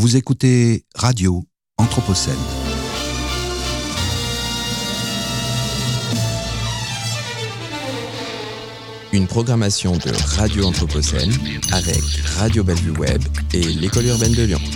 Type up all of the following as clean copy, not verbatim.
Vous écoutez Radio Anthropocène. Une programmation de Radio Anthropocène avec Radio Bellevue Web et l'École urbaine de Lyon.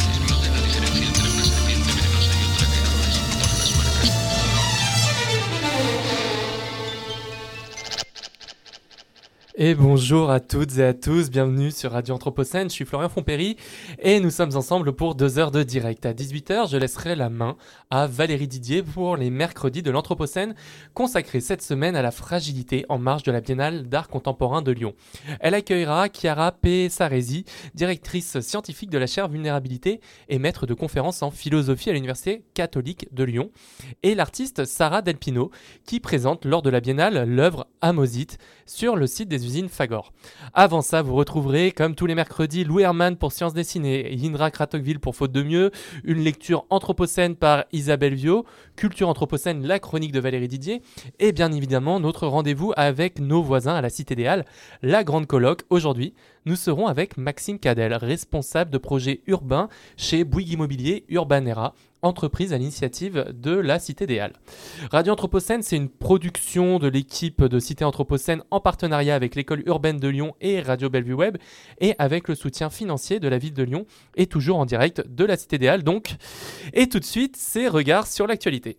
Et bonjour à toutes et à tous, bienvenue sur Radio Anthropocène, je suis Florian Fontpéry et nous sommes ensemble pour 2 heures de direct. À 18h, je laisserai la main à Valérie Didier pour les mercredis de l'Anthropocène, consacrés cette semaine à la fragilité en marge de la Biennale d'art contemporain de Lyon. Elle accueillera Chiara Pessaresi, directrice scientifique de la chaire Vulnérabilité et maître de conférences en philosophie à l'Université catholique de Lyon, et l'artiste Sarah Delpino, qui présente lors de la Biennale l'œuvre Amosite sur le site des usines Fagor. Avant ça, vous retrouverez, comme tous les mercredis, Louis Herman pour Sciences dessinées, Indra Kratokville pour Faute de mieux, une lecture anthropocène par Isabelle Viau, Culture Anthropocène, la chronique de Valérie Didier, et bien évidemment notre rendez-vous avec nos voisins à la Cité des Halles, la grande colloque. Aujourd'hui, nous serons avec Maxime Cadel, responsable de projets urbains chez Bouygues Immobilier Urbanera, entreprise à l'initiative de la Cité des Halles. Radio Anthropocène, c'est une production de l'équipe de Cité Anthropocène en partenariat avec l'École urbaine de Lyon et Radio Bellevue Web et avec le soutien financier de la ville de Lyon et toujours en direct de la Cité des Halles. Donc. Et tout de suite, c'est Regard sur l'actualité.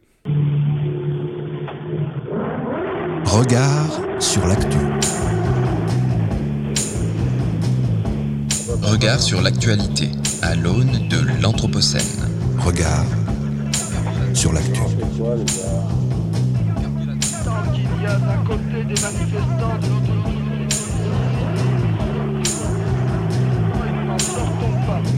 Regard sur l'actu. Regard sur l'actualité à l'aune de l'Anthropocène. Regard sur l'actu. Tant qu'il y a d'un côté des manifestants de l'autre côté, nous n'en sortons pas.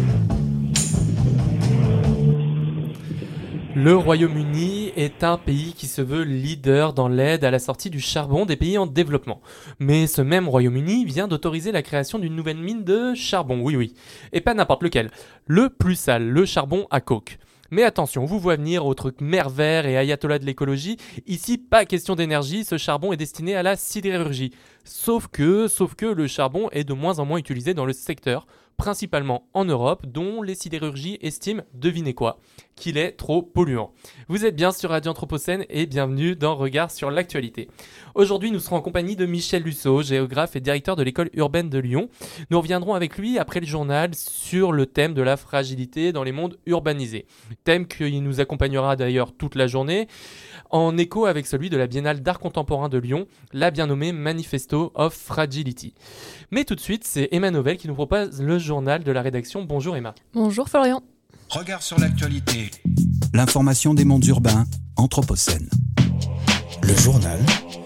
Le Royaume-Uni est un pays qui se veut leader dans l'aide à la sortie du charbon des pays en développement. Mais ce même Royaume-Uni vient d'autoriser la création d'une nouvelle mine de charbon, oui, et pas n'importe lequel. Le plus sale, le charbon à coke. Mais attention, vous voyez venir au truc mer vert et ayatollah de l'écologie, ici pas question d'énergie, ce charbon est destiné à la sidérurgie. Sauf que le charbon est de moins en moins utilisé dans le secteur, principalement en Europe, dont les sidérurgies estiment, devinez quoi, qu'il est trop polluant. Vous êtes bien sur Radio Anthropocène et bienvenue dans Regard sur l'actualité. Aujourd'hui, nous serons en compagnie de Michel Lusseau, géographe et directeur de l'École urbaine de Lyon. Nous reviendrons avec lui après le journal sur le thème de la fragilité dans les mondes urbanisés. Thème qui nous accompagnera d'ailleurs toute la journée, en écho avec celui de la Biennale d'art contemporain de Lyon, la bien nommée Manifesto of Fragility. Mais tout de suite, c'est Emma Novelle qui nous propose le journal de la rédaction. Bonjour Emma. Bonjour Florian. Regard sur l'actualité. L'information des mondes urbains, Anthropocène. Le journal.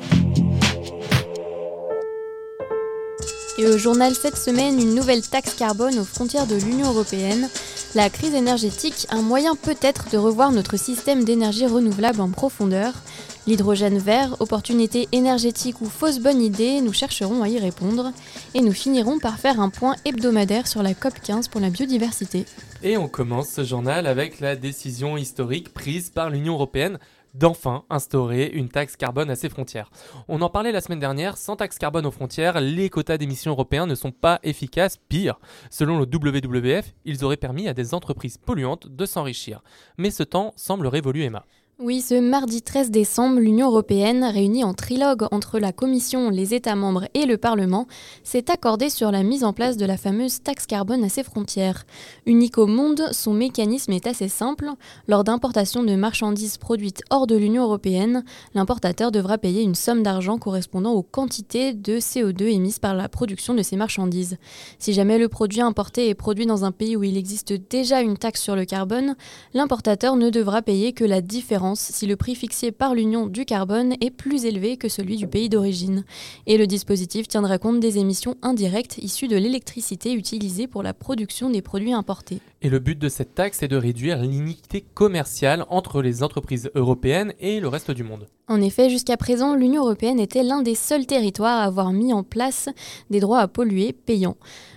Et au journal cette semaine, une nouvelle taxe carbone aux frontières de l'Union européenne. La crise énergétique, un moyen peut-être de revoir notre système d'énergie renouvelable en profondeur. L'hydrogène vert, opportunité énergétique ou fausse bonne idée, nous chercherons à y répondre. Et nous finirons par faire un point hebdomadaire sur la COP15 pour la biodiversité. Et on commence ce journal avec la décision historique prise par l'Union européenne d'enfin instaurer une taxe carbone à ses frontières. On en parlait la semaine dernière, sans taxe carbone aux frontières, les quotas d'émissions européens ne sont pas efficaces, pire. Selon le WWF, ils auraient permis à des entreprises polluantes de s'enrichir. Mais ce temps semble révolu, Emma. Oui, ce mardi 13 décembre, l'Union européenne, réunie en trilogue entre la Commission, les États membres et le Parlement, s'est accordée sur la mise en place de la fameuse taxe carbone à ses frontières. Unique au monde, son mécanisme est assez simple. Lors d'importation de marchandises produites hors de l'Union européenne, l'importateur devra payer une somme d'argent correspondant aux quantités de CO2 émises par la production de ces marchandises. Si jamais le produit importé est produit dans un pays où il existe déjà une taxe sur le carbone, l'importateur ne devra payer que la différence si le prix fixé par l'Union du carbone est plus élevé que celui du pays d'origine. Et le dispositif tiendra compte des émissions indirectes issues de l'électricité utilisée pour la production des produits importés. Et le but de cette taxe est de réduire l'iniquité commerciale entre les entreprises européennes et le reste du monde. En effet, jusqu'à présent, l'Union européenne était l'un des seuls territoires à avoir mis en place des droits à polluer payants.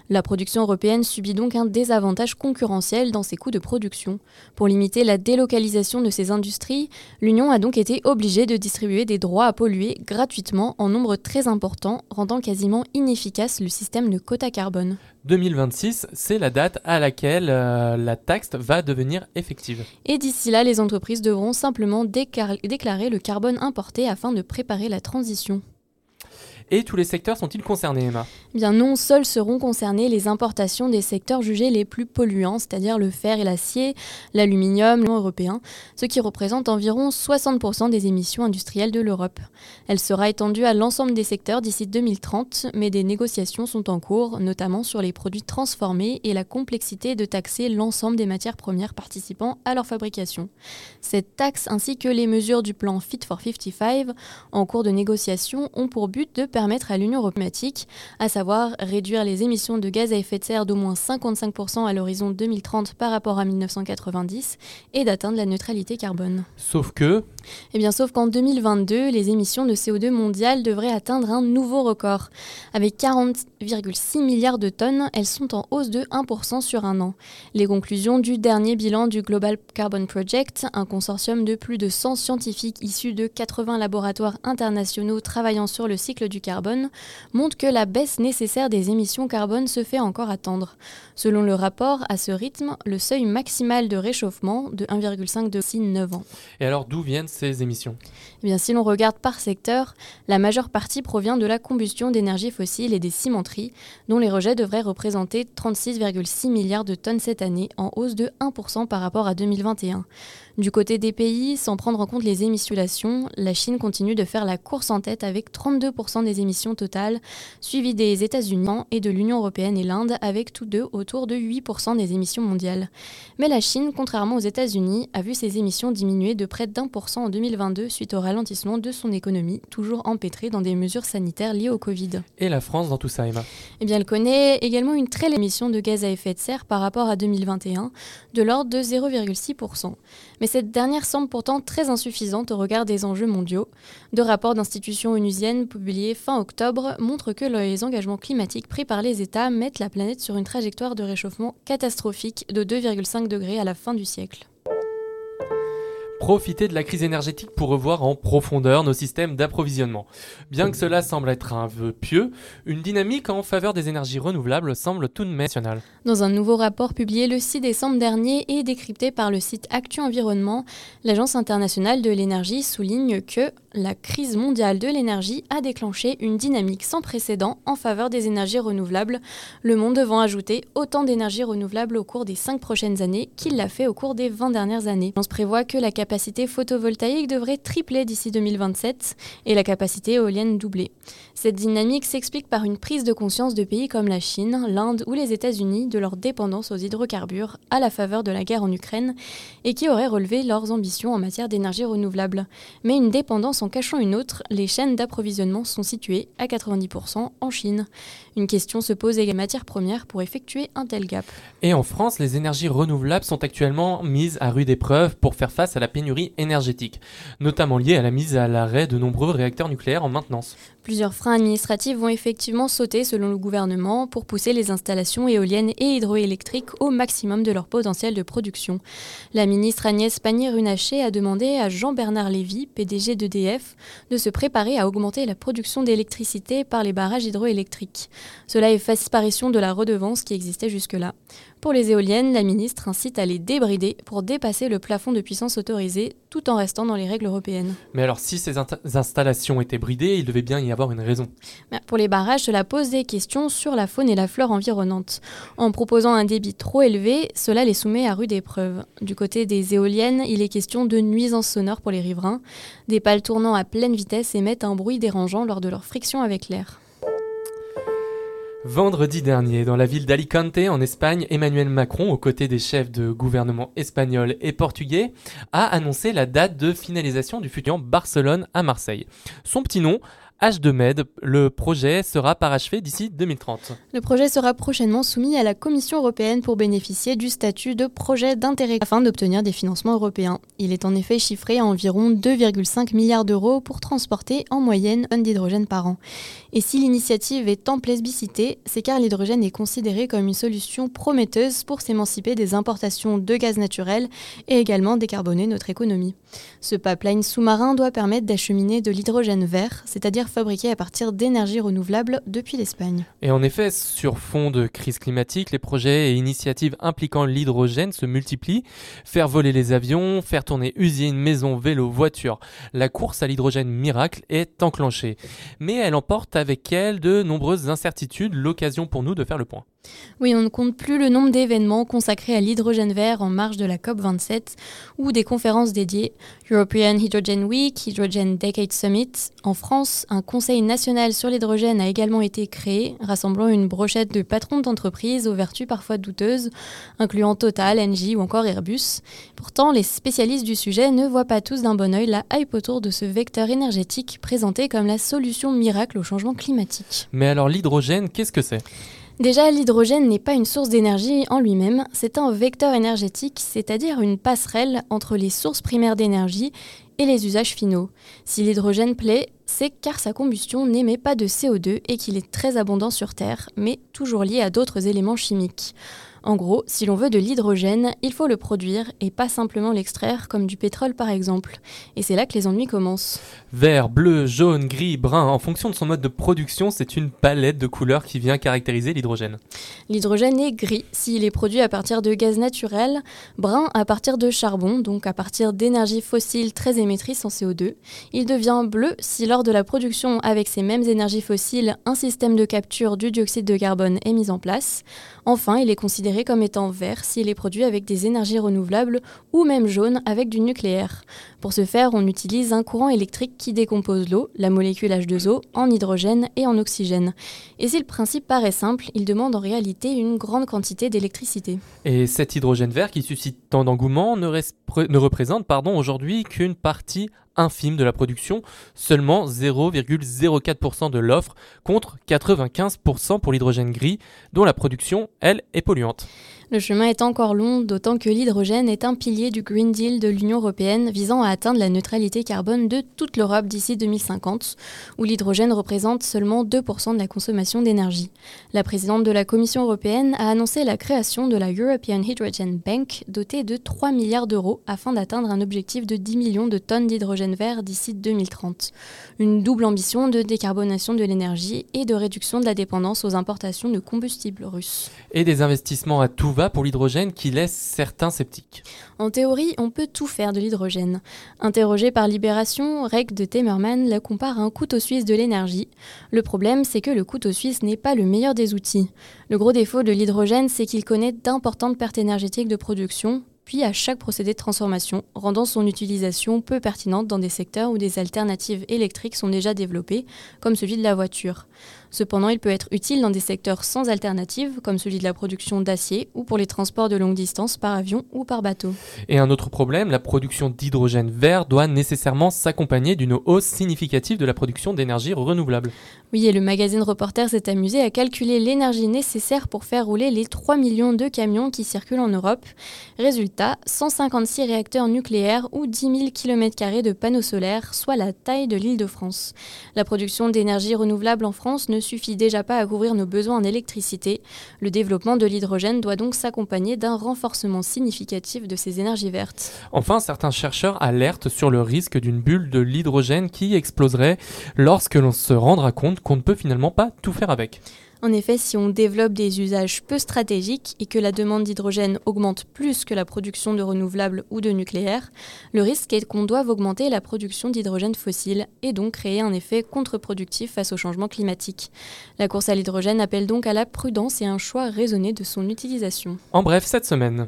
La production européenne subit donc un désavantage concurrentiel dans ses coûts de production. Pour limiter la délocalisation de ces industries, l'Union a donc été obligée de distribuer des droits à polluer gratuitement en nombre très important, rendant quasiment inefficace le système de quota carbone. 2026, c'est la date à laquelle la taxe va devenir effective. Et d'ici là, les entreprises devront simplement déclarer le carbone importé afin de préparer la transition. Et tous les secteurs sont-ils concernés, Emma ? Eh bien non, seuls seront concernés les importations des secteurs jugés les plus polluants, c'est-à-dire le fer et l'acier, l'aluminium, l'Union européen, ce qui représente environ 60% des émissions industrielles de l'Europe. Elle sera étendue à l'ensemble des secteurs d'ici 2030, mais des négociations sont en cours, notamment sur les produits transformés et la complexité de taxer l'ensemble des matières premières participant à leur fabrication. Cette taxe ainsi que les mesures du plan Fit for 55 en cours de négociation ont pour but de permettre à l'Union européenne, à savoir réduire les émissions de gaz à effet de serre d'au moins 55% à l'horizon 2030 par rapport à 1990 et d'atteindre la neutralité carbone. Sauf qu'en 2022, les émissions de CO2 mondiales devraient atteindre un nouveau record. Avec 40,6 milliards de tonnes, elles sont en hausse de 1% sur un an. Les conclusions du dernier bilan du Global Carbon Project, un consortium de plus de 100 scientifiques issus de 80 laboratoires internationaux travaillant sur le cycle du carbone, montrent que la baisse nécessaire des émissions carbone se fait encore attendre. Selon le rapport, à ce rythme, le seuil maximal de réchauffement de 1,5 degré d'ici 9 ans. Et alors d'où viennent ces émissions ? Eh bien, si l'on regarde par secteur, la majeure partie provient de la combustion d'énergie fossile et des cimenteries, dont les rejets devraient représenter 36,6 milliards de tonnes cette année, en hausse de 1% par rapport à 2021. Du côté des pays, sans prendre en compte les émissions, la Chine continue de faire la course en tête avec 32% des émissions totales, suivi des États-Unis et de l'Union européenne et l'Inde avec tous deux autour de 8% des émissions mondiales. Mais la Chine, contrairement aux États-Unis, a vu ses émissions diminuer de près d'1% en 2022 suite au ralentissement de son économie, toujours empêtrée dans des mesures sanitaires liées au Covid. Et la France dans tout ça, Emma ? Eh bien, elle connaît également une très légère émission de gaz à effet de serre par rapport à 2021, de l'ordre de 0,6%. Mais cette dernière semble pourtant très insuffisante au regard des enjeux mondiaux. Deux rapports d'institutions onusiennes publiés fin octobre montrent que les engagements climatiques pris par les États mettent la planète sur une trajectoire de réchauffement catastrophique de 2,5 degrés à la fin du siècle. Profiter de la crise énergétique pour revoir en profondeur nos systèmes d'approvisionnement. Bien que cela semble être un vœu pieux, une dynamique en faveur des énergies renouvelables semble tout de même nationale. Dans un nouveau rapport publié le 6 décembre dernier et décrypté par le site Actu Environnement, l'Agence internationale de l'énergie souligne que la crise mondiale de l'énergie a déclenché une dynamique sans précédent en faveur des énergies renouvelables, le monde devant ajouter autant d'énergies renouvelables au cours des 5 prochaines années qu'il l'a fait au cours des 20 dernières années. On se prévoit que la capacité photovoltaïque devrait tripler d'ici 2027 et la capacité éolienne doubler. Cette dynamique s'explique par une prise de conscience de pays comme la Chine, l'Inde ou les États-Unis de leur dépendance aux hydrocarbures à la faveur de la guerre en Ukraine et qui auraient relevé leurs ambitions en matière d'énergie renouvelable. Mais une dépendance en cachant une autre, les chaînes d'approvisionnement sont situées à 90% en Chine. Une question se pose également matières premières pour effectuer un tel gap. Et en France, les énergies renouvelables sont actuellement mises à rude épreuve pour faire face à la pénurie énergétique, notamment liée à la mise à l'arrêt de nombreux réacteurs nucléaires en maintenance. Plusieurs freins administratifs vont effectivement sauter selon le gouvernement pour pousser les installations éoliennes et hydroélectriques au maximum de leur potentiel de production. La ministre Agnès Pannier-Runacher a demandé à Jean-Bernard Lévy, PDG d'EDF, de se préparer à augmenter la production d'électricité par les barrages hydroélectriques. Cela efface disparition de la redevance qui existait jusque-là. Pour les éoliennes, la ministre incite à les débrider pour dépasser le plafond de puissance autorisé tout en restant dans les règles européennes. Mais alors si ces installations étaient bridées, il devait bien y avoir une raison. Pour les barrages, cela pose des questions sur la faune et la flore environnante. En proposant un débit trop élevé, cela les soumet à rude épreuve. Du côté des éoliennes, il est question de nuisances sonores pour les riverains. Des pales tournant à pleine vitesse émettent un bruit dérangeant lors de leur friction avec l'air. Vendredi dernier, dans la ville d'Alicante, en Espagne, Emmanuel Macron, aux côtés des chefs de gouvernement espagnols et portugais, a annoncé la date de finalisation du futur Barcelone à Marseille. Son petit nom, H2Med, le projet sera parachevé d'ici 2030. Le projet sera prochainement soumis à la Commission européenne pour bénéficier du statut de projet d'intérêt afin d'obtenir des financements européens. Il est en effet chiffré à environ 2,5 milliards d'euros pour transporter en moyenne 1 tonne d'hydrogène par an. Et si l'initiative est tant plébiscitée, c'est car l'hydrogène est considéré comme une solution prometteuse pour s'émanciper des importations de gaz naturel et également décarboner notre économie. Ce pipeline sous-marin doit permettre d'acheminer de l'hydrogène vert, c'est-à-dire fabriqué à partir d'énergies renouvelables depuis l'Espagne. Et en effet, sur fond de crise climatique, les projets et initiatives impliquant l'hydrogène se multiplient. Faire voler les avions, faire tourner usines, maisons, vélos, voitures. La course à l'hydrogène miracle est enclenchée. Mais elle emporte avec elle de nombreuses incertitudes, l'occasion pour nous de faire le point. Oui, on ne compte plus le nombre d'événements consacrés à l'hydrogène vert en marge de la COP27 ou des conférences dédiées. European Hydrogen Week, Hydrogen Decade Summit. En France, un conseil national sur l'hydrogène a également été créé, rassemblant une brochette de patrons d'entreprises aux vertus parfois douteuses, incluant Total, Engie ou encore Airbus. Pourtant, les spécialistes du sujet ne voient pas tous d'un bon œil la hype autour de ce vecteur énergétique présenté comme la solution miracle au changement climatique. Mais alors l'hydrogène, qu'est-ce que c'est ? Déjà, l'hydrogène n'est pas une source d'énergie en lui-même, c'est un vecteur énergétique, c'est-à-dire une passerelle entre les sources primaires d'énergie et les usages finaux. Si l'hydrogène plaît, c'est car sa combustion n'émet pas de CO2 et qu'il est très abondant sur Terre, mais toujours lié à d'autres éléments chimiques. En gros, si l'on veut de l'hydrogène, il faut le produire et pas simplement l'extraire comme du pétrole par exemple. Et c'est là que les ennuis commencent. Vert, bleu, jaune, gris, brun, en fonction de son mode de production, c'est une palette de couleurs qui vient caractériser l'hydrogène. L'hydrogène est gris s'il est produit à partir de gaz naturel, brun à partir de charbon, donc à partir d'énergie fossile très émettrice en CO2. Il devient bleu si lors de la production avec ces mêmes énergies fossiles, un système de capture du dioxyde de carbone est mis en place. Enfin, il est considéré comme étant vert s'il est produit avec des énergies renouvelables ou même jaune avec du nucléaire. Pour ce faire, on utilise un courant électrique qui décompose l'eau, la molécule H2O, en hydrogène et en oxygène. Et si le principe paraît simple, il demande en réalité une grande quantité d'électricité. Et cet hydrogène vert qui suscite tant d'engouement ne représente aujourd'hui qu'une partie infime de la production, seulement 0,04% de l'offre contre 95% pour l'hydrogène gris, dont la production, elle, est polluante. Le chemin est encore long, d'autant que l'hydrogène est un pilier du Green Deal de l'Union européenne visant à atteindre la neutralité carbone de toute l'Europe d'ici 2050, où l'hydrogène représente seulement 2% de la consommation d'énergie. La présidente de la Commission européenne a annoncé la création de la European Hydrogen Bank, dotée de 3 milliards d'euros afin d'atteindre un objectif de 10 millions de tonnes d'hydrogène vert d'ici 2030. Une double ambition de décarbonation de l'énergie et de réduction de la dépendance aux importations de combustibles russes. Et des investissements à tout va pour l'hydrogène qui laisse certains sceptiques. En théorie, on peut tout faire de l'hydrogène. Interrogé par Libération, Reg de Temerman la compare à un couteau suisse de l'énergie. Le problème, c'est que le couteau suisse n'est pas le meilleur des outils. Le gros défaut de l'hydrogène, c'est qu'il connaît d'importantes pertes énergétiques de production, puis à chaque procédé de transformation, rendant son utilisation peu pertinente dans des secteurs où des alternatives électriques sont déjà développées, comme celui de la voiture. Cependant, il peut être utile dans des secteurs sans alternative, comme celui de la production d'acier ou pour les transports de longue distance par avion ou par bateau. Et un autre problème, la production d'hydrogène vert doit nécessairement s'accompagner d'une hausse significative de la production d'énergie renouvelable. Oui, et le magazine Reporter s'est amusé à calculer l'énergie nécessaire pour faire rouler les 3 millions de camions qui circulent en Europe. Résultat, 156 réacteurs nucléaires ou 10 000 km² de panneaux solaires, soit la taille de l'Île-de-France. La production d'énergie renouvelable en France ne suffit déjà pas à couvrir nos besoins en électricité. Le développement de l'hydrogène doit donc s'accompagner d'un renforcement significatif de ces énergies vertes. Enfin, certains chercheurs alertent sur le risque d'une bulle de l'hydrogène qui exploserait lorsque l'on se rendra compte qu'on ne peut finalement pas tout faire avec. En effet, si on développe des usages peu stratégiques et que la demande d'hydrogène augmente plus que la production de renouvelables ou de nucléaire, le risque est qu'on doive augmenter la production d'hydrogène fossile et donc créer un effet contre-productif face au changement climatique. La course à l'hydrogène appelle donc à la prudence et un choix raisonné de son utilisation. En bref, cette semaine.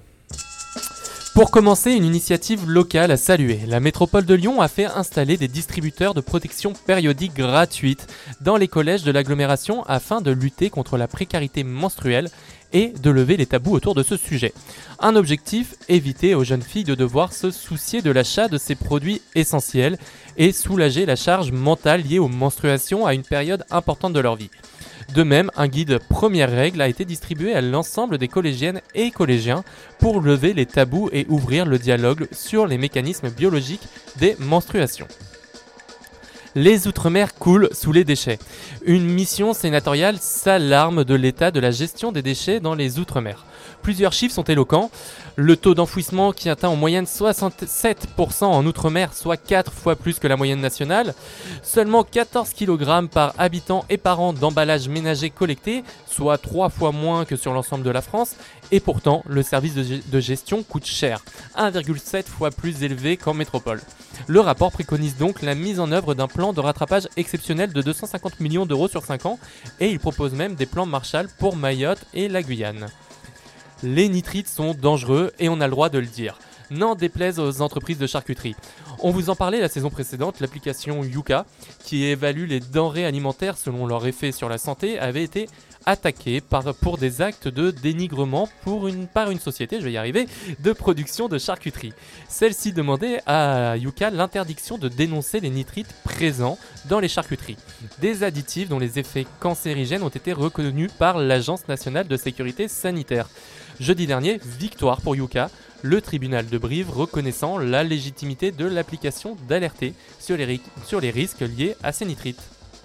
Pour commencer, une initiative locale à saluer. La métropole de Lyon a fait installer des distributeurs de protection périodique gratuite dans les collèges de l'agglomération afin de lutter contre la précarité menstruelle et de lever les tabous autour de ce sujet. Un objectif, éviter aux jeunes filles de devoir se soucier de l'achat de ces produits essentiels et soulager la charge mentale liée aux menstruations à une période importante de leur vie. De même, un guide première règle a été distribué à l'ensemble des collégiennes et collégiens pour lever les tabous et ouvrir le dialogue sur les mécanismes biologiques des menstruations. Les Outre-mer coulent sous les déchets. Une mission sénatoriale s'alarme de l'état de la gestion des déchets dans les Outre-mer. Plusieurs chiffres sont éloquents. Le taux d'enfouissement qui atteint en moyenne 67% en Outre-mer, soit 4 fois plus que la moyenne nationale. Seulement 14 kg par habitant et par an d'emballage ménager collecté, soit 3 fois moins que sur l'ensemble de la France. Et pourtant, le service de gestion coûte cher, 1,7 fois plus élevé qu'en métropole. Le rapport préconise donc la mise en œuvre d'un plan de rattrapage exceptionnel de 250 millions d'euros sur 5 ans et il propose même des plans Marshall pour Mayotte et la Guyane. Les nitrites sont dangereux et on a le droit de le dire. N'en déplaise aux entreprises de charcuterie. On vous en parlait la saison précédente, l'application Yuka, qui évalue les denrées alimentaires selon leur effet sur la santé, avait été attaquée pour des actes de dénigrement par une société, je vais y arriver, de production de charcuterie. Celle-ci demandait à Yuka l'interdiction de dénoncer les nitrites présents dans les charcuteries. Des additifs dont les effets cancérigènes ont été reconnus par l'Agence nationale de sécurité sanitaire. Jeudi dernier, victoire pour Yuka, le tribunal de Brive reconnaissant la légitimité de l'application d'alerter sur les risques liés à ces nitrites.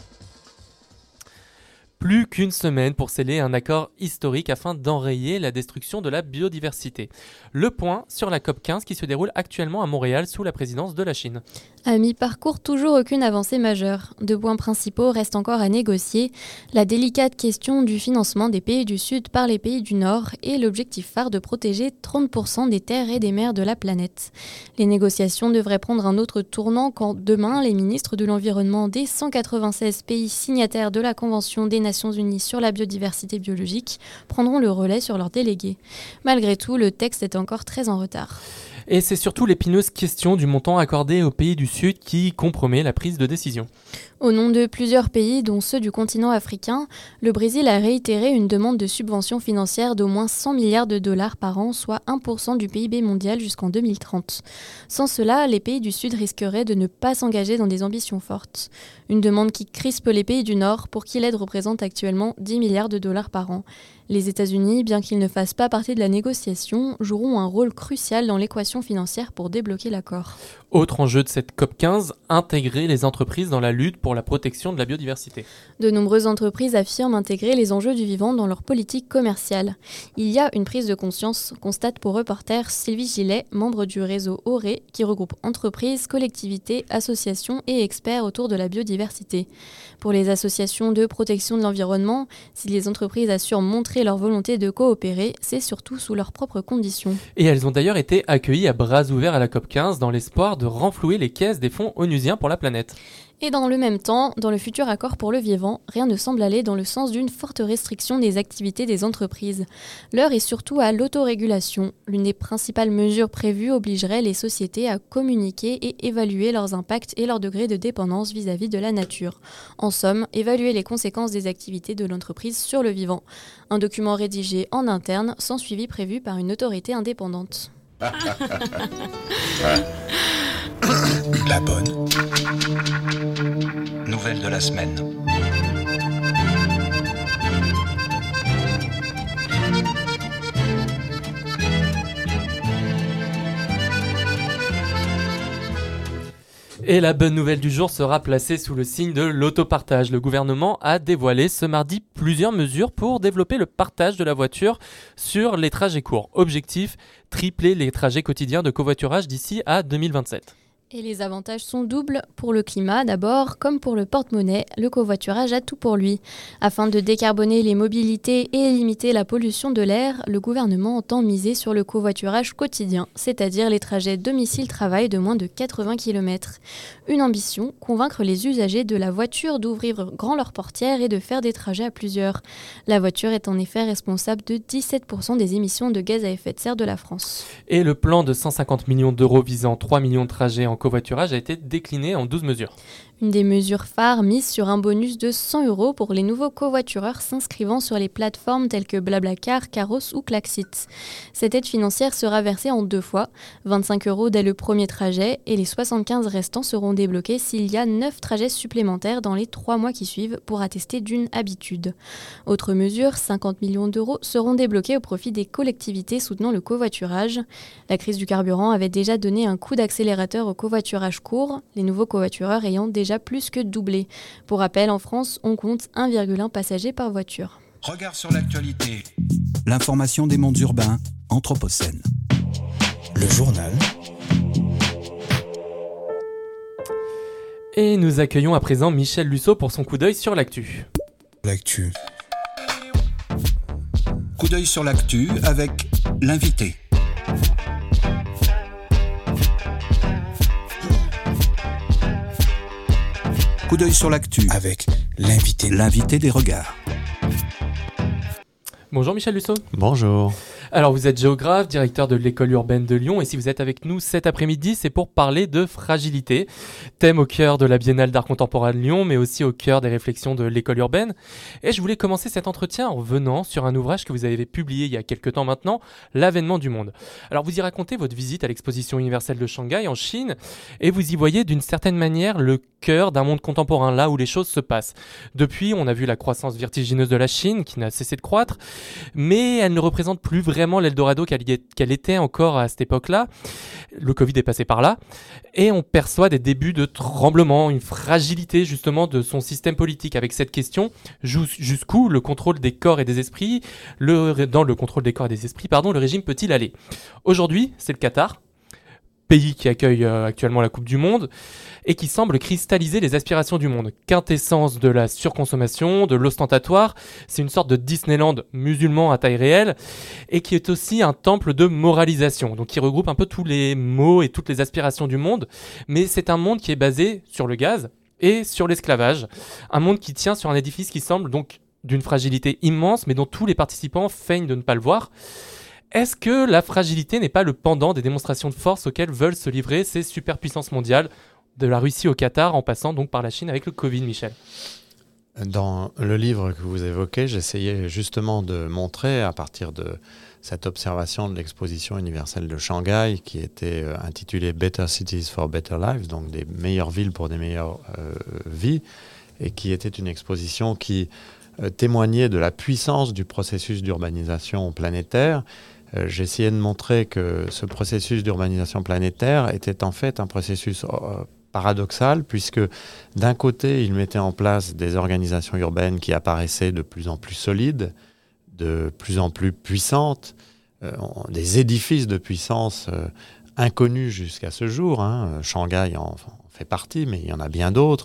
Plus qu'une semaine pour sceller un accord historique afin d'enrayer la destruction de la biodiversité. Le point sur la COP15 qui se déroule actuellement à Montréal sous la présidence de la Chine. À mi-parcours, toujours aucune avancée majeure. 2 points principaux restent encore à négocier. La délicate question du financement des pays du Sud par les pays du Nord et l'objectif phare de protéger 30% des terres et des mers de la planète. Les négociations devraient prendre un autre tournant quand demain, les ministres de l'Environnement des 196 pays signataires de la Convention des Nations Unies sur la biodiversité biologique prendront le relais sur leurs délégués. Malgré tout, le texte est encore très en retard. Et c'est surtout l'épineuse question du montant accordé aux pays du Sud qui compromet la prise de décision. Au nom de plusieurs pays, dont ceux du continent africain, le Brésil a réitéré une demande de subvention financière d'au moins 100 milliards de dollars par an, soit 1% du PIB mondial jusqu'en 2030. Sans cela, les pays du Sud risqueraient de ne pas s'engager dans des ambitions fortes. Une demande qui crispe les pays du Nord, pour qui l'aide représente actuellement 10 milliards de dollars par an. Les États-Unis, bien qu'ils ne fassent pas partie de la négociation, joueront un rôle crucial dans l'équation financière pour débloquer l'accord. Autre enjeu de cette COP15, intégrer les entreprises dans la lutte pour la protection de la biodiversité. De nombreuses entreprises affirment intégrer les enjeux du vivant dans leur politique commerciale. Il y a une prise de conscience, constate pour Reporter Sylvie Gillet, membre du réseau ORE, qui regroupe entreprises, collectivités, associations et experts autour de la biodiversité. Pour les associations de protection de l'environnement, si les entreprises assurent montrer leur volonté de coopérer, c'est surtout sous leurs propres conditions. Et elles ont d'ailleurs été accueillies à bras ouverts à la COP15 dans l'espoir de renflouer les caisses des fonds onusiens pour la planète. Et dans le même temps, dans le futur accord pour le vivant, rien ne semble aller dans le sens d'une forte restriction des activités des entreprises. L'heure est surtout à l'autorégulation. L'une des principales mesures prévues obligerait les sociétés à communiquer et évaluer leurs impacts et leur degré de dépendance vis-à-vis de la nature. En somme, évaluer les conséquences des activités de l'entreprise sur le vivant. Un document rédigé en interne, sans suivi prévu par une autorité indépendante. La bonne nouvelle de la semaine. Et la bonne nouvelle du jour sera placée sous le signe de l'autopartage. Le gouvernement a dévoilé ce mardi plusieurs mesures pour développer le partage de la voiture sur les trajets courts. Objectif, tripler les trajets quotidiens de covoiturage d'ici à 2027. Et les avantages sont doubles. Pour le climat d'abord, comme pour le porte-monnaie, le covoiturage a tout pour lui. Afin de décarboner les mobilités et limiter la pollution de l'air, le gouvernement entend miser sur le covoiturage quotidien, c'est-à-dire les trajets domicile-travail de moins de 80 km. Une ambition, convaincre les usagers de la voiture d'ouvrir grand leurs portières et de faire des trajets à plusieurs. La voiture est en effet responsable de 17% des émissions de gaz à effet de serre de la France. Et le plan de 150 millions d'euros visant 3 millions de trajets en covoiturage a été décliné en 12 mesures. Une des mesures phares mise sur un bonus de 100 € pour les nouveaux covoitureurs s'inscrivant sur les plateformes telles que Blablacar, Caros ou Klaxit. Cette aide financière sera versée en 2 fois, 25 € dès le premier trajet et les 75 restants seront débloqués s'il y a 9 trajets supplémentaires dans les 3 mois qui suivent pour attester d'une habitude. Autre mesure, 50 millions d'euros seront débloqués au profit des collectivités soutenant le covoiturage. La crise du carburant avait déjà donné un coup d'accélérateur au covoiturage covoiturage court, les nouveaux covoitureurs ayant déjà plus que doublé. Pour rappel, en France, on compte 1,1 passager par voiture. Regard sur l'actualité. L'information des mondes urbains, Anthropocène. Le journal. Et nous accueillons à présent Michel Lusseau pour son coup d'œil sur l'actu. L'actu. Coup d'œil sur l'actu avec l'invité. Coup d'œil sur l'actu avec l'invité. L'invité des regards. Bonjour Michel Lusseau. Bonjour. Alors vous êtes géographe, directeur de l'école urbaine de Lyon et si vous êtes avec nous cet après-midi, c'est pour parler de fragilité, thème au cœur de la Biennale d'art contemporain de Lyon mais aussi au cœur des réflexions de l'école urbaine. Et je voulais commencer cet entretien en revenant sur un ouvrage que vous avez publié il y a quelques temps maintenant, L'avènement du monde. Alors vous y racontez votre visite à l'exposition universelle de Shanghai en Chine et vous y voyez d'une certaine manière le cœur d'un monde contemporain, là où les choses se passent. Depuis, on a vu la croissance vertigineuse de la Chine qui n'a cessé de croître, mais elle ne représente plus vraiment l'Eldorado qu'elle était encore à cette époque-là. Le Covid est passé par là, et on perçoit des débuts de tremblement, une fragilité justement de son système politique, avec cette question, jusqu'où le contrôle des corps et des esprits, dans le contrôle des corps et des esprits, le régime peut-il aller ? Aujourd'hui, c'est le Qatar, pays qui accueille actuellement la Coupe du Monde et qui semble cristalliser les aspirations du monde. Quintessence de la surconsommation, de l'ostentatoire, c'est une sorte de Disneyland musulman à taille réelle et qui est aussi un temple de moralisation, donc qui regroupe un peu tous les maux et toutes les aspirations du monde, mais c'est un monde qui est basé sur le gaz et sur l'esclavage, un monde qui tient sur un édifice qui semble donc d'une fragilité immense mais dont tous les participants feignent de ne pas le voir. Est-ce que la fragilité n'est pas le pendant des démonstrations de force auxquelles veulent se livrer ces superpuissances mondiales, de la Russie au Qatar, en passant donc par la Chine avec le Covid, Michel ? Dans le livre que vous évoquez, j'essayais justement de montrer, à partir de cette observation de l'exposition universelle de Shanghai, qui était intitulée « Better Cities for Better Lives », donc des meilleures villes pour des meilleures vies, et qui était une exposition qui témoignait de la puissance du processus d'urbanisation planétaire. J'essayais de montrer que ce processus d'urbanisation planétaire était en fait un processus paradoxal, puisque d'un côté, il mettait en place des organisations urbaines qui apparaissaient de plus en plus solides, de plus en plus puissantes, des édifices de puissance inconnus jusqu'à ce jour. Shanghai en fait partie, mais il y en a bien d'autres,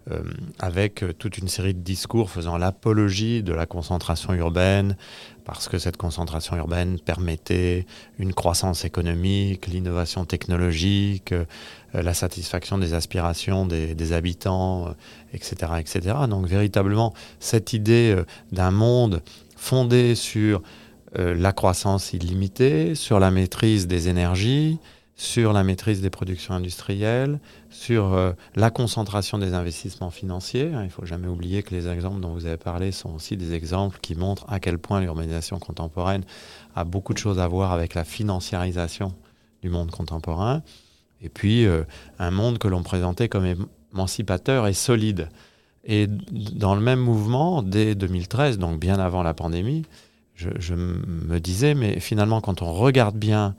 avec toute une série de discours faisant l'apologie de la concentration urbaine, parce que cette concentration urbaine permettait une croissance économique, l'innovation technologique, la satisfaction des aspirations des habitants, etc., etc. Donc véritablement, cette idée d'un monde fondé sur la croissance illimitée, sur la maîtrise des énergies, sur la maîtrise des productions industrielles, sur la concentration des investissements financiers. Il ne faut jamais oublier que les exemples dont vous avez parlé sont aussi des exemples qui montrent à quel point l'urbanisation contemporaine a beaucoup de choses à voir avec la financiarisation du monde contemporain. Et puis, un monde que l'on présentait comme émancipateur et solide. Et dans le même mouvement, dès 2013, donc bien avant la pandémie, je me disais, mais finalement, quand on regarde bien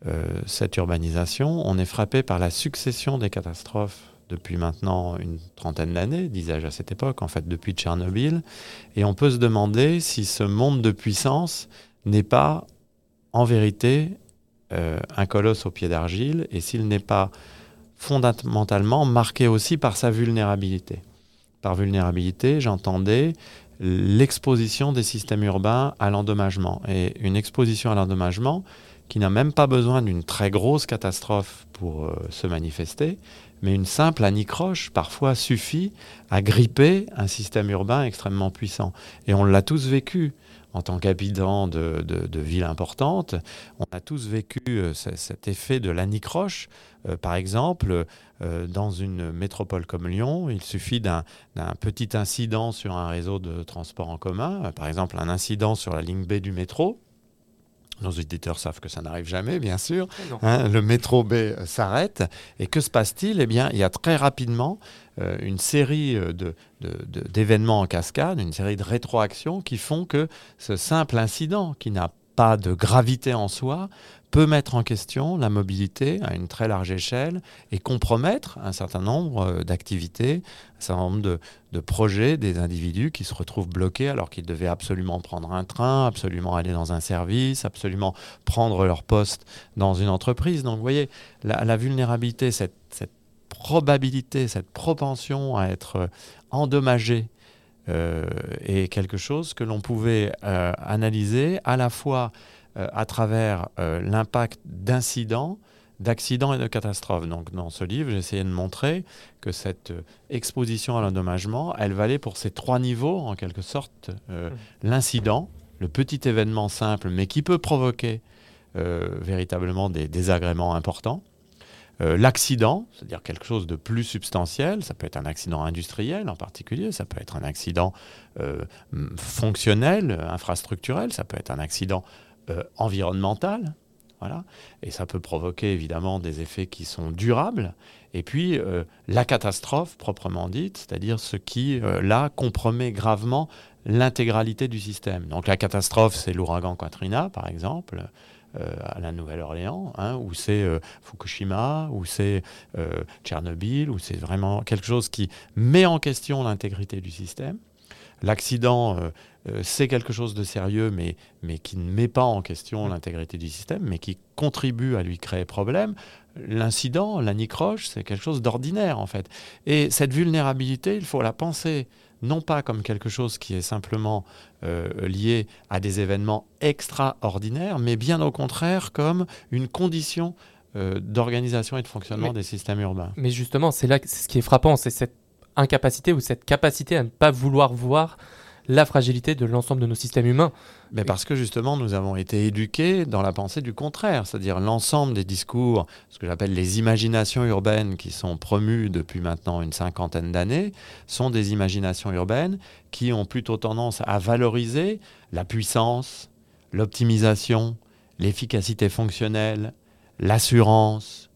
cette urbanisation, on est frappé par la succession des catastrophes depuis maintenant une trentaine d'années, disais-je à cette époque, en fait depuis Tchernobyl, et on peut se demander si ce monde de puissance n'est pas en vérité un colosse au pied d'argile, et s'il n'est pas fondamentalement marqué aussi par sa vulnérabilité. Par vulnérabilité, j'entendais l'exposition des systèmes urbains à l'endommagement, et une exposition à l'endommagement qui n'a même pas besoin d'une très grosse catastrophe pour se manifester, mais une simple anicroche parfois suffit à gripper un système urbain extrêmement puissant. Et on l'a tous vécu en tant qu'habitants de villes importantes. On a tous vécu cet effet de l'anicroche. Par exemple, dans une métropole comme Lyon, il suffit d'un petit incident sur un réseau de transport en commun, par exemple un incident sur la ligne B du métro. Nos auditeurs savent que ça n'arrive jamais, bien sûr. Le métro B s'arrête. Et que se passe-t-il ? Eh bien, il y a très rapidement une série d'événements en cascade, une série de rétroactions qui font que ce simple incident, qui n'a pas de gravité en soi, peut mettre en question la mobilité à une très large échelle et compromettre un certain nombre d'activités, un certain nombre de projets des individus qui se retrouvent bloqués alors qu'ils devaient absolument prendre un train, absolument aller dans un service, absolument prendre leur poste dans une entreprise. Donc vous voyez, la vulnérabilité, cette probabilité, cette propension à être endommagé est quelque chose que l'on pouvait analyser à la fois à travers l'impact d'accidents et de catastrophes. Donc, dans ce livre, j'ai essayé de montrer que cette exposition à l'endommagement, elle valait pour ces 3 niveaux, en quelque sorte. L'incident, le petit événement simple, mais qui peut provoquer véritablement des désagréments importants. L'accident, c'est-à-dire quelque chose de plus substantiel, ça peut être un accident industriel en particulier, ça peut être un accident fonctionnel, infrastructurel, ça peut être un accident environnemental, voilà. Et ça peut provoquer évidemment des effets qui sont durables. Et puis la catastrophe proprement dite, c'est-à-dire ce qui là compromet gravement l'intégralité du système. Donc la catastrophe, c'est l'ouragan Katrina par exemple, à la Nouvelle-Orléans, ou c'est Fukushima, ou c'est Tchernobyl, ou c'est vraiment quelque chose qui met en question l'intégrité du système. L'accident, c'est quelque chose de sérieux, mais qui ne met pas en question l'intégrité du système, mais qui contribue à lui créer problème. L'incident, l'anicroche, c'est quelque chose d'ordinaire, en fait. Et cette vulnérabilité, il faut la penser non pas comme quelque chose qui est simplement lié à des événements extraordinaires, mais bien au contraire comme une condition d'organisation et de fonctionnement des systèmes urbains. Mais justement, c'est ce qui est frappant, c'est cette incapacité ou cette capacité à ne pas vouloir voir la fragilité de l'ensemble de nos systèmes humains. Mais parce que justement, nous avons été éduqués dans la pensée du contraire, c'est-à-dire l'ensemble des discours, ce que j'appelle les imaginations urbaines qui sont promues depuis maintenant une 50aine d'années, sont des imaginations urbaines qui ont plutôt tendance à valoriser la puissance, l'optimisation, l'efficacité fonctionnelle, l'assurance,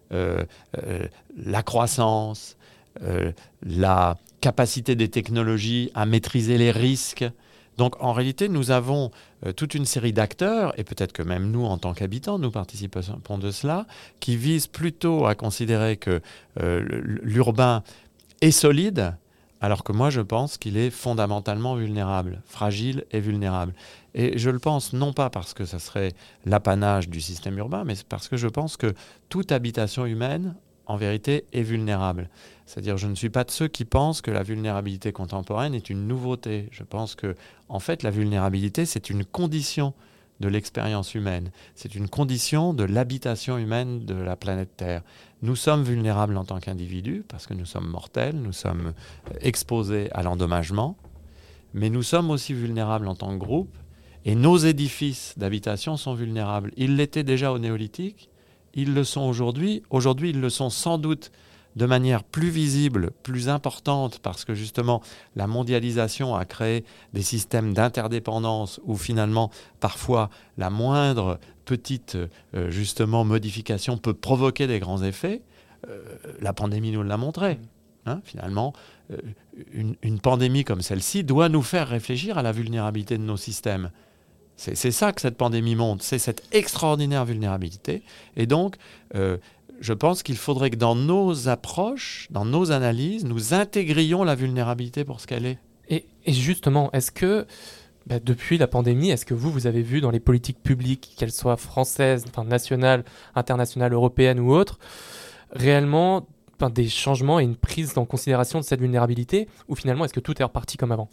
la croissance, la capacité des technologies à maîtriser les risques. Donc en réalité, nous avons toute une série d'acteurs, et peut-être que même nous, en tant qu'habitants, nous participons de cela, qui visent plutôt à considérer que l'urbain est solide, alors que moi, je pense qu'il est fondamentalement vulnérable, fragile et vulnérable. Et je le pense non pas parce que ça serait l'apanage du système urbain, mais parce que je pense que toute habitation humaine, en vérité, est vulnérable. C'est-à-dire, je ne suis pas de ceux qui pensent que la vulnérabilité contemporaine est une nouveauté. Je pense que, en fait, la vulnérabilité, c'est une condition de l'expérience humaine. C'est une condition de l'habitation humaine de la planète Terre. Nous sommes vulnérables en tant qu'individus, parce que nous sommes mortels, nous sommes exposés à l'endommagement, mais nous sommes aussi vulnérables en tant que groupe, et nos édifices d'habitation sont vulnérables. Ils l'étaient déjà au néolithique, ils le sont aujourd'hui. Aujourd'hui, ils le sont sans doute de manière plus visible, plus importante, parce que justement, la mondialisation a créé des systèmes d'interdépendance où finalement, parfois, la moindre petite justement modification peut provoquer des grands effets. La pandémie nous l'a montré. Finalement, une pandémie comme celle-ci doit nous faire réfléchir à la vulnérabilité de nos systèmes. C'est ça que cette pandémie montre, c'est cette extraordinaire vulnérabilité. Et donc, je pense qu'il faudrait que dans nos approches, dans nos analyses, nous intégrions la vulnérabilité pour ce qu'elle est. Et justement, est-ce que, depuis la pandémie, est-ce que vous avez vu dans les politiques publiques, qu'elles soient françaises, nationales, internationales, européennes ou autres, réellement des changements et une prise en considération de cette vulnérabilité, ou finalement, est-ce que tout est reparti comme avant ?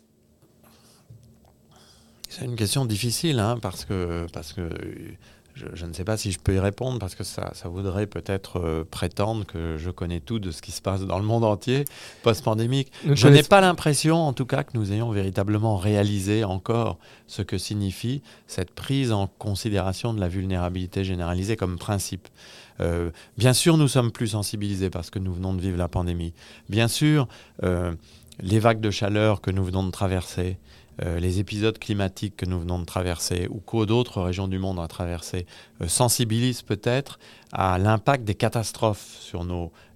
C'est une question difficile, parce que je ne sais pas si je peux y répondre, parce que ça voudrait peut-être prétendre que je connais tout de ce qui se passe dans le monde entier, post-pandémique. Je n'ai pas l'impression, en tout cas, que nous ayons véritablement réalisé encore ce que signifie cette prise en considération de la vulnérabilité généralisée comme principe. Bien sûr, nous sommes plus sensibilisés parce que nous venons de vivre la pandémie. Bien sûr, les vagues de chaleur que nous venons de traverser, les épisodes climatiques que nous venons de traverser ou que d'autres régions du monde ont traversé sensibilisent peut-être à l'impact des catastrophes sur nos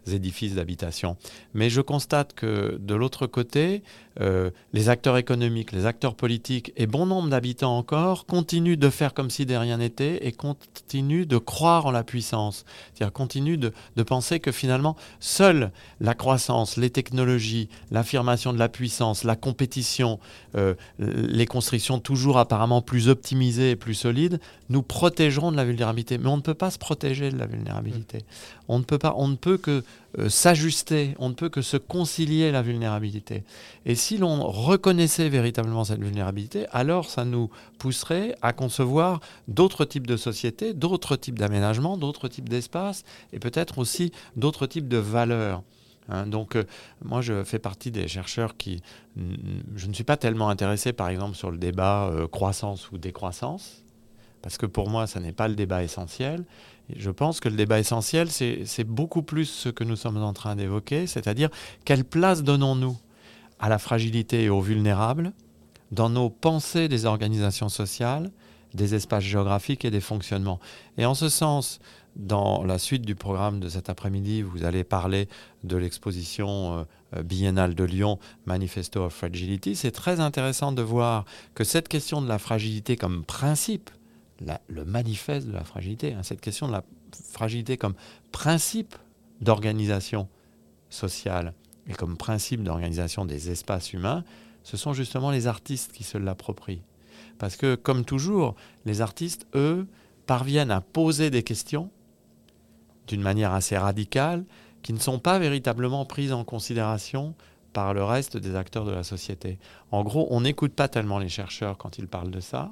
édifices d'habitation. Mais je constate que de l'autre côté, les acteurs économiques, les acteurs politiques et bon nombre d'habitants encore continuent de faire comme si de rien n'était et continuent de croire en la puissance. C'est-à-dire continuent de penser que finalement, seule la croissance, les technologies, l'affirmation de la puissance, la compétition, les constructions toujours apparemment plus optimisées et plus solides, nous protégeront de la vulnérabilité. Mais on ne peut pas se protéger de la vulnérabilité. On ne peut que s'ajuster, on ne peut que se concilier la vulnérabilité. Et si l'on reconnaissait véritablement cette vulnérabilité, alors ça nous pousserait à concevoir d'autres types de sociétés, d'autres types d'aménagements, d'autres types d'espaces et peut-être aussi d'autres types de valeurs. Donc, moi, je fais partie des chercheurs qui... Je ne suis pas tellement intéressé, par exemple, sur le débat croissance ou décroissance, parce que pour moi, ça n'est pas le débat essentiel. Et je pense que le débat essentiel, c'est beaucoup plus ce que nous sommes en train d'évoquer, c'est-à-dire quelle place donnons-nous à la fragilité et aux vulnérables dans nos pensées des organisations sociales, des espaces géographiques et des fonctionnements. Et en ce sens, dans la suite du programme de cet après-midi, vous allez parler de l'exposition biennale de Lyon, Manifesto of Fragility. C'est très intéressant de voir que cette question de la fragilité comme principe, le manifeste de la fragilité, cette question de la fragilité comme principe d'organisation sociale et comme principe d'organisation des espaces humains, ce sont justement les artistes qui se l'approprient. Parce que, comme toujours, les artistes, eux, parviennent à poser des questions d'une manière assez radicale qui ne sont pas véritablement prises en considération par le reste des acteurs de la société. En gros, on n'écoute pas tellement les chercheurs quand ils parlent de ça,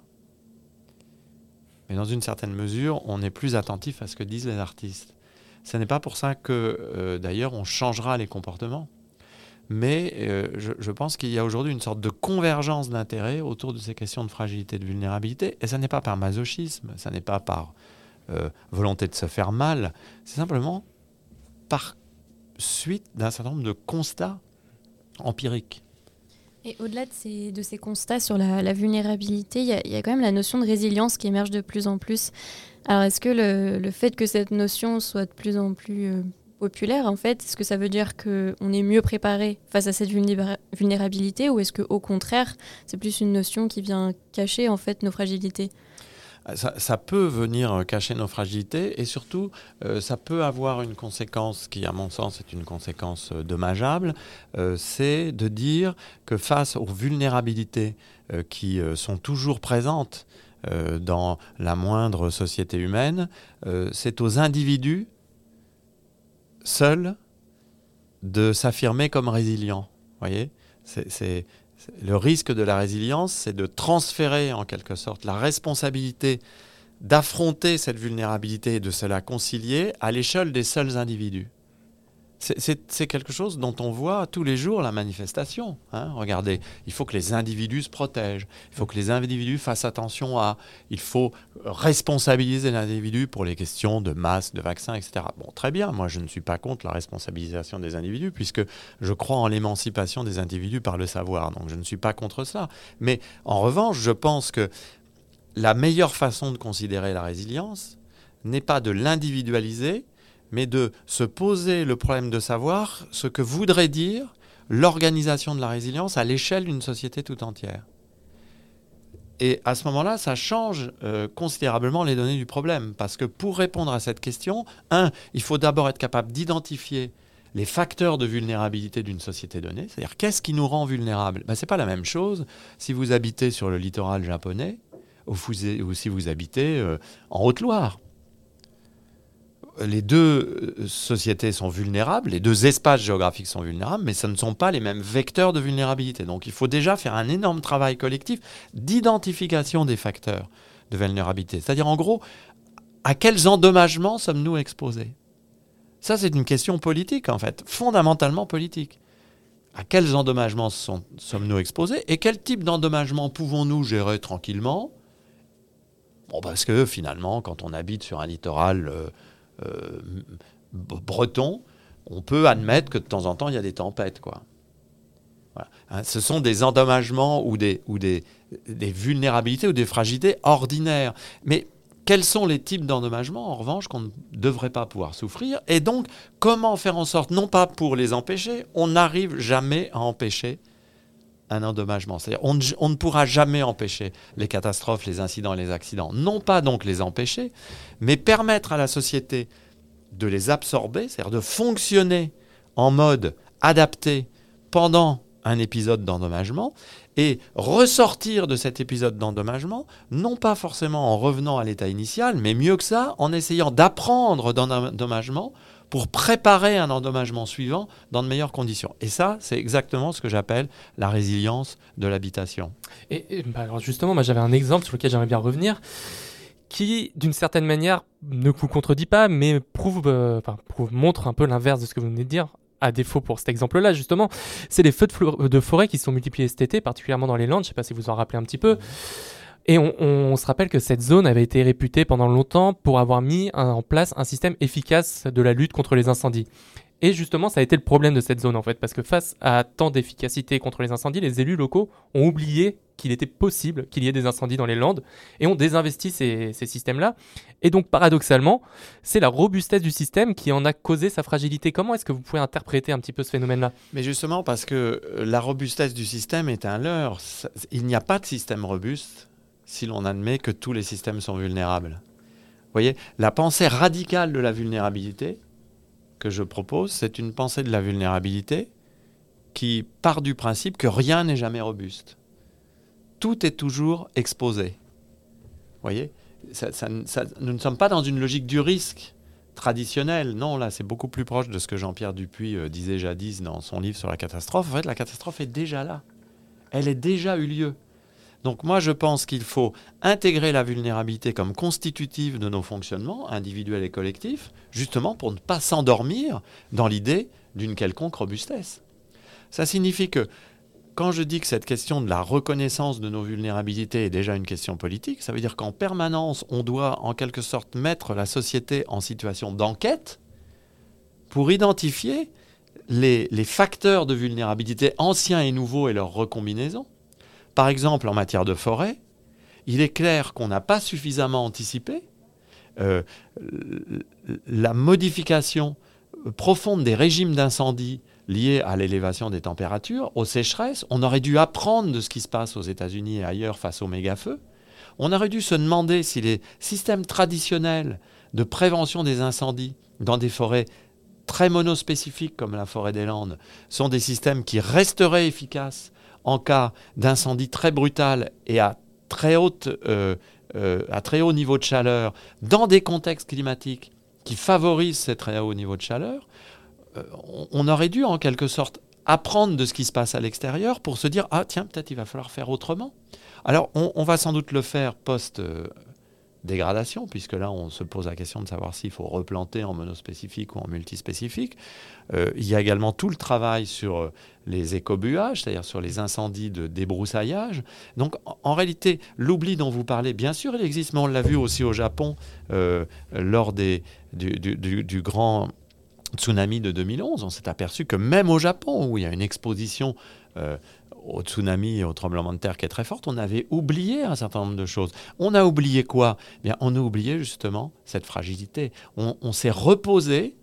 mais dans une certaine mesure, on est plus attentif à ce que disent les artistes. Ce n'est pas pour ça que, d'ailleurs, on changera les comportements. Mais je pense qu'il y a aujourd'hui une sorte de convergence d'intérêts autour de ces questions de fragilité et de vulnérabilité. Et ça n'est pas par masochisme, ça n'est pas par volonté de se faire mal. C'est simplement par suite d'un certain nombre de constats empiriques. Et au-delà de ces constats sur la vulnérabilité, il y a quand même la notion de résilience qui émerge de plus en plus. Alors, est-ce que le fait que cette notion soit de plus en plus populaire, en fait, est-ce que ça veut dire qu'on est mieux préparé face à cette vulnérabilité, ou est-ce qu'au contraire, c'est plus une notion qui vient cacher en fait nos fragilités ? Ça peut venir cacher nos fragilités et surtout, ça peut avoir une conséquence qui, à mon sens, est une conséquence dommageable. C'est de dire que face aux vulnérabilités qui sont toujours présentes dans la moindre société humaine, c'est aux individus seuls de s'affirmer comme résilients. Vous voyez ? Le risque de la résilience, c'est de transférer en quelque sorte la responsabilité d'affronter cette vulnérabilité et de se la concilier à l'échelle des seuls individus. C'est quelque chose dont on voit tous les jours la manifestation. Regardez, il faut que les individus se protègent, il faut que les individus fassent attention il faut responsabiliser l'individu pour les questions de masques, de vaccins, etc. Bon, très bien, moi je ne suis pas contre la responsabilisation des individus puisque je crois en l'émancipation des individus par le savoir, donc je ne suis pas contre ça. Mais en revanche, je pense que la meilleure façon de considérer la résilience n'est pas de l'individualiser, mais de se poser le problème de savoir ce que voudrait dire l'organisation de la résilience à l'échelle d'une société tout entière. Et à ce moment-là, ça change considérablement les données du problème, parce que pour répondre à cette question, il faut d'abord être capable d'identifier les facteurs de vulnérabilité d'une société donnée, c'est-à-dire qu'est-ce qui nous rend vulnérables ? Ce n'est pas la même chose si vous habitez sur le littoral japonais ou si vous habitez en Haute-Loire. Les deux sociétés sont vulnérables, les deux espaces géographiques sont vulnérables, mais ce ne sont pas les mêmes vecteurs de vulnérabilité. Donc il faut déjà faire un énorme travail collectif d'identification des facteurs de vulnérabilité. C'est-à-dire en gros, à quels endommagements sommes-nous exposés ? Ça, c'est une question politique en fait, fondamentalement politique. À quels endommagements sommes-nous exposés et quel type d'endommagement pouvons-nous gérer tranquillement ? Parce que finalement, quand on habite sur un littoral breton, on peut admettre que de temps en temps il y a des tempêtes, quoi. Voilà. Ce sont des endommagements ou des vulnérabilités ou des fragilités ordinaires. Mais quels sont les types d'endommagements, en revanche, qu'on ne devrait pas pouvoir souffrir. Et donc, comment faire en sorte, non pas pour les empêcher, on n'arrive jamais à empêcher un endommagement. C'est-à-dire, on ne pourra jamais empêcher les catastrophes, les incidents, les accidents. Non pas donc les empêcher, mais permettre à la société de les absorber, c'est-à-dire de fonctionner en mode adapté pendant un épisode d'endommagement et ressortir de cet épisode d'endommagement, non pas forcément en revenant à l'état initial, mais mieux que ça, en essayant d'apprendre d'un endommagement pour préparer un endommagement suivant dans de meilleures conditions. Et ça, c'est exactement ce que j'appelle la résilience de l'habitation. Et alors justement, moi j'avais un exemple sur lequel j'aimerais bien revenir, qui, d'une certaine manière, ne vous contredit pas, mais montre un peu l'inverse de ce que vous venez de dire. À défaut pour cet exemple-là, justement, c'est les feux de forêt qui sont multipliés cet été, particulièrement dans les Landes, je ne sais pas si vous en rappelez un petit peu. Et on se rappelle que cette zone avait été réputée pendant longtemps pour avoir mis en place un système efficace de la lutte contre les incendies. Et justement, ça a été le problème de cette zone, en fait, parce que face à tant d'efficacité contre les incendies, les élus locaux ont oublié qu'il était possible qu'il y ait des incendies dans les Landes et ont désinvesti ces systèmes-là. Et donc, paradoxalement, c'est la robustesse du système qui en a causé sa fragilité. Comment est-ce que vous pouvez interpréter un petit peu ce phénomène-là ? Mais justement, parce que la robustesse du système est un leurre. Il n'y a pas de système robuste si l'on admet que tous les systèmes sont vulnérables. Vous voyez, la pensée radicale de la vulnérabilité que je propose, c'est une pensée de la vulnérabilité qui part du principe que rien n'est jamais robuste. Tout est toujours exposé. Vous voyez, nous ne sommes pas dans une logique du risque traditionnelle. Non, là, c'est beaucoup plus proche de ce que Jean-Pierre Dupuis disait jadis dans son livre sur la catastrophe. En fait, la catastrophe est déjà là. Elle a déjà eu lieu. Donc moi, je pense qu'il faut intégrer la vulnérabilité comme constitutive de nos fonctionnements, individuels et collectifs, justement pour ne pas s'endormir dans l'idée d'une quelconque robustesse. Ça signifie que quand je dis que cette question de la reconnaissance de nos vulnérabilités est déjà une question politique, ça veut dire qu'en permanence, on doit en quelque sorte mettre la société en situation d'enquête pour identifier les facteurs de vulnérabilité anciens et nouveaux et leurs recombinaisons. Par exemple, en matière de forêt, il est clair qu'on n'a pas suffisamment anticipé la modification profonde des régimes d'incendie liés à l'élévation des températures, aux sécheresses. On aurait dû apprendre de ce qui se passe aux États-Unis et ailleurs face aux méga-feux. On aurait dû se demander si les systèmes traditionnels de prévention des incendies dans des forêts très monospécifiques comme la forêt des Landes sont des systèmes qui resteraient efficaces en cas d'incendie très brutal et à très haut niveau de chaleur, dans des contextes climatiques qui favorisent ces très hauts niveaux de chaleur, on aurait dû en quelque sorte apprendre de ce qui se passe à l'extérieur pour se dire « Ah tiens, peut-être il va falloir faire autrement ». Alors on va sans doute le faire post-dégradation, puisque là on se pose la question de savoir s'il faut replanter en monospécifique ou en multispécifique. Il y a également tout le travail sur les écobuages, c'est-à-dire sur les incendies de débroussaillage. Donc en réalité, l'oubli dont vous parlez, bien sûr il existe, mais on l'a vu aussi au Japon lors du grand tsunami de 2011. On s'est aperçu que même au Japon, où il y a une exposition au tsunami et au tremblement de terre qui est très forte, on avait oublié un certain nombre de choses. On a oublié quoi ? Bien, on a oublié justement cette fragilité. On s'est reposé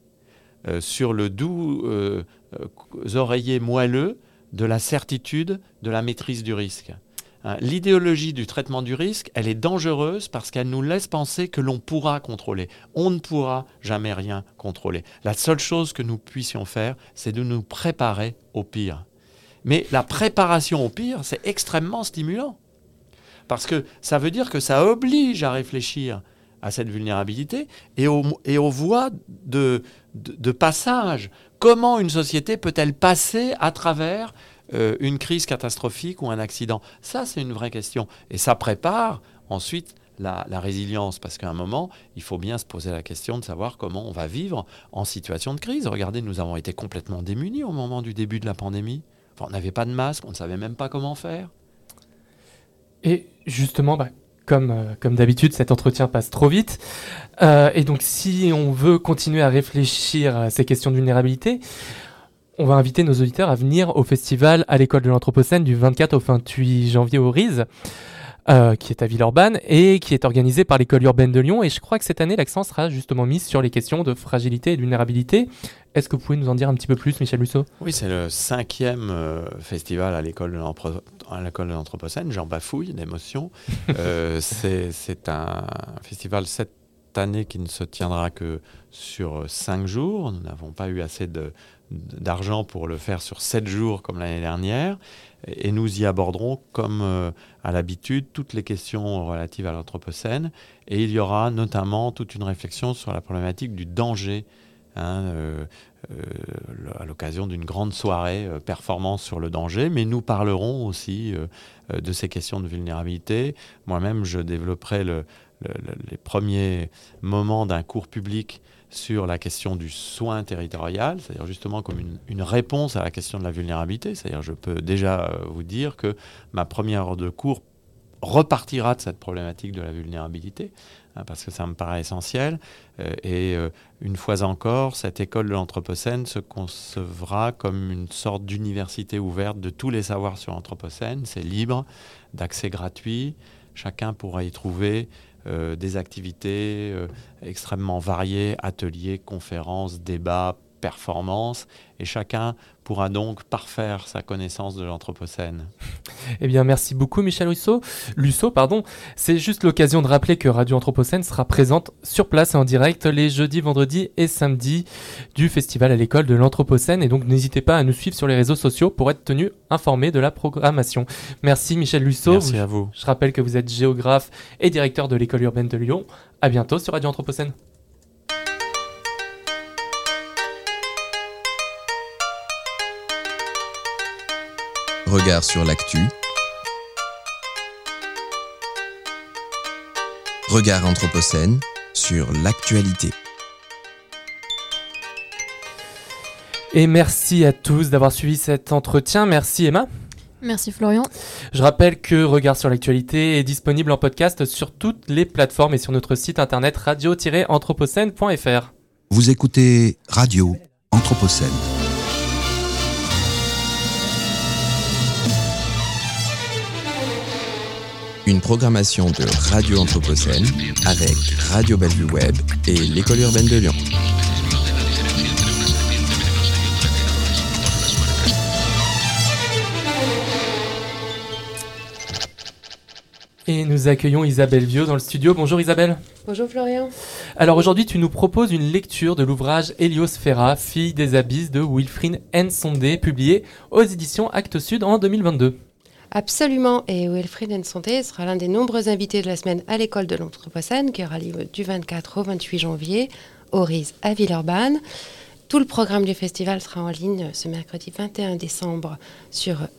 sur le doux oreiller moelleux de la certitude de la maîtrise du risque. L'idéologie du traitement du risque, elle est dangereuse parce qu'elle nous laisse penser que l'on pourra contrôler. On ne pourra jamais rien contrôler. La seule chose que nous puissions faire, c'est de nous préparer au pire. Mais la préparation au pire, c'est extrêmement stimulant. Parce que ça veut dire que ça oblige à réfléchir à cette vulnérabilité et aux voies de passage. Comment une société peut-elle passer à travers une crise catastrophique ou un accident ? Ça, c'est une vraie question. Et ça prépare ensuite la résilience. Parce qu'à un moment, il faut bien se poser la question de savoir comment on va vivre en situation de crise. Regardez, nous avons été complètement démunis au moment du début de la pandémie. Enfin, on n'avait pas de masque, on ne savait même pas comment faire. Et justement, comme d'habitude, cet entretien passe trop vite. Et donc, si on veut continuer à réfléchir à ces questions de vulnérabilité, on va inviter nos auditeurs à venir au festival à l'école de l'Anthropocène du 24 au 28 janvier au RISE. qui est à Villeurbanne et qui est organisée par l'école urbaine de Lyon. Et je crois que cette année, l'accent sera justement mis sur les questions de fragilité et de vulnérabilité. Est-ce que vous pouvez nous en dire un petit peu plus, Michel Lusso ? Oui, c'est le 5e festival à l'école de l'Anthropocène. J'en bafouille d'émotion. C'est un festival cette année qui ne se tiendra que sur 5 jours. Nous n'avons pas eu assez d'argent pour le faire sur 7 jours comme l'année dernière. Et nous y aborderons, comme à l'habitude, toutes les questions relatives à l'Anthropocène. Et il y aura notamment toute une réflexion sur la problématique du danger, à l'occasion d'une grande soirée performance sur le danger, mais nous parlerons aussi de ces questions de vulnérabilité. Moi-même, je développerai les premiers moments d'un cours public sur la question du soin territorial, c'est-à-dire justement comme une réponse à la question de la vulnérabilité. C'est-à-dire, je peux déjà vous dire que ma première heure de cours repartira de cette problématique de la vulnérabilité, parce que ça me paraît essentiel. Une fois encore, cette école de l'Anthropocène se concevra comme une sorte d'université ouverte de tous les savoirs sur l'Anthropocène. C'est libre, d'accès gratuit. Chacun pourra y trouver des activités extrêmement variées, ateliers, conférences, débats, performances, et chacun pourra donc parfaire sa connaissance de l'Anthropocène. Eh bien, merci beaucoup Michel Lusso. C'est juste l'occasion de rappeler que Radio Anthropocène sera présente sur place et en direct les jeudis, vendredis et samedis du festival à l'école de l'Anthropocène. Et donc, n'hésitez pas à nous suivre sur les réseaux sociaux pour être tenu informé de la programmation. Merci Michel Lusso. Merci à vous. Je rappelle que vous êtes géographe et directeur de l'école urbaine de Lyon. À bientôt sur Radio Anthropocène. Regard sur l'actu. Regard Anthropocène sur l'actualité. Et merci à tous d'avoir suivi cet entretien. Merci Emma. Merci Florian. Je rappelle que Regard sur l'actualité est disponible en podcast sur toutes les plateformes et sur notre site internet radio-anthropocène.fr. Vous écoutez Radio Anthropocène. Une programmation de Radio Anthropocène avec Radio Bellevue Web et l'école urbaine de Lyon. Et nous accueillons Isabelle Viau dans le studio. Bonjour Isabelle. Bonjour Florian. Alors aujourd'hui, tu nous proposes une lecture de l'ouvrage Héliosphéra, fille des abysses de Wilfried Nsondé, publié aux éditions Actes Sud en 2022. Absolument, et Wilfried Nsondé sera l'un des nombreux invités de la semaine à l'école de l'Anthropocène qui aura lieu du 24 au 28 janvier au RIS à Villeurbanne. Tout le programme du festival sera en ligne ce mercredi 21 décembre sur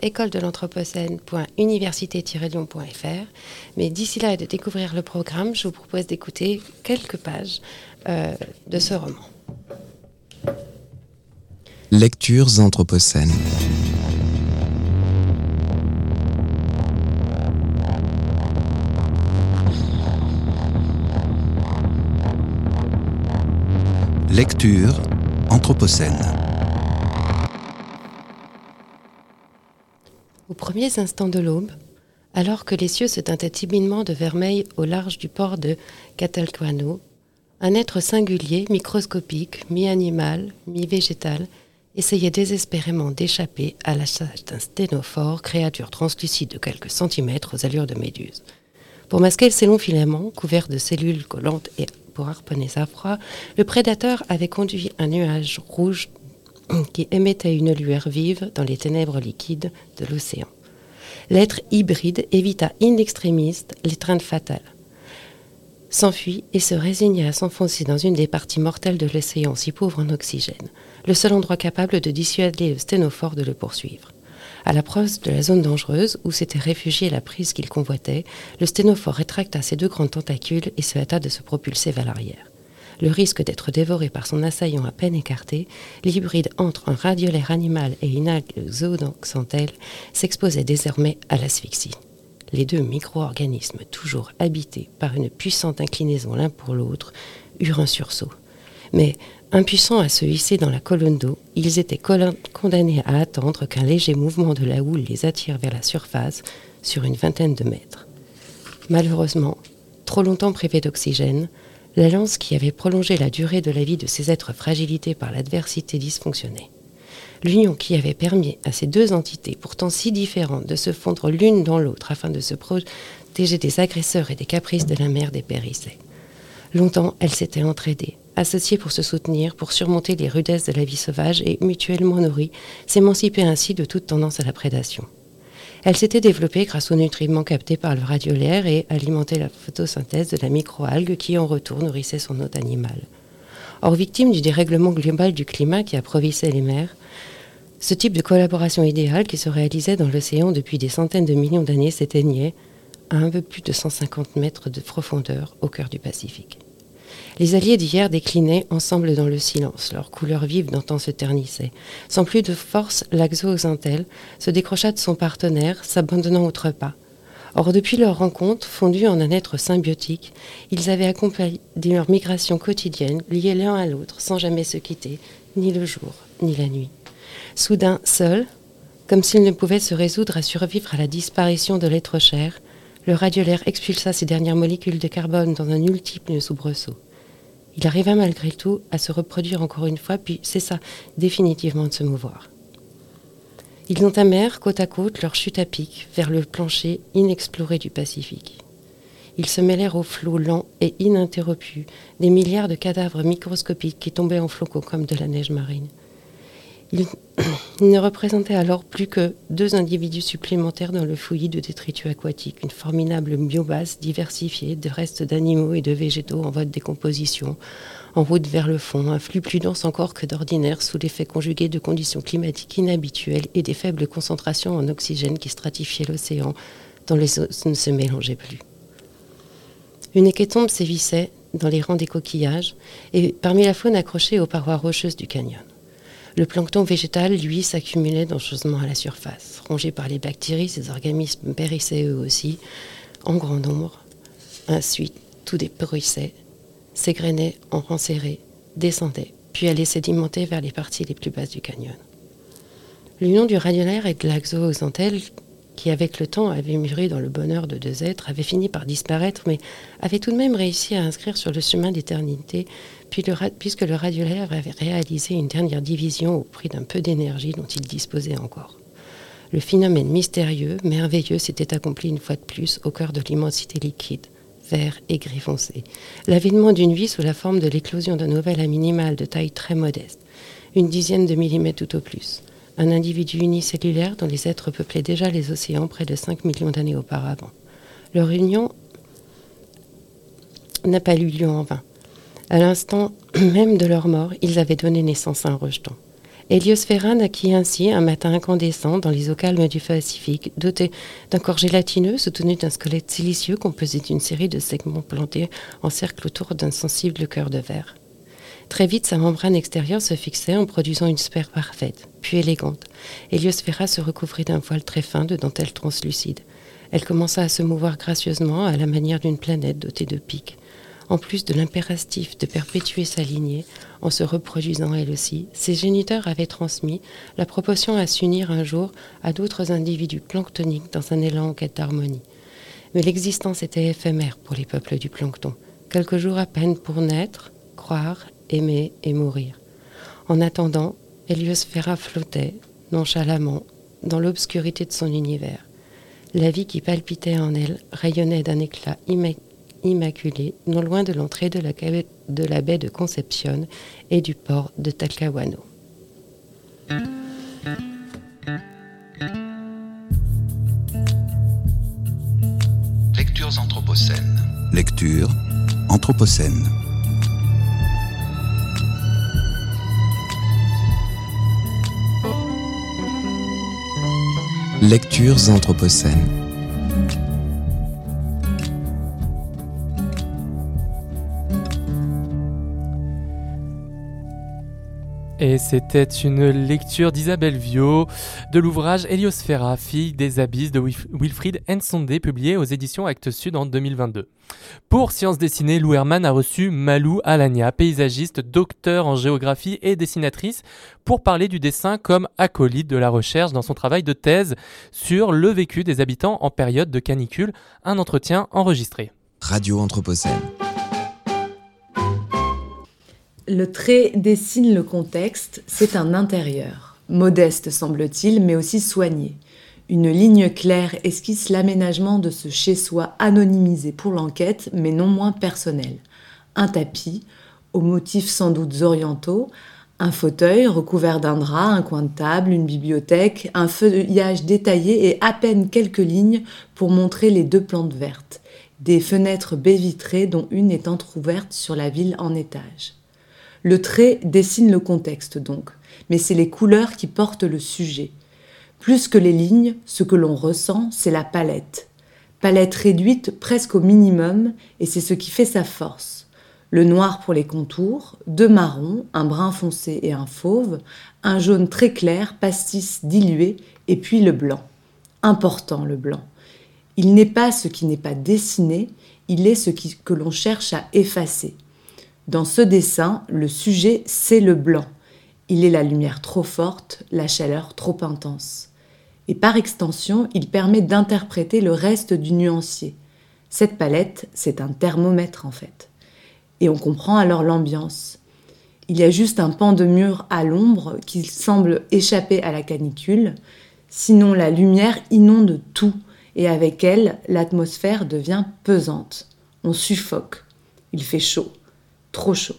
écoledelenthropocène.université-lyon.fr. Mais d'ici là et de découvrir le programme, je vous propose d'écouter quelques pages de ce roman. Lectures anthropocènes. Lecture Anthropocène. Aux premiers instants de l'aube, alors que les cieux se teintaient timidement de vermeil au large du port de Catalcahuano, un être singulier, microscopique, mi-animal, mi-végétal, essayait désespérément d'échapper à la chasse d'un sténophore, créature translucide de quelques centimètres aux allures de méduse. Pour masquer ses longs filaments, couverts de cellules collantes et pour harponner sa proie, le prédateur avait conduit un nuage rouge qui émettait une lueur vive dans les ténèbres liquides de l'océan. L'être hybride évita in extremis l'étreinte fatale, s'enfuit et se résigna à s'enfoncer dans une des parties mortelles de l'océan si pauvre en oxygène, le seul endroit capable de dissuader le sténophore de le poursuivre. À l'approche de la zone dangereuse où s'était réfugiée la prise qu'il convoitait, le sténophore rétracta ses deux grands tentacules et se hâta de se propulser vers l'arrière. Le risque d'être dévoré par son assaillant à peine écarté, l'hybride entre un radiolaire animal et une algue zooxanthelle s'exposait désormais à l'asphyxie. Les deux micro-organismes, toujours habités par une puissante inclinaison l'un pour l'autre, eurent un sursaut. Mais, impuissants à se hisser dans la colonne d'eau, ils étaient condamnés à attendre qu'un léger mouvement de la houle les attire vers la surface sur une vingtaine de mètres. Malheureusement, trop longtemps privée d'oxygène, l'alliance qui avait prolongé la durée de la vie de ces êtres fragilisés par l'adversité dysfonctionnait. L'union qui avait permis à ces deux entités, pourtant si différentes, de se fondre l'une dans l'autre afin de se protéger des agresseurs et des caprices de la mer dépérissait. Longtemps, elles s'étaient entraidées, associées pour se soutenir, pour surmonter les rudesses de la vie sauvage et, mutuellement nourries, s'émanciper ainsi de toute tendance à la prédation. Elles s'étaient développées grâce aux nutriments captés par le radiolaire et alimentaient la photosynthèse de la microalgue qui, en retour, nourrissait son hôte animal. Or, victime du dérèglement global du climat qui approvissait les mers, ce type de collaboration idéale qui se réalisait dans l'océan depuis des centaines de millions d'années s'éteignait à un peu plus de 150 mètres de profondeur au cœur du Pacifique. Les alliés d'hier déclinaient ensemble dans le silence, leur couleur vive d'antan se ternissait. Sans plus de force, l'Axo-Oxantel se décrocha de son partenaire, s'abandonnant au trepas. Or, depuis leur rencontre, fondus en un être symbiotique, ils avaient accompli leur migration quotidienne, liés l'un à l'autre, sans jamais se quitter, ni le jour, ni la nuit. Soudain, seuls, comme s'ils ne pouvaient se résoudre à survivre à la disparition de l'être cher, le radiolaire expulsa ses dernières molécules de carbone dans un ultime soubresaut. Il arriva malgré tout à se reproduire encore une fois, puis cessa définitivement de se mouvoir. Ils entamèrent côte à côte leur chute à pic vers le plancher inexploré du Pacifique. Ils se mêlèrent au flot lent et ininterrompu des milliards de cadavres microscopiques qui tombaient en flocons comme de la neige marine. Ils ne représentaient alors plus que 2 individus supplémentaires dans le fouillis de détritus aquatiques, une formidable biomasse diversifiée de restes d'animaux et de végétaux en voie de décomposition, en route vers le fond, un flux plus dense encore que d'ordinaire sous l'effet conjugué de conditions climatiques inhabituelles et des faibles concentrations en oxygène qui stratifiaient l'océan, dont les eaux ne se mélangeaient plus. Une hécatombe sévissait dans les rangs des coquillages et parmi la faune accrochée aux parois rocheuses du canyon. Le plancton végétal, lui, s'accumulait dangereusement à la surface. Rongé par les bactéries, ces organismes périssaient eux aussi, en grand nombre. Ensuite, tout dépéruissait, s'égrenait en rangs serrés, descendait, puis allait sédimenter vers les parties les plus basses du canyon. L'union du radiolaire et de l'Axo-Oxantel, qui avec le temps avait mûri dans le bonheur de 2 êtres, avait fini par disparaître, mais avait tout de même réussi à inscrire sur le chemin d'éternité, puisque le radiolaire avait réalisé une dernière division au prix d'un peu d'énergie dont il disposait encore. Le phénomène mystérieux, merveilleux, s'était accompli une fois de plus au cœur de l'immensité liquide, vert et gris foncé. L'avènement d'une vie sous la forme de l'éclosion d'un ovale animal de taille très modeste, 10 de millimètre tout au plus. Un individu unicellulaire dont les êtres peuplaient déjà les océans près de 5 millions d'années auparavant. Leur union n'a pas eu lieu en vain. À l'instant même de leur mort, ils avaient donné naissance à un rejeton. Héliosphéra naquit ainsi un matin incandescent dans les eaux calmes du Pacifique, doté d'un corps gélatineux soutenu d'un squelette silicieux composé d'une série de segments plantés en cercle autour d'un sensible cœur de verre. Très vite, sa membrane extérieure se fixait en produisant une sphère parfaite, puis élégante. Héliosphéra se recouvrit d'un voile très fin de dentelle translucide. Elle commença à se mouvoir gracieusement à la manière d'une planète dotée de pics. En plus de l'impératif de perpétuer sa lignée, en se reproduisant elle aussi, ses géniteurs avaient transmis la proportion à s'unir un jour à d'autres individus planctoniques dans un élan en quête d'harmonie. Mais l'existence était éphémère pour les peuples du plancton. Quelques jours à peine pour naître, croire, aimer et mourir. En attendant, Héliosphéra flottait, nonchalamment, dans l'obscurité de son univers. La vie qui palpitait en elle rayonnait d'un éclat immaculé, non loin de l'entrée de la baie de Concepción et du port de Talcahuano. Lectures anthropocènes. Lecture anthropocène. Lectures anthropocènes. Et c'était une lecture d'Isabelle Viau de l'ouvrage Héliosphera, fille des abysses de Wilfried Nsondé, publié aux éditions Actes Sud en 2022. Pour Sciences dessinées, Lou Herman a reçu Malou Alagna, paysagiste, docteur en géographie et dessinatrice, pour parler du dessin comme acolyte de la recherche dans son travail de thèse sur le vécu des habitants en période de canicule, un entretien enregistré. Radio Anthropocène. Le trait dessine le contexte, c'est un intérieur. Modeste semble-t-il, mais aussi soigné. Une ligne claire esquisse l'aménagement de ce chez-soi anonymisé pour l'enquête, mais non moins personnel. Un tapis, aux motifs sans doute orientaux, un fauteuil recouvert d'un drap, un coin de table, une bibliothèque, un feuillage détaillé et à peine quelques lignes pour montrer les 2 plantes vertes. Des fenêtres baies vitrées dont une est entrouverte sur la ville en étage. Le trait dessine le contexte donc, mais c'est les couleurs qui portent le sujet. Plus que les lignes, ce que l'on ressent, c'est la palette. Palette réduite presque au minimum, et c'est ce qui fait sa force. Le noir pour les contours, 2 marrons, un brun foncé et un fauve, un jaune très clair, pastis dilué, et puis le blanc. Important le blanc. Il n'est pas ce qui n'est pas dessiné, il est ce que l'on cherche à effacer. Dans ce dessin, le sujet, c'est le blanc. Il est la lumière trop forte, la chaleur trop intense. Et par extension, il permet d'interpréter le reste du nuancier. Cette palette, c'est un thermomètre en fait. Et on comprend alors l'ambiance. Il y a juste un pan de mur à l'ombre qui semble échapper à la canicule. Sinon, la lumière inonde tout. Et avec elle, l'atmosphère devient pesante. On suffoque. Il fait chaud. Trop chaud.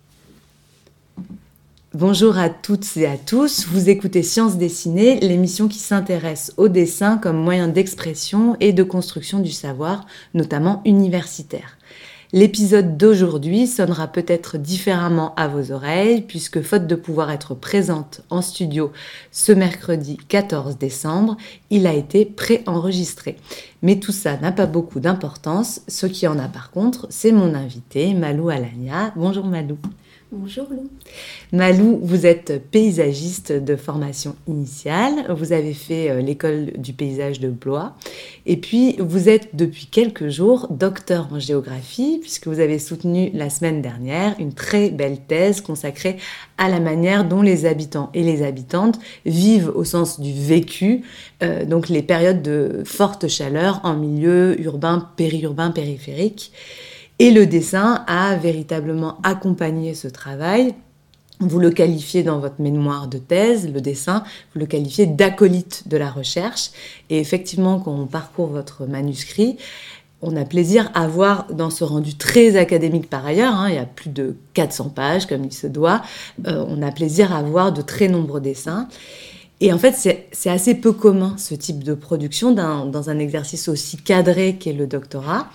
Bonjour à toutes et à tous, vous écoutez Sciences dessinées, l'émission qui s'intéresse au dessin comme moyen d'expression et de construction du savoir, notamment universitaire. L'épisode d'aujourd'hui sonnera peut-être différemment à vos oreilles, puisque faute de pouvoir être présente en studio ce mercredi 14 décembre, il a été pré-enregistré. Mais tout ça n'a pas beaucoup d'importance, ce qui en a par contre, c'est mon invité, Malou Alagna. Bonjour Malou. Bonjour Lou. Malou, vous êtes paysagiste de formation initiale, vous avez fait l'école du paysage de Blois et puis vous êtes depuis quelques jours docteur en géographie puisque vous avez soutenu la semaine dernière une très belle thèse consacrée à la manière dont les habitants et les habitantes vivent au sens du vécu, donc les périodes de forte chaleur en milieu urbain, périurbain, périphérique. Et le dessin a véritablement accompagné ce travail. Vous le qualifiez dans votre mémoire de thèse, le dessin, vous le qualifiez d'acolyte de la recherche. Et effectivement, quand on parcourt votre manuscrit, on a plaisir à voir dans ce rendu très académique par ailleurs, il y a plus de 400 pages comme il se doit, on a plaisir à voir de très nombreux dessins. Et en fait, c'est assez peu commun ce type de production dans un exercice aussi cadré qu'est le doctorat.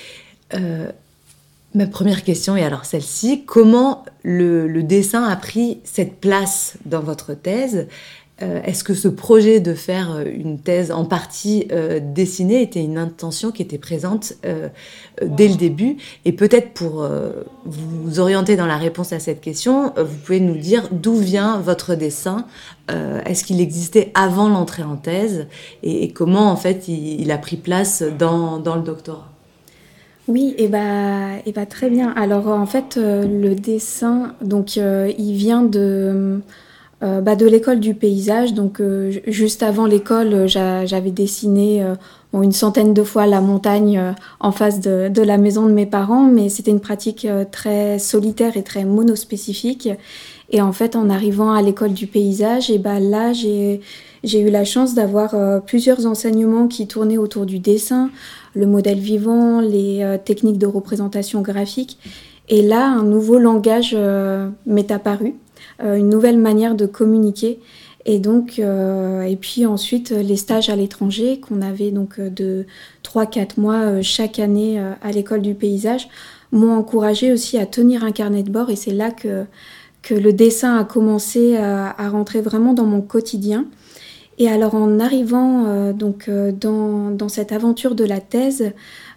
Ma première question est alors celle-ci. Comment le dessin a pris cette place dans votre thèse ? Est-ce que ce projet de faire une thèse en partie dessinée était une intention qui était présente dès le début ? Et peut-être pour vous orienter dans la réponse à cette question, vous pouvez nous dire d'où vient votre dessin ? Est-ce qu'il existait avant l'entrée en thèse ? Et comment en fait il a pris place dans le doctorat ? Oui, et bah très bien. Alors en fait, le dessin, donc il vient de l'école du paysage. Donc juste avant l'école, j'avais dessiné une centaine de fois la montagne en face de la maison de mes parents, mais c'était une pratique très solitaire et très monospécifique. Et en fait, en arrivant à l'école du paysage, et là j'ai eu la chance d'avoir plusieurs enseignements qui tournaient autour du dessin, le modèle vivant, les techniques de représentation graphique. Et là, un nouveau langage m'est apparu, une nouvelle manière de communiquer. Et donc, et puis ensuite, les stages à l'étranger qu'on avait donc de 3-4 mois chaque année à l'école du paysage m'ont encouragée aussi à tenir un carnet de bord. Et c'est là que le dessin a commencé à rentrer vraiment dans mon quotidien. Et alors en arrivant dans cette aventure de la thèse,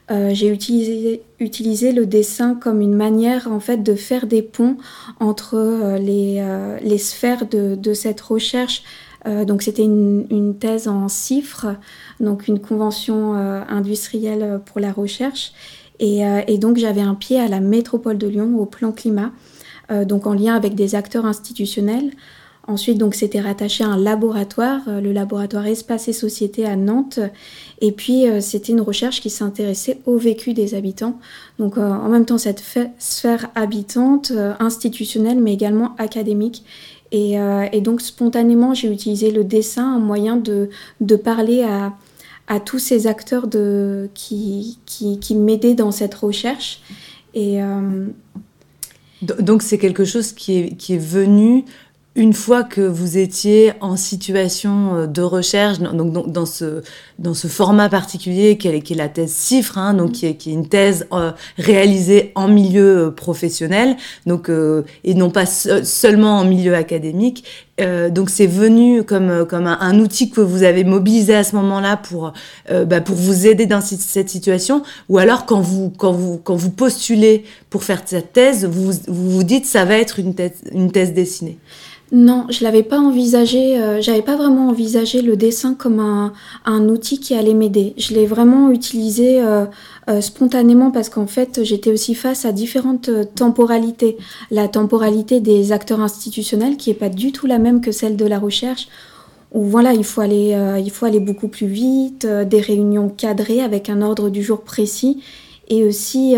j'ai utilisé le dessin comme une manière en fait de faire des ponts entre les sphères de cette recherche. Donc c'était une thèse en CIFRE, donc une convention industrielle pour la recherche. Et donc j'avais un pied à la métropole de Lyon, au plan climat, donc en lien avec des acteurs institutionnels. Ensuite, donc, c'était rattaché à un laboratoire, le laboratoire Espace et Société à Nantes. Et puis, c'était une recherche qui s'intéressait au vécu des habitants. Donc, en même temps, cette sphère habitante, institutionnelle, mais également académique. Et donc, spontanément, j'ai utilisé le dessin, un moyen de parler à tous ces acteurs qui m'aidaient dans cette recherche. Et, donc, c'est quelque chose qui est venu une fois que vous étiez en situation de recherche, donc dans ce format particulier qui est la thèse CIFRE, hein, donc qui est une thèse réalisée en milieu professionnel, donc et non pas seulement en milieu académique. Donc c'est venu comme un outil que vous avez mobilisé à ce moment-là pour vous aider dans cette situation, ou alors quand vous postulez pour faire cette thèse, vous dites ça va être une thèse dessinée. Non, je l'avais pas envisagé, j'avais pas vraiment envisagé le dessin comme un outil qui allait m'aider. Je l'ai vraiment utilisé spontanément parce qu'en fait, j'étais aussi face à différentes temporalités. La temporalité des acteurs institutionnels qui est pas du tout la même que celle de la recherche, où voilà, il faut aller beaucoup plus vite, des réunions cadrées avec un ordre du jour précis, et aussi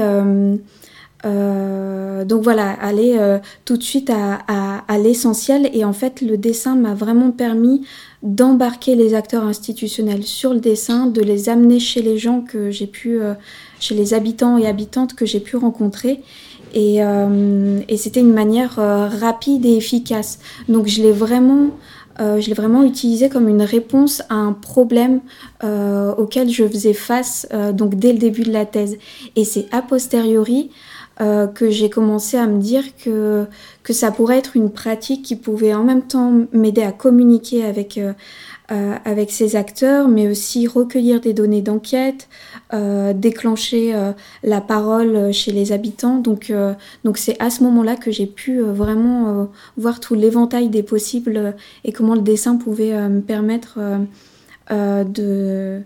donc voilà, aller tout de suite à l'essentiel. Et en fait, le dessin m'a vraiment permis d'embarquer les acteurs institutionnels sur le dessin, de les amener chez les gens que j'ai pu, chez les habitants et habitantes que j'ai pu rencontrer. Et c'était une manière rapide et efficace. Donc je l'ai vraiment utilisé comme une réponse à un problème auquel je faisais face donc dès le début de la thèse. Et c'est a posteriori que j'ai commencé à me dire que ça pourrait être une pratique qui pouvait en même temps m'aider à communiquer avec ces acteurs, mais aussi recueillir des données d'enquête, déclencher la parole chez les habitants. Donc c'est à ce moment-là que j'ai pu vraiment voir tout l'éventail des possibles et comment le dessin pouvait me permettre de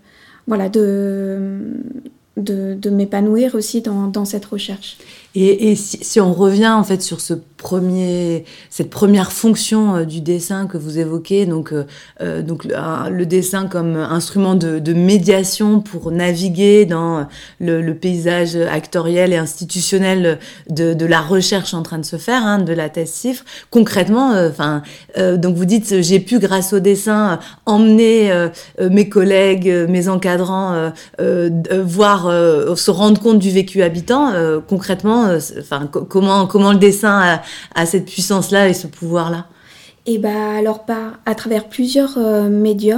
m'épanouir aussi dans cette recherche. Et si on revient en fait sur cette première fonction du dessin que vous évoquez, donc le dessin comme instrument de médiation pour naviguer dans le paysage actoriel et institutionnel de la recherche en train de se faire, hein, de la thèse CIFRE. Concrètement, donc vous dites j'ai pu grâce au dessin emmener mes collègues, mes encadrants voir se rendre compte du vécu habitant. Concrètement, comment le dessin a cette puissance-là et ce pouvoir-là? Et alors à travers plusieurs médias.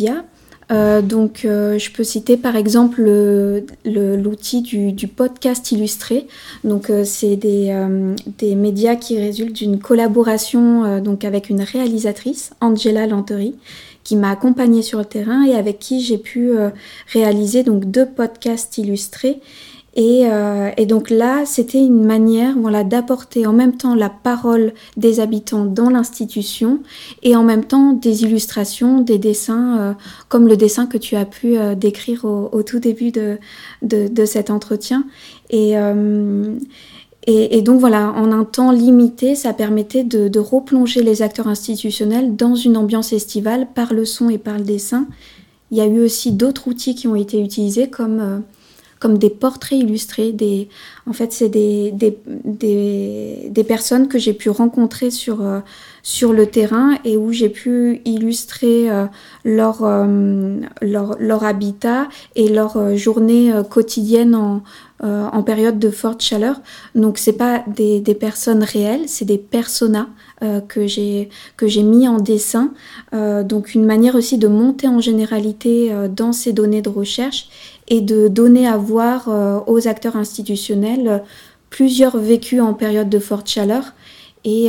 Je peux citer par exemple l'outil du podcast illustré. Donc c'est des médias qui résultent d'une collaboration donc avec une réalisatrice, Angela Lantery, qui m'a accompagnée sur le terrain et avec qui j'ai pu réaliser donc 2 podcasts illustrés. Et donc là, c'était une manière d'apporter en même temps la parole des habitants dans l'institution et en même temps des illustrations, des dessins, comme le dessin que tu as pu décrire au tout début de cet entretien. Et donc voilà, en un temps limité, ça permettait de replonger les acteurs institutionnels dans une ambiance estivale par le son et par le dessin. Il y a eu aussi d'autres outils qui ont été utilisés comme des portraits illustrés. En fait, c'est des personnes que j'ai pu rencontrer sur le terrain et où j'ai pu illustrer leur habitat et leur journée quotidienne en période de forte chaleur. Donc, c'est pas des personnes réelles, c'est des personas que j'ai mis en dessin. Donc, une manière aussi de monter en généralité dans ces données de recherche et de donner à voir aux acteurs institutionnels plusieurs vécus en période de forte chaleur et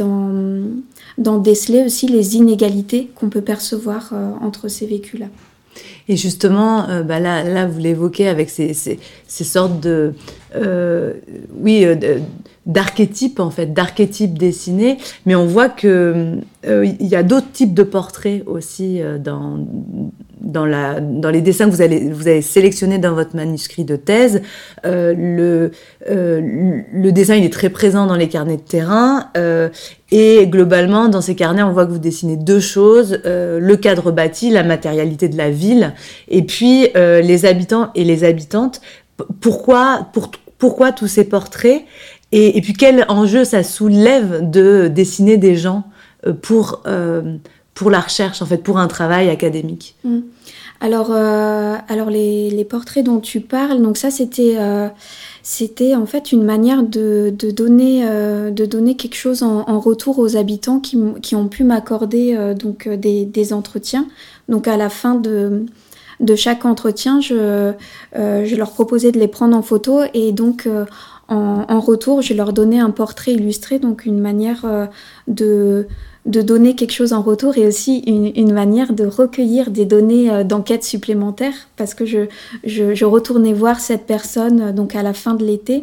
d'en déceler aussi les inégalités qu'on peut percevoir entre ces vécus-là. Et justement, là, vous l'évoquez avec ces sortes de, d'archétypes en fait, d'archétypes dessinés, mais on voit que il y a d'autres types de portraits aussi dans les dessins que vous avez sélectionnés dans votre manuscrit de thèse. Le dessin, il est très présent dans les carnets de terrain. Et globalement, dans ces carnets, on voit que vous dessinez deux choses, le cadre bâti, la matérialité de la ville, et puis les habitants et les habitantes. Pourquoi tous ces portraits et puis quel enjeu ça soulève de dessiner des gens pour la recherche, en fait, pour un travail académique. Alors les portraits dont tu parles, donc ça c'était en fait une manière de donner quelque chose en retour aux habitants qui ont pu m'accorder des entretiens. Donc à la fin de chaque entretien, je leur proposais de les prendre en photo et donc en retour, je leur donnais un portrait illustré, donc une manière de donner quelque chose en retour et aussi une manière de recueillir des données d'enquête supplémentaires parce que je retournais voir cette personne donc à la fin de l'été.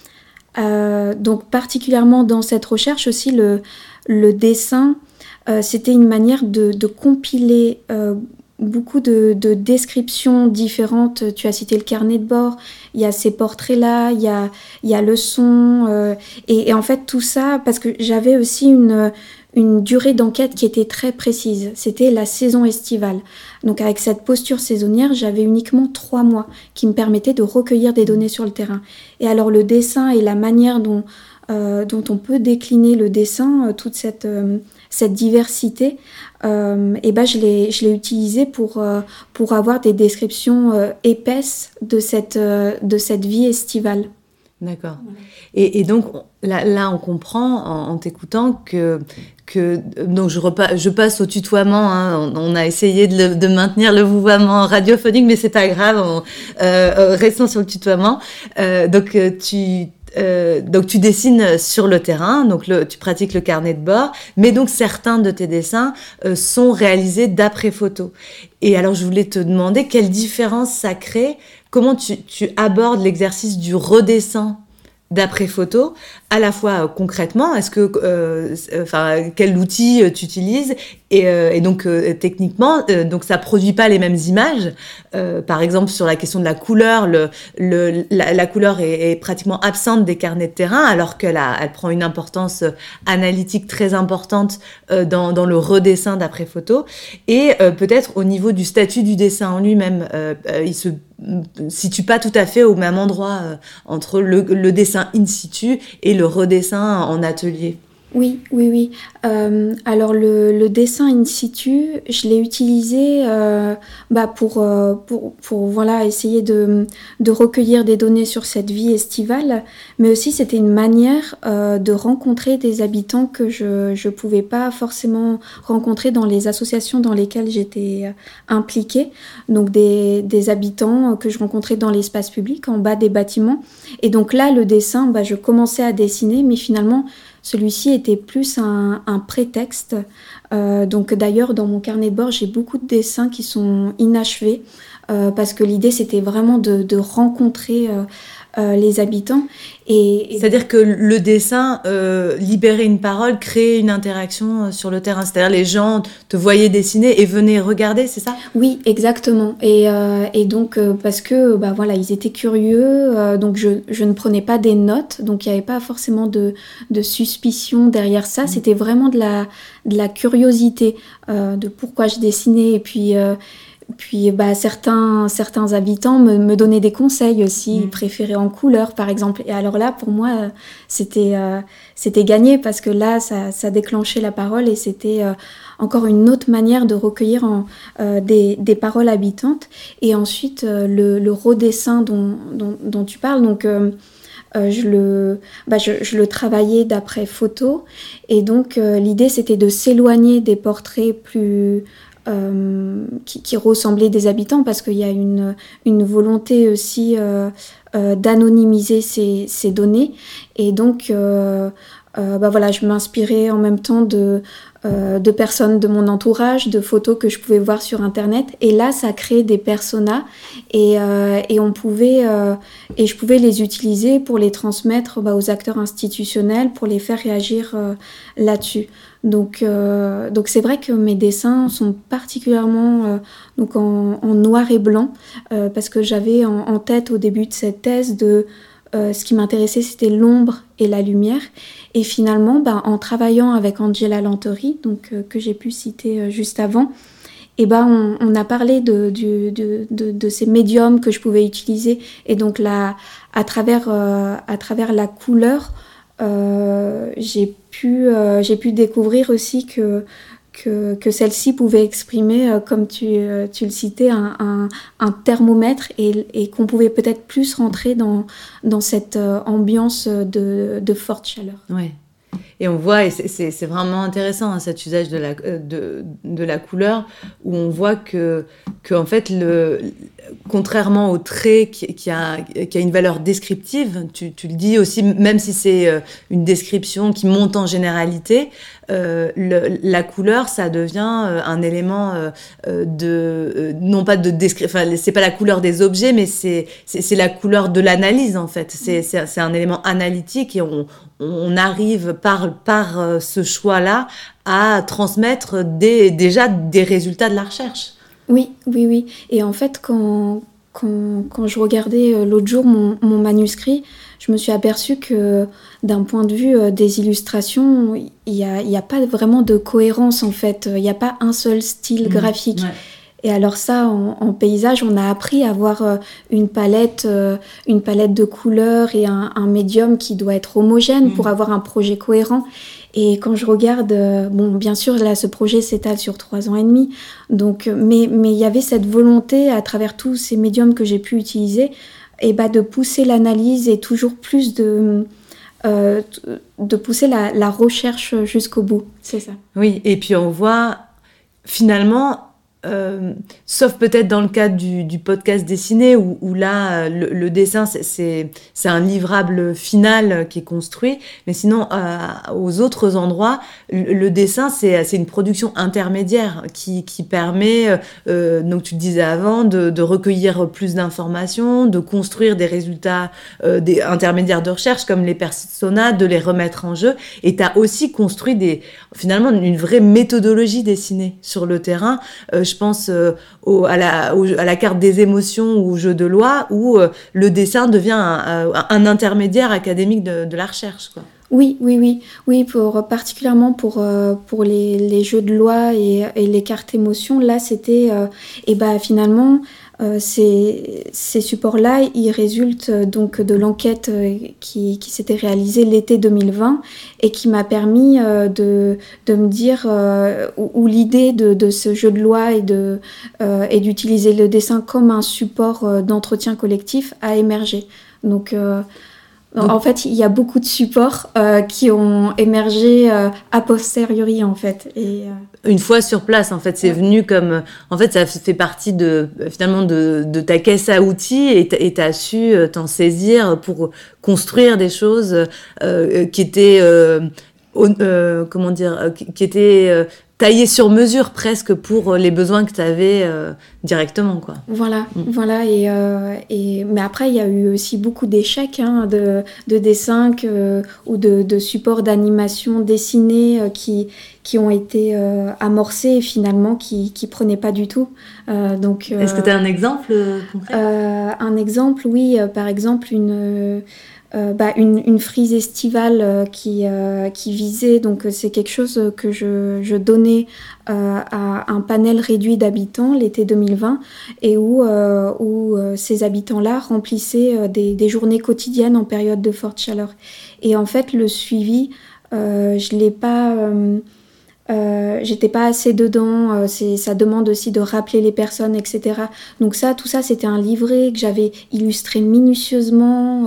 Donc particulièrement dans cette recherche aussi, le dessin, c'était une manière de compiler beaucoup de descriptions différentes. Tu as cité le carnet de bord, il y a ces portraits-là, il y a le son, et en fait tout ça, parce que j'avais aussi une durée d'enquête qui était très précise, c'était la saison estivale. Donc avec cette posture saisonnière, j'avais uniquement 3 mois qui me permettaient de recueillir des données sur le terrain. Et alors le dessin et la manière dont on peut décliner le dessin, toute cette diversité, je l'ai utilisé pour avoir des descriptions épaisses de cette vie estivale. D'accord. Et donc là on comprend en t'écoutant que donc je passe au tutoiement, hein. On a essayé de maintenir le vouvoiement radiophonique, mais c'est pas grave, restons sur le tutoiement. Donc tu dessines sur le terrain, donc tu pratiques le carnet de bord, mais donc certains de tes dessins sont réalisés d'après photo. Et alors je voulais te demander quelle différence ça crée, comment tu abordes l'exercice du redessin d'après photo, à la fois concrètement, est-ce que, quel outil tu utilises et donc techniquement, donc ça produit pas les mêmes images. Par exemple sur la question de la couleur, la couleur est pratiquement absente des carnets de terrain, alors qu'elle prend une importance analytique très importante dans le redessin d'après photo. Et peut-être au niveau du statut du dessin en lui-même, il se situe pas tout à fait au même endroit entre le dessin in situ et le redessin en atelier. Oui. Alors le dessin in situ, je l'ai utilisé pour voilà, essayer de recueillir des données sur cette vie estivale, mais aussi c'était une manière de rencontrer des habitants que je pouvais pas forcément rencontrer dans les associations dans lesquelles j'étais impliquée, donc des habitants que je rencontrais dans l'espace public, en bas des bâtiments. Et donc là, le dessin, je commençais à dessiner, mais finalement, celui-ci était plus un prétexte. Donc d'ailleurs, dans mon carnet de bord, j'ai beaucoup de dessins qui sont inachevés parce que l'idée, c'était vraiment de rencontrer les habitants. C'est-à-dire que le dessin, libérer une parole, créer une interaction sur le terrain. C'est-à-dire les gens te voyaient dessiner et venaient regarder, c'est ça ? Oui, exactement. Et donc, parce que voilà, ils étaient curieux, donc je ne prenais pas des notes, donc il n'y avait pas forcément de suspicion derrière ça. C'était vraiment de la curiosité de pourquoi je dessinais. Et puis certains habitants me donnaient des conseils aussi, ils préféraient en couleur par exemple. Et alors là, pour moi, c'était gagné parce que là, ça déclenchait la parole et c'était encore une autre manière de recueillir des paroles habitantes. Et ensuite, le redessin dont tu parles, donc je le travaillais d'après photo. Et donc, l'idée, c'était de s'éloigner des portraits plus... qui ressemblaient des habitants parce qu'il y a une volonté aussi d'anonymiser ces données et donc je m'inspirais en même temps de personnes de mon entourage, de photos que je pouvais voir sur Internet. Et là, ça créait des personas et je pouvais les utiliser pour les transmettre aux acteurs institutionnels, pour les faire réagir là-dessus. Donc c'est vrai que mes dessins sont particulièrement en noir et blanc parce que j'avais en tête au début de cette thèse ce qui m'intéressait, c'était l'ombre et la lumière. Et finalement, en travaillant avec Angela Lantori, que j'ai pu citer juste avant, on a parlé de ces médiums que je pouvais utiliser. Et donc là, à travers la couleur, j'ai pu découvrir aussi que celle-ci pouvait exprimer, comme tu le citais, un thermomètre et qu'on pouvait peut-être plus rentrer dans cette ambiance de forte chaleur. Ouais. Et on voit, et c'est vraiment intéressant cet usage de la couleur, où on voit que en fait, contrairement au trait qui a une valeur descriptive, tu le dis aussi, même si c'est une description qui monte en généralité, la couleur, ça devient un élément non pas de description, enfin c'est pas la couleur des objets, mais c'est la couleur de l'analyse en fait. C'est un élément analytique et on arrive par ce choix-là à transmettre déjà des résultats de la recherche. Oui. Et en fait, quand je regardais l'autre jour mon manuscrit, je me suis aperçue que d'un point de vue des illustrations, il y a pas vraiment de cohérence en fait. Il n'y a pas un seul style graphique. Ouais. Et alors ça, en paysage, on a appris à avoir une palette de couleurs et un médium qui doit être homogène pour avoir un projet cohérent. Et quand je regarde, bien sûr, là, ce projet s'étale sur 3 ans et demi. Donc, mais il y avait cette volonté, à travers tous ces médiums que j'ai pu utiliser, de pousser l'analyse et toujours plus de pousser la recherche jusqu'au bout. C'est ça. Oui, et puis on voit finalement... sauf peut-être dans le cadre du podcast dessiné où là le dessin c'est un livrable final qui est construit, mais sinon aux autres endroits le dessin c'est une production intermédiaire qui permet donc tu le disais avant de recueillir plus d'informations, de construire des résultats des intermédiaires de recherche comme les personas, de les remettre en jeu, et t'as aussi construit finalement une vraie méthodologie dessinée sur le terrain. Je pense à la carte des émotions ou au jeu de loi, où le dessin devient un intermédiaire académique de la recherche, quoi. Oui, particulièrement pour les jeux de loi et les cartes émotions, là c'était finalement ces supports-là, ils résultent donc de l'enquête qui s'était réalisée l'été 2020 et qui m'a permis de me dire où l'idée de ce jeu de loi et d'utiliser le dessin comme un support d'entretien collectif a émergé. Donc en fait, il y a beaucoup de supports qui ont émergé a posteriori, en fait. Une fois sur place, en fait, c'est venu comme... En fait, ça fait partie finalement de ta caisse à outils et t'as su t'en saisir pour construire des choses qui étaient... qui étaient taillées sur mesure presque pour les besoins que tu avais directement, quoi. Voilà. Mais après, il y a eu aussi beaucoup d'échecs de dessins ou de supports d'animation dessinés qui ont été amorcés et finalement qui prenaient pas du tout. Est-ce que tu as un exemple concret ? Un exemple, oui. Par exemple, une frise estivale qui visait, donc c'est quelque chose que je donnais à un panel réduit d'habitants l'été 2020 et où ces habitants-là remplissaient des journées quotidiennes en période de forte chaleur. Et en fait, le suivi, je l'ai pas... j'étais pas assez dedans, ça demande aussi de rappeler les personnes, etc. Donc tout ça, c'était un livret que j'avais illustré minutieusement,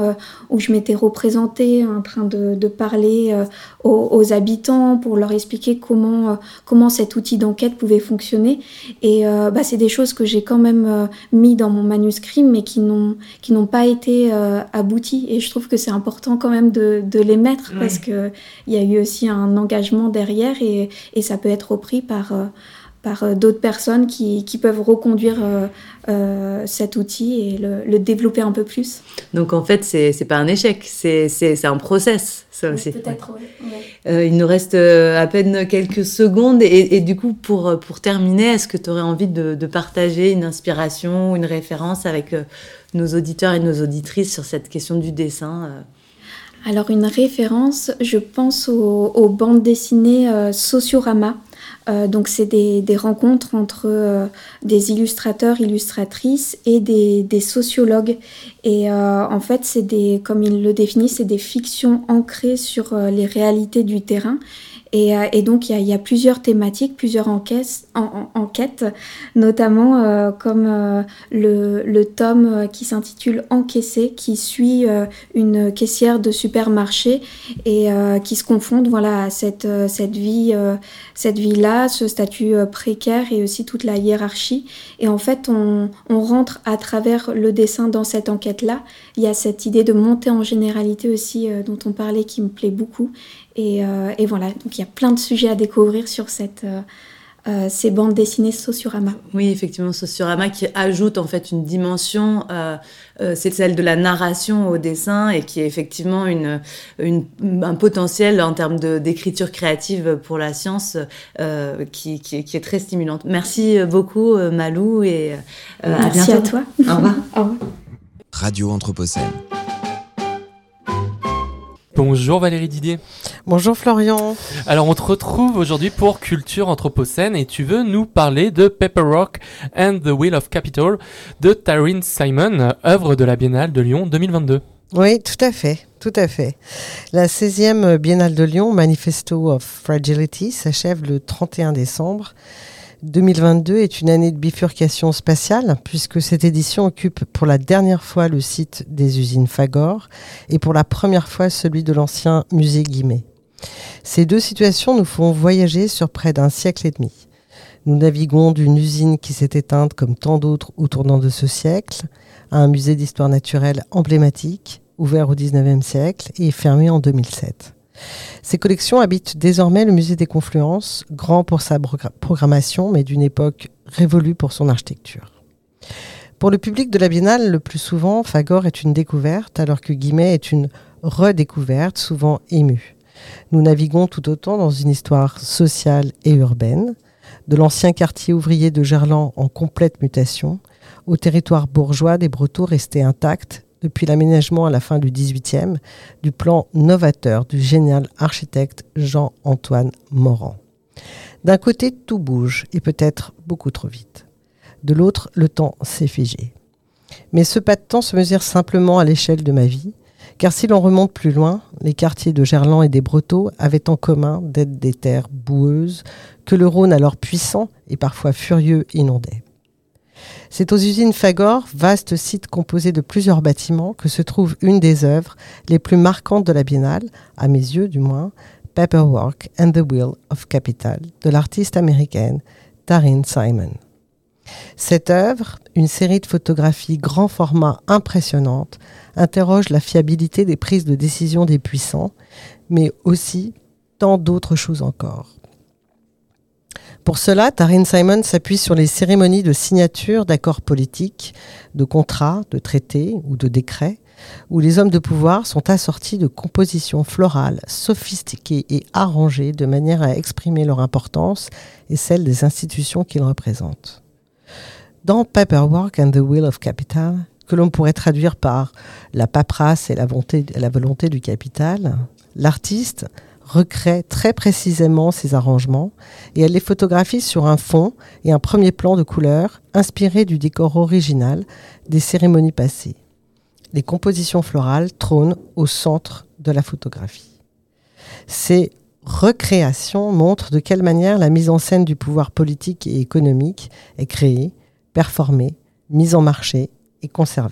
où je m'étais représentée en train de parler aux habitants pour leur expliquer comment cet outil d'enquête pouvait fonctionner. Et c'est des choses que j'ai quand même mis dans mon manuscrit, mais qui n'ont pas été abouties. Et je trouve que c'est important quand même de les mettre, parce qu'il y a eu aussi un engagement derrière, et ça peut être repris par d'autres personnes qui peuvent reconduire cet outil et le développer un peu plus. Donc en fait, c'est pas un échec, c'est un process, ça aussi. Peut-être, oui. Il nous reste à peine quelques secondes, et du coup, pour terminer, est-ce que tu aurais envie de partager une inspiration, une référence avec nos auditeurs et nos auditrices sur cette question du dessin Alors une référence, je pense aux bandes dessinées Sociorama. Donc c'est des rencontres entre des illustrateurs, illustratrices et des sociologues. Et en fait, comme ils le définissent, c'est des fictions ancrées sur les réalités du terrain. Et donc, il y a plusieurs thématiques, plusieurs enquêtes, notamment comme le tome qui s'intitule « Encaissé », qui suit une caissière de supermarché et qui se confronte à cette vie-là, ce statut précaire et aussi toute la hiérarchie. Et en fait, on rentre à travers le dessin dans cette enquête-là. Il y a cette idée de montée en généralité aussi dont on parlait qui me plaît beaucoup. Et voilà, donc il y a plein de sujets à découvrir sur ces bandes dessinées Sociorama. Oui, effectivement, Sociorama qui ajoute en fait une dimension, c'est celle de la narration au dessin, et qui est effectivement un potentiel en termes d'écriture créative pour la science qui est très stimulante. Merci beaucoup Malou, et à bientôt. Merci à toi. Au revoir. Au revoir. Radio Anthropocène. Bonjour Valérie Didier. Bonjour Florian. Alors on te retrouve aujourd'hui pour Culture Anthropocène, et tu veux nous parler de Paper Rock and the Wheel of Capital de Taryn Simon, œuvre de la Biennale de Lyon 2022. Oui, tout à fait. La 16e Biennale de Lyon, Manifesto of Fragility, s'achève le 31 décembre. 2022 est une année de bifurcation spatiale, puisque cette édition occupe pour la dernière fois le site des usines Fagor et pour la première fois celui de l'ancien musée Guimet. Ces deux situations nous font voyager sur près d'un siècle et demi. Nous naviguons d'une usine qui s'est éteinte comme tant d'autres au tournant de ce siècle à un musée d'histoire naturelle emblématique, ouvert au 19e siècle et fermé en 2007. Ces collections habitent désormais le musée des Confluences, grand pour sa programmation, mais d'une époque révolue pour son architecture. Pour le public de la Biennale, le plus souvent, Fagor est une découverte, alors que Guimet est une redécouverte, souvent émue. Nous naviguons tout autant dans une histoire sociale et urbaine, de l'ancien quartier ouvrier de Gerland en complète mutation, au territoire bourgeois des Brotteaux resté intact depuis l'aménagement à la fin du XVIIIe du plan novateur du génial architecte Jean-Antoine Morand. D'un côté, tout bouge, et peut-être beaucoup trop vite. De l'autre, le temps s'est figé. Mais ce pas de temps se mesure simplement à l'échelle de ma vie, car si l'on remonte plus loin, les quartiers de Gerland et des Brotteaux avaient en commun d'être des terres boueuses que le Rhône alors puissant et parfois furieux inondait. C'est aux usines Fagor, vaste site composé de plusieurs bâtiments, que se trouve une des œuvres les plus marquantes de la Biennale, à mes yeux du moins, Paperwork and the Wheel of Capital, de l'artiste américaine Taryn Simon. Cette œuvre, une série de photographies grand format impressionnantes, interroge la fiabilité des prises de décision des puissants, mais aussi tant d'autres choses encore. Pour cela, Taryn Simon s'appuie sur les cérémonies de signature d'accords politiques, de contrats, de traités ou de décrets, où les hommes de pouvoir sont assortis de compositions florales sophistiquées et arrangées de manière à exprimer leur importance et celle des institutions qu'ils représentent. Dans Paperwork and the Wheel of Capital, que l'on pourrait traduire par la paperasse et la volonté du capital, l'artiste recrée très précisément ces arrangements et elle les photographie sur un fond et un premier plan de couleur inspiré du décor original des cérémonies passées. Les compositions florales trônent au centre de la photographie. Ces recréations montrent de quelle manière la mise en scène du pouvoir politique et économique est créée, performée, mise en marché et conservée.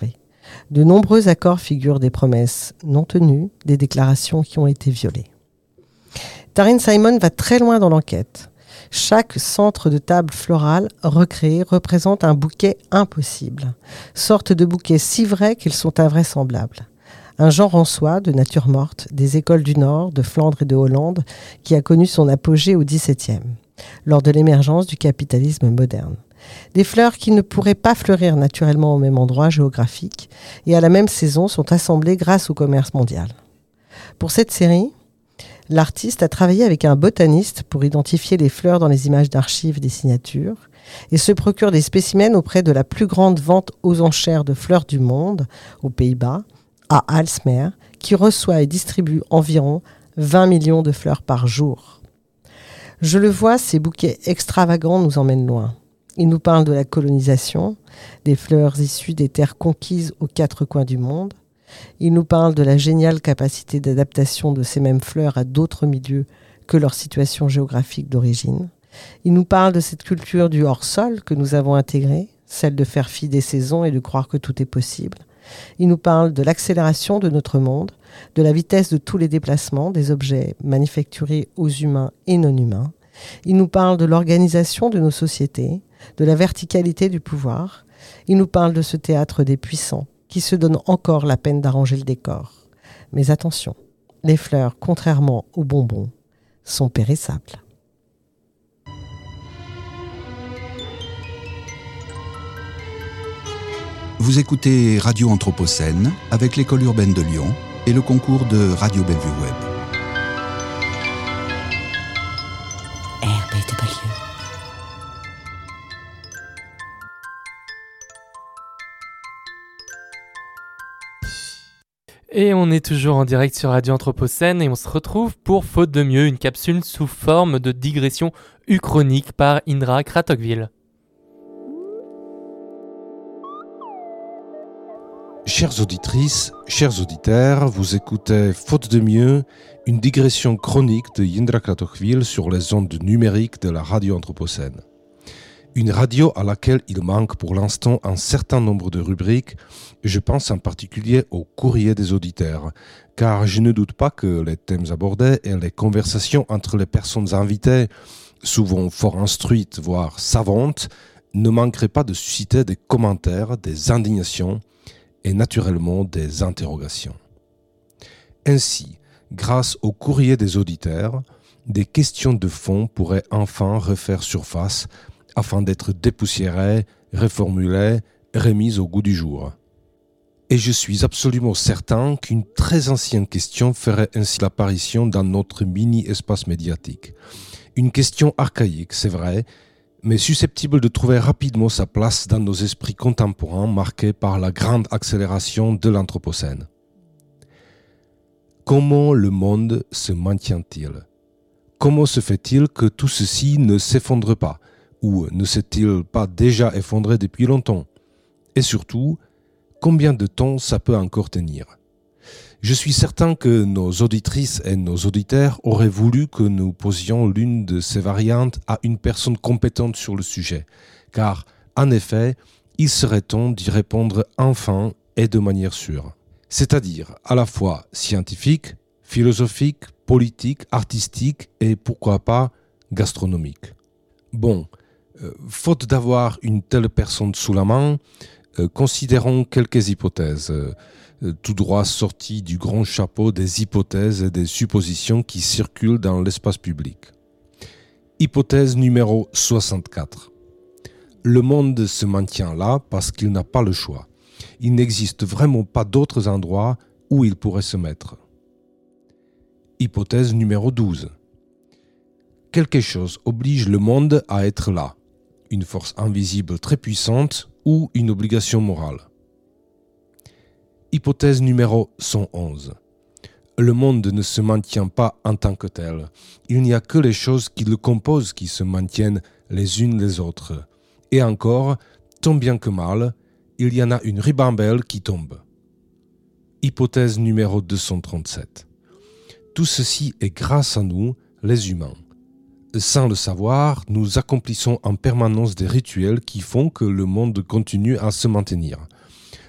De nombreux accords figurent des promesses non tenues, des déclarations qui ont été violées. Taryn Simon va très loin dans l'enquête. Chaque centre de table florale recréé représente un bouquet impossible, sorte de bouquets si vrais qu'ils sont invraisemblables. Un genre en soi de nature morte, des écoles du Nord, de Flandre et de Hollande, qui a connu son apogée au XVIIe, lors de l'émergence du capitalisme moderne. Des fleurs qui ne pourraient pas fleurir naturellement au même endroit géographique et à la même saison sont assemblées grâce au commerce mondial. Pour cette série, l'artiste a travaillé avec un botaniste pour identifier les fleurs dans les images d'archives des signatures et se procure des spécimens auprès de la plus grande vente aux enchères de fleurs du monde, aux Pays-Bas, à Aalsmeer, qui reçoit et distribue environ 20 millions de fleurs par jour. Je le vois, ces bouquets extravagants nous emmènent loin. Ils nous parlent de la colonisation, des fleurs issues des terres conquises aux quatre coins du monde. Ils nous parlent de la géniale capacité d'adaptation de ces mêmes fleurs à d'autres milieux que leur situation géographique d'origine. Ils nous parlent de cette culture du hors-sol que nous avons intégrée, celle de faire fi des saisons et de croire que tout est possible. Il nous parle de l'accélération de notre monde, de la vitesse de tous les déplacements des objets manufacturés aux humains et non humains. Il nous parle de l'organisation de nos sociétés, de la verticalité du pouvoir. Il nous parle de ce théâtre des puissants qui se donnent encore la peine d'arranger le décor. Mais attention, les fleurs, contrairement aux bonbons, sont périssables. Vous écoutez Radio Anthropocène avec l'École urbaine de Lyon et le concours de Radio Bellevue Web. RBW. Et on est toujours en direct sur Radio Anthropocène et on se retrouve pour Faute de mieux, une capsule sous forme de digression uchronique par Indra Kratokville. Chères auditrices, chers auditeurs, vous écoutez Faute de mieux, une digression chronique de Indra Kratokville sur les ondes numériques de la radio Anthropocène. Une radio à laquelle il manque pour l'instant un certain nombre de rubriques, et je pense en particulier au courrier des auditeurs, car je ne doute pas que les thèmes abordés et les conversations entre les personnes invitées, souvent fort instruites, voire savantes, ne manqueraient pas de susciter des commentaires, des indignations, et naturellement des interrogations. Ainsi, grâce au courrier des auditeurs, des questions de fond pourraient enfin refaire surface afin d'être dépoussiérées, reformulées, remises au goût du jour. Et je suis absolument certain qu'une très ancienne question ferait ainsi l'apparition dans notre mini-espace médiatique. Une question archaïque, c'est vrai, mais susceptible de trouver rapidement sa place dans nos esprits contemporains marqués par la grande accélération de l'Anthropocène. Comment le monde se maintient-il ? Comment se fait-il que tout ceci ne s'effondre pas ? Ou ne s'est-il pas déjà effondré depuis longtemps ? Et surtout, combien de temps ça peut encore tenir ? Je suis certain que nos auditrices et nos auditeurs auraient voulu que nous posions l'une de ces variantes à une personne compétente sur le sujet, car, en effet, il serait temps d'y répondre enfin et de manière sûre. C'est-à-dire à la fois scientifique, philosophique, politique, artistique et, pourquoi pas, gastronomique. Bon, faute d'avoir une telle personne sous la main, considérons quelques hypothèses, tout droit sorties du grand chapeau des hypothèses et des suppositions qui circulent dans l'espace public. Hypothèse numéro 64. Le monde se maintient là parce qu'il n'a pas le choix. Il n'existe vraiment pas d'autres endroits où il pourrait se mettre. Hypothèse numéro 12. Quelque chose oblige le monde à être là. Une force invisible très puissante ou une obligation morale. Hypothèse numéro 111. Le monde ne se maintient pas en tant que tel. Il n'y a que les choses qui le composent qui se maintiennent les unes les autres. Et encore, tant bien que mal, il y en a une ribambelle qui tombe. Hypothèse numéro 237. Tout ceci est grâce à nous, les humains. Sans le savoir, nous accomplissons en permanence des rituels qui font que le monde continue à se maintenir.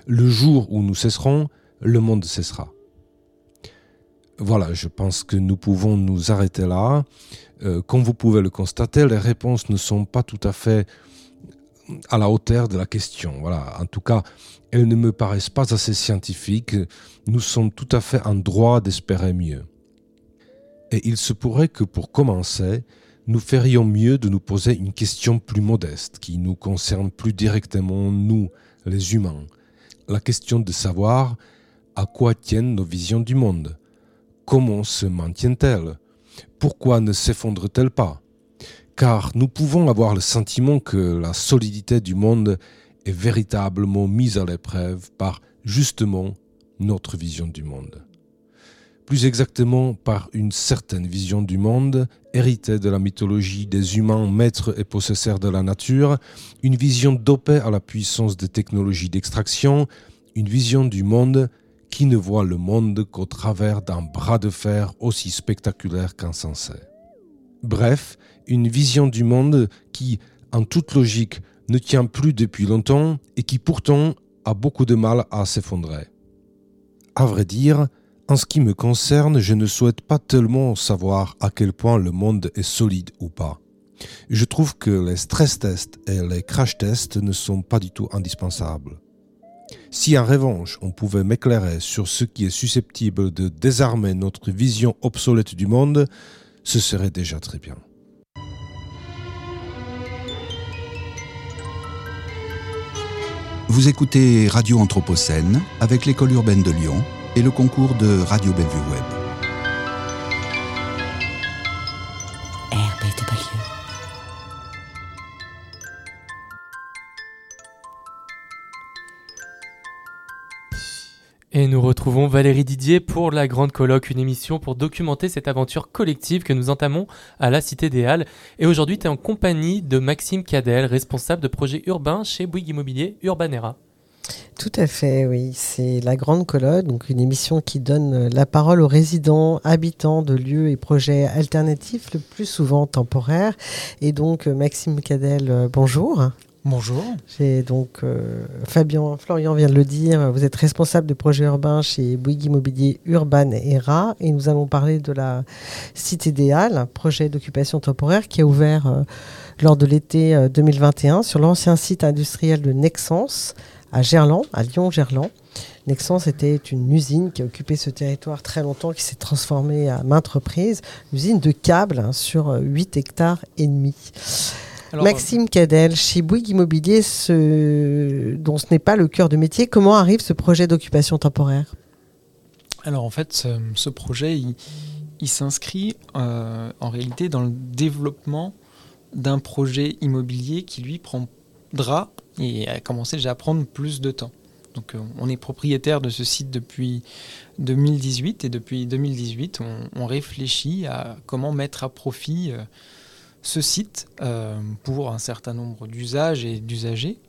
Le jour où nous cesserons, le monde cessera. Voilà, je pense que nous pouvons nous arrêter là. Comme vous pouvez le constater, les réponses ne sont pas tout à fait à la hauteur de la question. Voilà. En tout cas, elles ne me paraissent pas assez scientifiques. Nous sommes tout à fait en droit d'espérer mieux. Et il se pourrait que pour commencer, nous ferions mieux de nous poser une question plus modeste, qui nous concerne plus directement, nous, les humains. La question de savoir à quoi tiennent nos visions du monde. Comment se maintiennent-elles? Pourquoi ne s'effondrent-elles pas? Car nous pouvons avoir le sentiment que la solidité du monde est véritablement mise à l'épreuve par, justement, notre vision du monde. Plus exactement par une certaine vision du monde, héritée de la mythologie des humains maîtres et possesseurs de la nature, une vision dopée à la puissance des technologies d'extraction, une vision du monde qui ne voit le monde qu'au travers d'un bras de fer aussi spectaculaire qu'insensé. Bref, une vision du monde qui, en toute logique, ne tient plus depuis longtemps et qui pourtant a beaucoup de mal à s'effondrer. À vrai dire, en ce qui me concerne, je ne souhaite pas tellement savoir à quel point le monde est solide ou pas. Je trouve que les stress tests et les crash tests ne sont pas du tout indispensables. Si en revanche on pouvait m'éclairer sur ce qui est susceptible de désarmer notre vision obsolète du monde, ce serait déjà très bien. Vous écoutez Radio Anthropocène avec l'école urbaine de Lyon et le concours de Radio Bellevue Web. RB de Beaulieu. Et nous retrouvons Valérie Didier pour La Grande Colloque, une émission pour documenter cette aventure collective que nous entamons à la Cité des Halles. Et aujourd'hui, tu es en compagnie de Maxime Cadel, responsable de projet urbain chez Bouygues Immobilier Urbanera. Tout à fait, oui. C'est La Grande Colloque, donc une émission qui donne la parole aux résidents, habitants de lieux et projets alternatifs, le plus souvent temporaires. Et donc, Maxime Cadel, bonjour. Bonjour. J'ai donc Florian vient de le dire, vous êtes responsable de projet urbain chez Bouygues Immobilier Urbanera et nous allons parler de la Cité des Halles, projet d'occupation temporaire qui a ouvert lors de l'été 2021 sur l'ancien site industriel de Nexans à Gerland, à Lyon-Gerland. Nexans était une usine qui a occupé ce territoire très longtemps, qui s'est transformée à maintes reprises, une usine de câbles sur 8 hectares et demi. Alors, Maxime Cadel, chez Bouygues Immobilier, dont ce n'est pas le cœur de métier, comment arrive ce projet d'occupation temporaire ? Alors en fait, ce projet, il s'inscrit en réalité dans le développement d'un projet immobilier qui lui prendra et a commencé déjà à prendre plus de temps. Donc on est propriétaire de ce site depuis 2018 et depuis 2018, on réfléchit à comment mettre à profit ce site pour un certain nombre d'usages et d'usagers.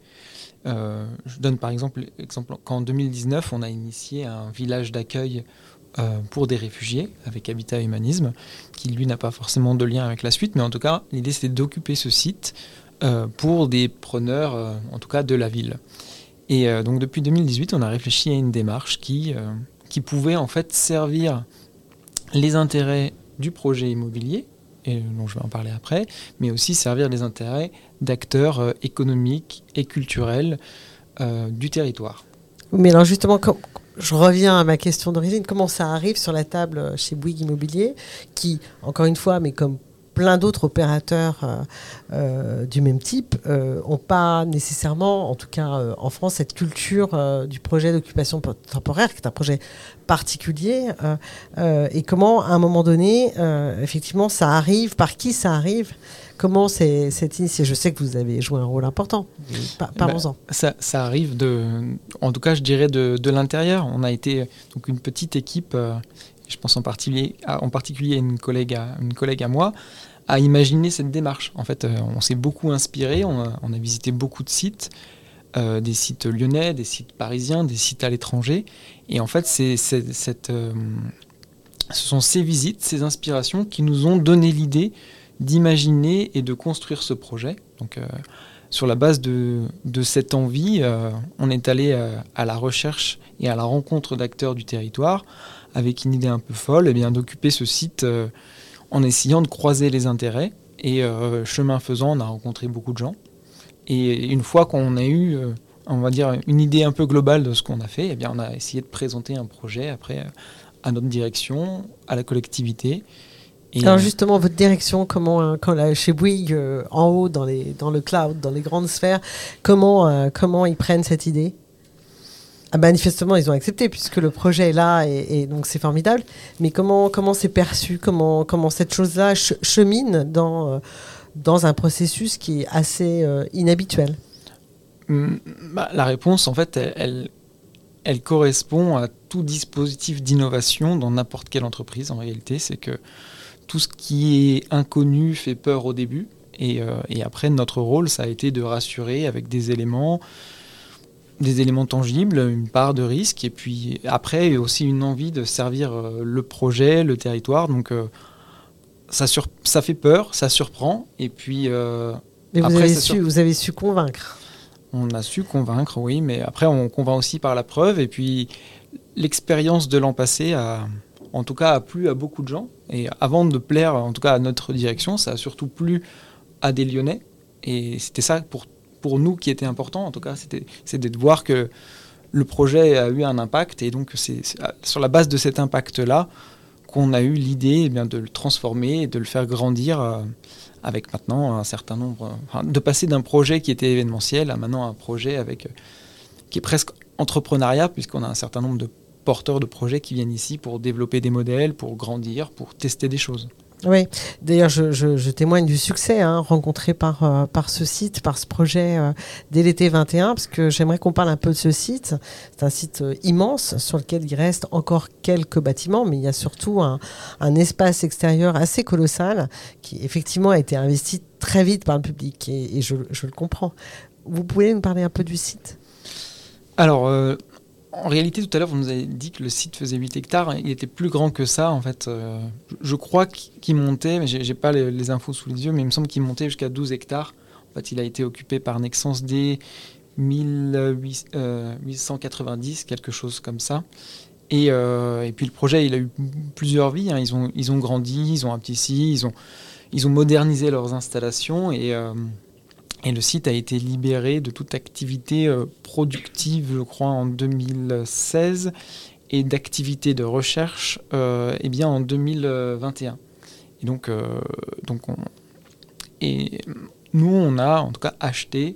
Je donne par exemple qu'en 2019, on a initié un village d'accueil pour des réfugiés avec Habitat Humanisme, qui lui n'a pas forcément de lien avec la suite, mais en tout cas, l'idée c'était d'occuper ce site pour des preneurs, en tout cas de la ville. Et donc depuis 2018, on a réfléchi à une démarche qui pouvait en fait servir les intérêts du projet immobilier, et dont je vais en parler après, mais aussi servir les intérêts d'acteurs économiques et culturels du territoire. Mais alors justement, je reviens à ma question d'origine, comment ça arrive sur la table chez Bouygues Immobilier, qui, encore une fois, mais comme plein d'autres opérateurs du même type, n'ont pas nécessairement, en tout cas en France, cette culture du projet d'occupation temporaire, qui est un projet particulier, et comment, à un moment donné, effectivement, ça arrive, par qui ça arrive, comment c'est initié. Je sais que vous avez joué un rôle important, parlons-en. Ça arrive, en tout cas, je dirais, de l'intérieur. On a été donc une petite équipe, je pense en particulier une collègue à moi, à imaginer cette démarche. En fait, on s'est beaucoup inspiré, on a visité beaucoup de sites, des sites lyonnais, des sites parisiens, des sites à l'étranger. Et en fait, ce sont ces visites, ces inspirations qui nous ont donné l'idée d'imaginer et de construire ce projet. Donc, sur la base de cette envie, on est allé à la recherche et à la rencontre d'acteurs du territoire avec une idée un peu folle, d'occuper ce site en essayant de croiser les intérêts. Et chemin faisant, on a rencontré beaucoup de gens. Et une fois qu'on a eu, on va dire, une idée un peu globale de ce qu'on a fait, on a essayé de présenter un projet après à notre direction, à la collectivité. Et alors justement, votre direction, comment, chez Bouygues, en haut, dans le cloud, dans les grandes sphères, comment ils prennent cette idée ? Manifestement, ils ont accepté puisque le projet est là et donc c'est formidable. Mais comment c'est perçu ? Comment cette chose-là chemine dans un processus qui est assez inhabituel ? La réponse, en fait, elle correspond à tout dispositif d'innovation dans n'importe quelle entreprise. En réalité, c'est que tout ce qui est inconnu fait peur au début. Et après, notre rôle, ça a été de rassurer avec des éléments tangibles, une part de risque, et puis après aussi une envie de servir le projet, le territoire. Donc ça fait peur, ça surprend, et puis mais après, vous avez su convaincre. On a su convaincre, oui, mais après on convainc aussi par la preuve, et puis l'expérience de l'an passé a plu à beaucoup de gens, et avant de plaire en tout cas à notre direction, ça a surtout plu à des Lyonnais, et c'était ça pour nous qui était important, en tout cas, c'était de voir que le projet a eu un impact, et donc c'est sur la base de cet impact-là qu'on a eu l'idée de le transformer et de le faire grandir avec maintenant un certain nombre, de passer d'un projet qui était événementiel à maintenant un projet qui est presque entrepreneuriat, puisqu'on a un certain nombre de porteurs de projets qui viennent ici pour développer des modèles, pour grandir, pour tester des choses. Oui, d'ailleurs je témoigne du succès rencontré par ce site, par ce projet dès l'été 21, parce que j'aimerais qu'on parle un peu de ce site. C'est un site immense sur lequel il reste encore quelques bâtiments, mais il y a surtout un espace extérieur assez colossal qui effectivement a été investi très vite par le public, et je le comprends. Vous pouvez nous parler un peu du site ? Alors, en réalité, tout à l'heure, vous nous avez dit que le site faisait 8 hectares. Il était plus grand que ça, en fait. Je crois qu'il montait, mais je n'ai pas les infos sous les yeux, mais il me semble qu'il montait jusqu'à 12 hectares. En fait, il a été occupé par Nexans dès 1890, quelque chose comme ça. Et puis le projet, il a eu plusieurs vies. Ils ont grandi, ils ont appétit, ils ont modernisé leurs installations, et le site a été libéré de toute activité productive, je crois, en 2016, et d'activité de recherche en 2021. Et donc nous, on a en tout cas acheté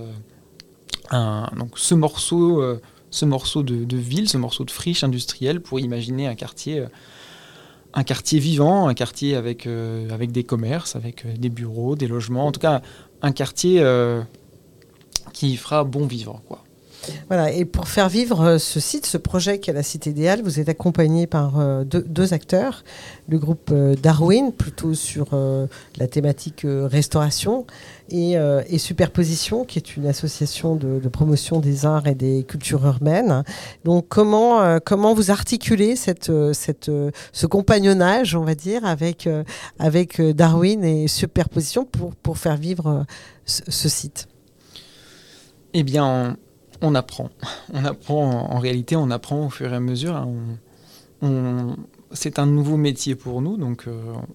ce morceau de ville, ce morceau de friche industrielle pour imaginer un quartier vivant, un quartier avec des commerces, avec des bureaux, des logements, en tout cas un quartier qui fera bon vivre, quoi. Voilà, et pour faire vivre ce site, ce projet qui est la Cité idéale, vous êtes accompagné par deux acteurs, le groupe Darwin, plutôt sur la thématique restauration, et Superposition, qui est une association de promotion des arts et des cultures urbaines. Donc comment vous articulez ce compagnonnage, on va dire, avec Darwin et Superposition pour faire vivre ce site ? Eh bien, on apprend. En réalité, on apprend au fur et à mesure. C'est un nouveau métier pour nous, donc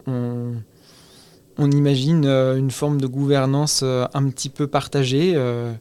on imagine une forme de gouvernance un petit peu partagée.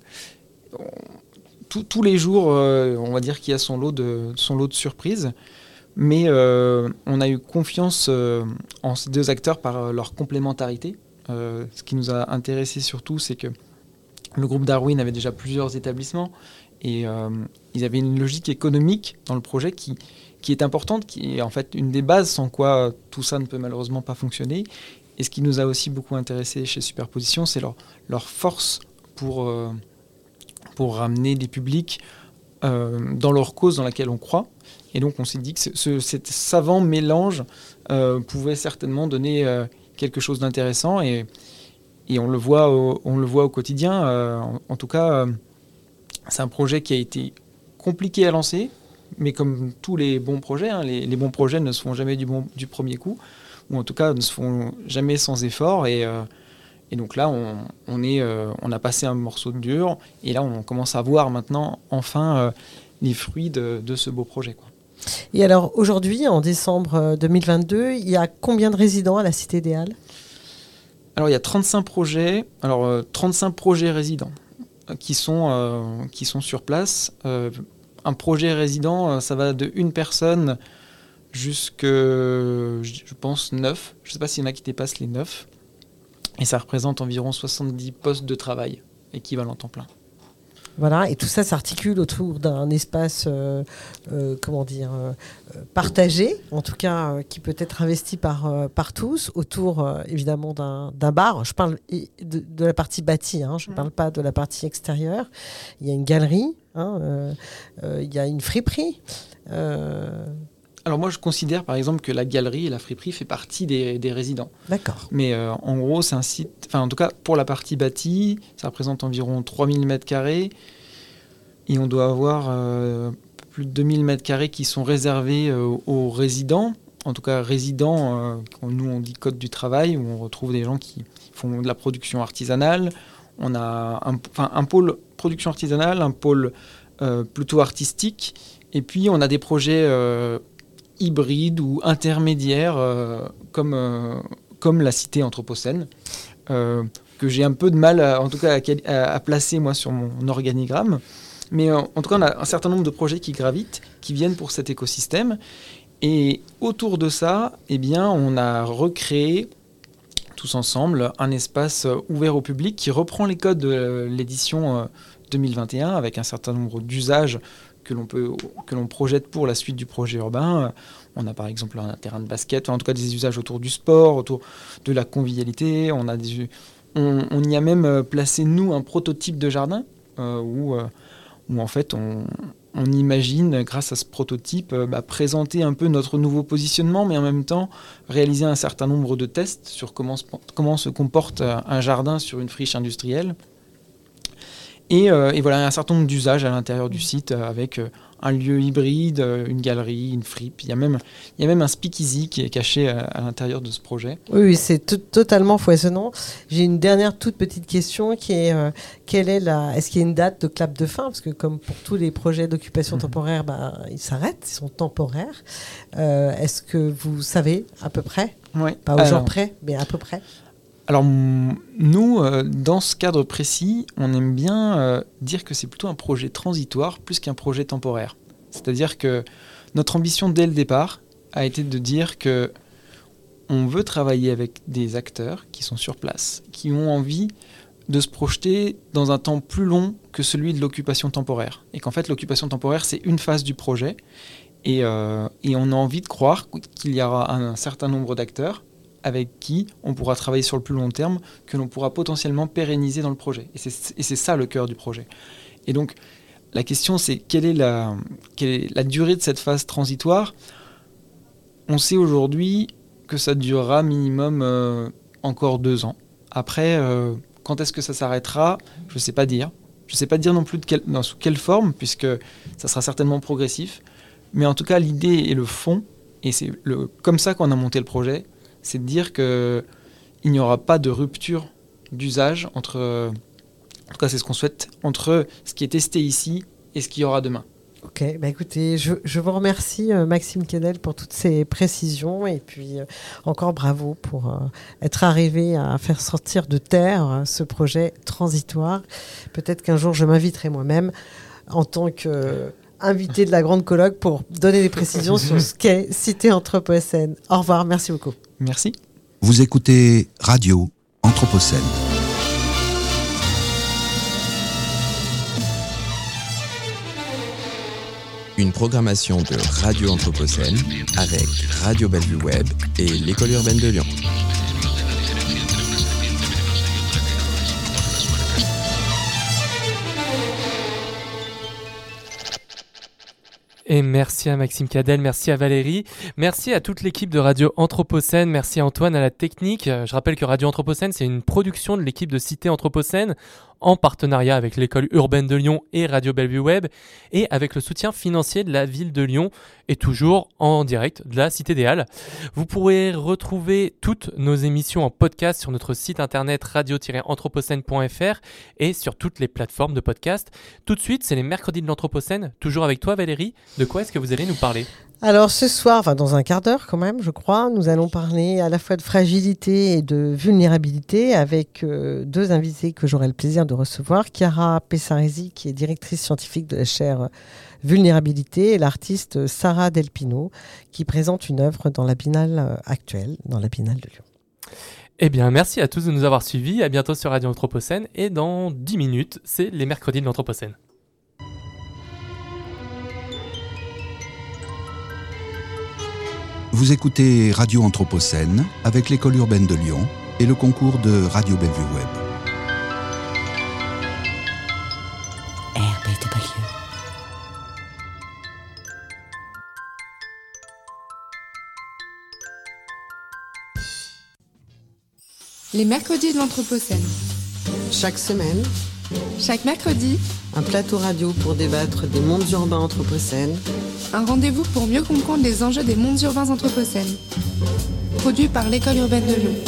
Tous les jours, on va dire qu'il y a son lot de surprises, mais on a eu confiance en ces deux acteurs par leur complémentarité. Ce qui nous a intéressé surtout, c'est que le groupe Darwin avait déjà plusieurs établissements et ils avaient une logique économique dans le projet qui est importante, qui est en fait une des bases sans quoi tout ça ne peut malheureusement pas fonctionner. Et ce qui nous a aussi beaucoup intéressé chez Superposition, c'est leur force pour ramener des publics dans leur cause dans laquelle on croit. Et donc on s'est dit que cet savant mélange pouvait certainement donner quelque chose d'intéressant et on le voit au quotidien. En tout cas, c'est un projet qui a été compliqué à lancer, mais comme tous les bons projets, les bons projets ne se font jamais du premier coup, ou en tout cas ne se font jamais sans effort. Et Et donc là, on a passé un morceau de dur, et là, on commence à voir maintenant, enfin, les fruits de ce beau projet, quoi. Et alors, aujourd'hui, en décembre 2022, il y a combien de résidents à la Cité des Halles ? Alors, il y a 35 projets, 35 projets résidents qui sont sur place. Un projet résident, ça va de une personne jusqu'à, je pense, 9. Je ne sais pas s'il y en a qui dépassent les 9. Et ça représente environ 70 postes de travail équivalent temps plein. Voilà, et tout ça s'articule autour d'un espace, partagé, en tout cas qui peut être investi par tous, autour évidemment d'un bar. Je parle de la partie bâtie, je ne parle pas de la partie extérieure. Il y a une galerie, il y a une friperie. Alors moi, je considère par exemple que la galerie et la friperie fait partie des résidents. D'accord. Mais en gros, c'est un site... Enfin, en tout cas, pour la partie bâtie, ça représente environ 3000 m². Et on doit avoir plus de 2000 m² qui sont réservés aux résidents. En tout cas, résidents, nous on dit code du travail, où on retrouve des gens qui font de la production artisanale. On a un pôle production artisanale, un pôle plutôt artistique. Et puis, on a des projets... hybrides ou intermédiaires comme la cité anthropocène que j'ai un peu de mal à placer moi sur mon organigramme, mais en tout cas on a un certain nombre de projets qui gravitent, qui viennent pour cet écosystème, et autour de ça on a recréé tous ensemble un espace ouvert au public qui reprend les codes de l'édition 2021 avec un certain nombre d'usages que l'on projette pour la suite du projet urbain. On a par exemple un terrain de basket, en tout cas des usages autour du sport, autour de la convivialité. On y a même placé, nous, un prototype de jardin où en fait on imagine, grâce à ce prototype, présenter un peu notre nouveau positionnement, mais en même temps réaliser un certain nombre de tests sur comment se comporte un jardin sur une friche industrielle. Et voilà, un certain nombre d'usages à l'intérieur du site avec un lieu hybride, une galerie, une fripe. Il y a même un speakeasy qui est caché à l'intérieur de ce projet. Oui, c'est totalement foisonnant. J'ai une dernière toute petite question qui est est-ce qu'il y a une date de clap de fin ? Parce que comme pour tous les projets d'occupation temporaire, ils s'arrêtent, ils sont temporaires. Est-ce que vous savez à peu près ? Oui. Pas au jour près, mais à peu près. Alors nous, dans ce cadre précis, on aime bien dire que c'est plutôt un projet transitoire plus qu'un projet temporaire. C'est-à-dire que notre ambition dès le départ a été de dire que on veut travailler avec des acteurs qui sont sur place, qui ont envie de se projeter dans un temps plus long que celui de l'occupation temporaire. Et qu'en fait, l'occupation temporaire, c'est une phase du projet. Et on a envie de croire qu'il y aura un certain nombre d'acteurs avec qui on pourra travailler sur le plus long terme, que l'on pourra potentiellement pérenniser dans le projet. Et c'est ça le cœur du projet. Et donc, la question, c'est quelle est la durée de cette phase transitoire ? On sait aujourd'hui que ça durera minimum encore 2 ans. Après, quand est-ce que ça s'arrêtera ? Je ne sais pas dire. Je ne sais pas dire non plus sous quelle forme, puisque ça sera certainement progressif. Mais en tout cas, l'idée et le fond, et c'est comme ça qu'on a monté le projet, c'est de dire qu'il n'y aura pas de rupture d'usage en tout cas c'est ce qu'on souhaite, entre ce qui est testé ici et ce qu'il y aura demain. Ok, écoutez, je vous remercie Maxime Cadel pour toutes ces précisions, et puis encore bravo pour être arrivé à faire sortir de terre ce projet transitoire. Peut-être qu'un jour je m'inviterai moi-même en tant que invité de la grande colloque pour donner des précisions sur ce qu'est Cité Anthropocène. Au revoir, merci beaucoup. Merci. Vous écoutez Radio Anthropocène. Une programmation de Radio Anthropocène avec Radio Bellevue Web et l'École urbaine de Lyon. Et merci à Maxime Cadel, merci à Valérie, merci à toute l'équipe de Radio Anthropocène, merci à Antoine à la technique. Je rappelle que Radio Anthropocène, c'est une production de l'équipe de Cité Anthropocène en partenariat avec l'école urbaine de Lyon et Radio Bellevue Web et avec le soutien financier de la ville de Lyon et toujours en direct de la Cité des Halles. Vous pourrez retrouver toutes nos émissions en podcast sur notre site internet radio-anthropocène.fr et sur toutes les plateformes de podcast. Tout de suite, c'est les mercredis de l'Anthropocène. Toujours avec toi Valérie, de quoi est-ce que vous allez nous parler ? Alors ce soir, dans un quart d'heure quand même, je crois, nous allons parler à la fois de fragilité et de vulnérabilité avec deux invités que j'aurai le plaisir de recevoir. Chiara Pessaresi, qui est directrice scientifique de la chaire Vulnérabilité, et l'artiste Sarah Delpino, qui présente une œuvre dans la Biennale actuelle, dans la Biennale de Lyon. Eh bien, merci à tous de nous avoir suivis. À bientôt sur Radio Anthropocène. Et dans 10 minutes, c'est les mercredis de l'Anthropocène. Vous écoutez Radio Anthropocène avec l'école urbaine de Lyon et le concours de Radio Bellevue Web. RBW. Les mercredis de l'Anthropocène. Chaque semaine, chaque mercredi, un plateau radio pour débattre des mondes urbains anthropocènes. Un rendez-vous pour mieux comprendre les enjeux des mondes urbains anthropocènes. Produit par l'école urbaine de Lyon.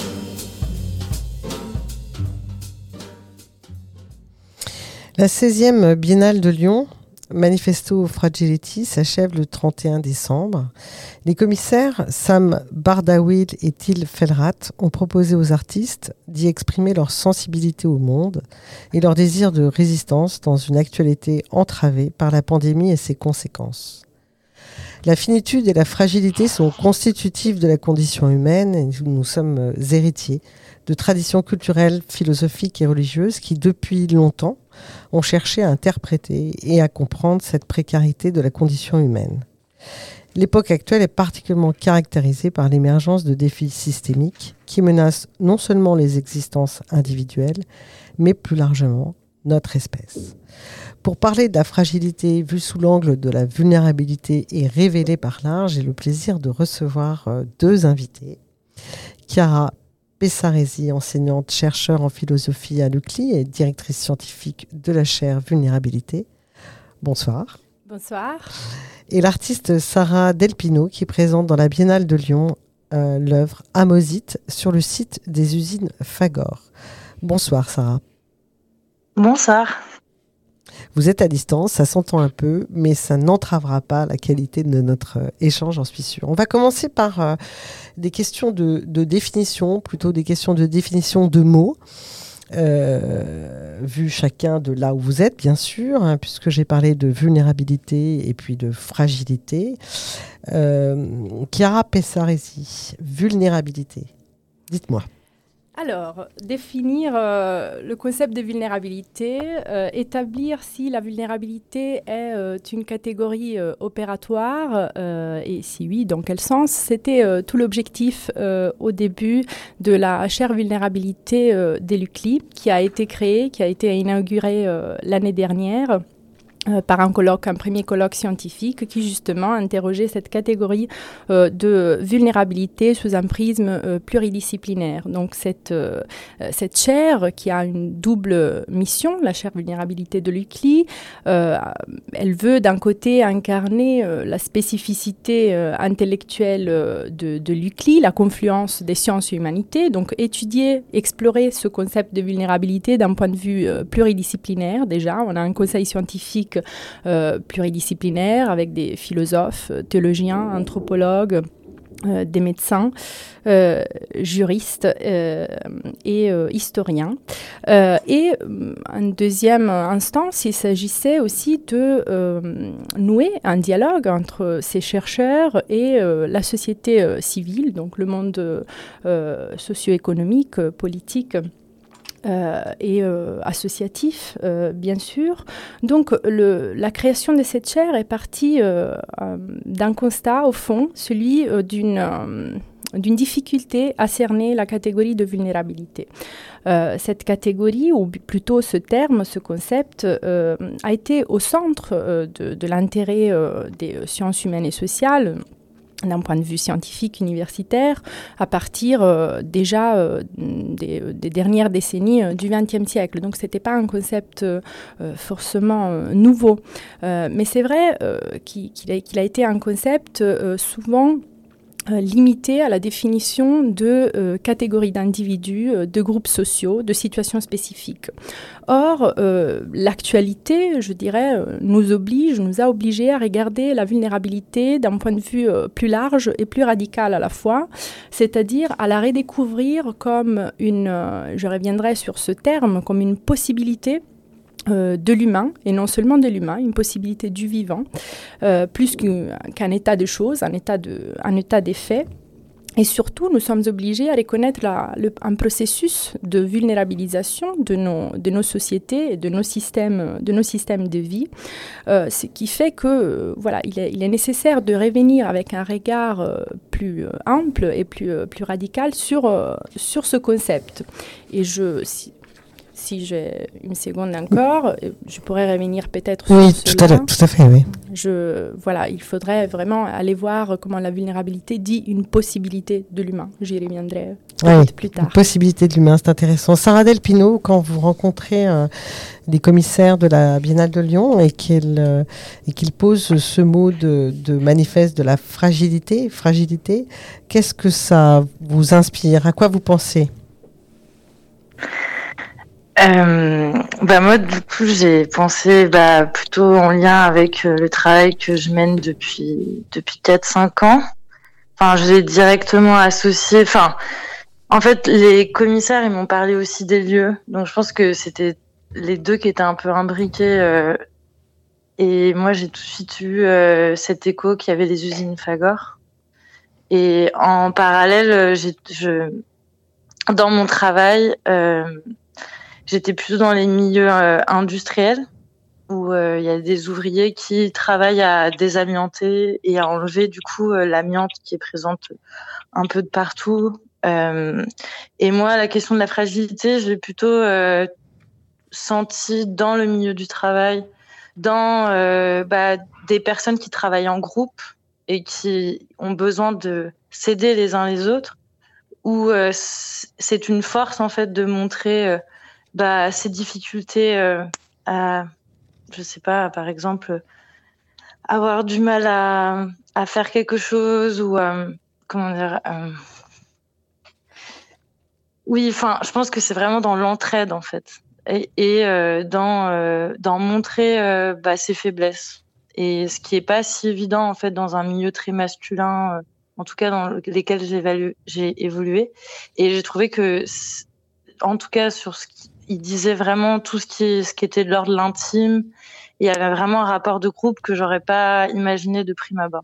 La 16e Biennale de Lyon, Manifesto Fragility, s'achève le 31 décembre. Les commissaires Sam Bardawil et Till Fellrath ont proposé aux artistes d'y exprimer leur sensibilité au monde et leur désir de résistance dans une actualité entravée par la pandémie et ses conséquences. La finitude et la fragilité sont constitutives de la condition humaine et nous sommes héritiers de traditions culturelles, philosophiques et religieuses qui, depuis longtemps, ont cherché à interpréter et à comprendre cette précarité de la condition humaine. L'époque actuelle est particulièrement caractérisée par l'émergence de défis systémiques qui menacent non seulement les existences individuelles, mais plus largement notre espèce. Pour parler de la fragilité vue sous l'angle de la vulnérabilité et révélée par l'art, j'ai le plaisir de recevoir deux invités. Chiara Pessaresi, enseignante-chercheur en philosophie à l'UCLI et directrice scientifique de la chaire Vulnérabilité. Bonsoir. Bonsoir. Et l'artiste Sarah Delpino, qui présente dans la Biennale de Lyon l'œuvre Amosite sur le site des usines Fagor. Bonsoir Sarah. Bonsoir. Vous êtes à distance, ça s'entend un peu, mais ça n'entravera pas la qualité de notre échange, j'en suis sûre. On va commencer par des questions de définition, plutôt des questions de définition de mots, vu chacun de là où vous êtes, bien sûr, hein, puisque j'ai parlé de vulnérabilité et puis de fragilité. Chiara Pessaresi, vulnérabilité, dites-moi. Alors, définir le concept de vulnérabilité, établir si la vulnérabilité est une catégorie opératoire, et si oui, dans quel sens. C'était tout l'objectif au début de la chaire vulnérabilité des l'UCLI, qui a été créée, qui a été inaugurée l'année dernière. Par un premier colloque scientifique qui justement interrogeait cette catégorie de vulnérabilité sous un prisme pluridisciplinaire. Donc cette chaire qui a une double mission, la chaire vulnérabilité de l'UCLI, elle veut d'un côté incarner la spécificité intellectuelle de l'UCLI, la confluence des sciences et humanités, donc étudier, explorer ce concept de vulnérabilité d'un point de vue pluridisciplinaire. Déjà, on a un conseil scientifique pluridisciplinaire avec des philosophes, théologiens, anthropologues, des médecins, juristes et historiens. Et en deuxième instance, il s'agissait aussi de nouer un dialogue entre ces chercheurs et la société civile, donc le monde socio-économique, politique, et associatif, bien sûr. Donc, la création de cette chaire est partie d'un constat, au fond, celui d'une difficulté à cerner la catégorie de vulnérabilité. Cette catégorie, ou plutôt ce terme, ce concept, a été au centre de l'intérêt des sciences humaines et sociales d'un point de vue scientifique, universitaire, à partir déjà des dernières décennies du XXe siècle. Donc, ce n'était pas un concept forcément nouveau. Mais c'est vrai qu'il a été un concept souvent limité à la définition de catégories d'individus, de groupes sociaux, de situations spécifiques. Or, l'actualité, je dirais, nous a obligés à regarder la vulnérabilité d'un point de vue plus large et plus radical à la fois, c'est-à-dire à la redécouvrir comme je reviendrai sur ce terme, comme une possibilité de l'humain, et non seulement de l'humain, une possibilité du vivant, plus qu'un état de choses, un état des faits. Et surtout, nous sommes obligés à reconnaître un processus de vulnérabilisation de nos sociétés et de nos systèmes de vie, ce qui fait que il est nécessaire de revenir avec un regard plus ample et plus radical sur ce concept. Et si j'ai une seconde encore, je pourrais revenir peut-être sur cela. Oui, tout à fait, oui. Il faudrait vraiment aller voir comment la vulnérabilité dit une possibilité de l'humain. J'y reviendrai plus tard. Une possibilité de l'humain, c'est intéressant. Sarah Del Pino, quand vous rencontrez les commissaires de la Biennale de Lyon et qu'ils posent ce mot de manifeste de la fragilité, qu'est-ce que ça vous inspire? À quoi vous pensez? Moi, du coup, j'ai pensé plutôt en lien avec le travail que je mène depuis 4-5 ans. Enfin, je l'ai directement associé. Enfin, en fait, les commissaires, ils m'ont parlé aussi des lieux. Donc, je pense que c'était les deux qui étaient un peu imbriqués. Et moi, j'ai tout de suite eu cet écho qu'il y avait les usines Fagor. Et en parallèle, dans mon travail, j'étais plutôt dans les milieux industriels où il y a des ouvriers qui travaillent à désamianter et à enlever du coup l'amiante qui est présente un peu de partout. Et moi, la question de la fragilité, je l'ai plutôt sentie dans le milieu du travail, dans des personnes qui travaillent en groupe et qui ont besoin de s'aider les uns les autres, où c'est une force en fait de montrer ces difficultés à, je sais pas, par exemple, avoir du mal à faire quelque chose ou comment dire. Oui, enfin, je pense que c'est vraiment dans l'entraide en fait, et dans montrer ses faiblesses. Et ce qui est pas si évident en fait dans un milieu très masculin, en tout cas dans lesquels j'ai évolué. Et j'ai trouvé que, en tout cas sur il disait vraiment tout ce qui était de l'ordre de l'intime. Il y avait vraiment un rapport de groupe que j'aurais pas imaginé de prime abord.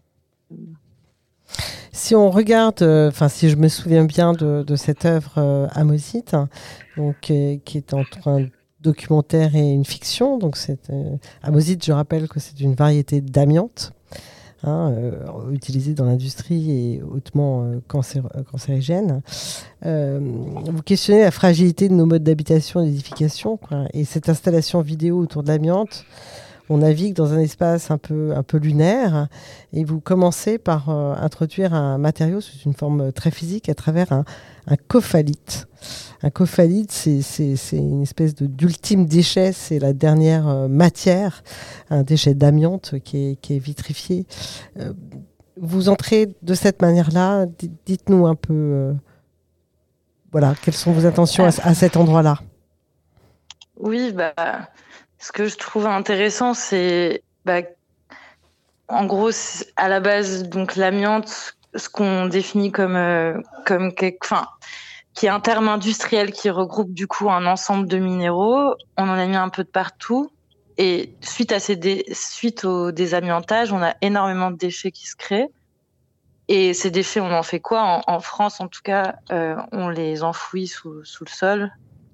Si on regarde, si je me souviens bien de cette œuvre Amosite, donc qui est entre un documentaire et une fiction. Donc Amosite, je rappelle que c'est une variété d'amiante. Utilisé dans l'industrie et hautement cancérigène. Vous questionnez la fragilité de nos modes d'habitation et d'édification, et cette installation vidéo autour de l'amiante, on navigue dans un espace un peu lunaire, et vous commencez par introduire un matériau sous une forme très physique à travers un cophalite. Un cophalite, c'est une espèce d'ultime déchet, c'est la dernière matière, un déchet d'amiante qui est vitrifié. Vous entrez de cette manière-là, dites-nous un peu, quelles sont vos intentions à cet endroit-là? Oui, ce que je trouve intéressant, c'est, en gros, à la base, donc l'amiante, ce qu'on définit comme qui est un terme industriel qui regroupe du coup un ensemble de minéraux. On en a mis un peu de partout. Et suite au désamiantage, on a énormément de déchets qui se créent. Et ces déchets, on en fait quoi? En France, en tout cas, on les enfouit sous le sol.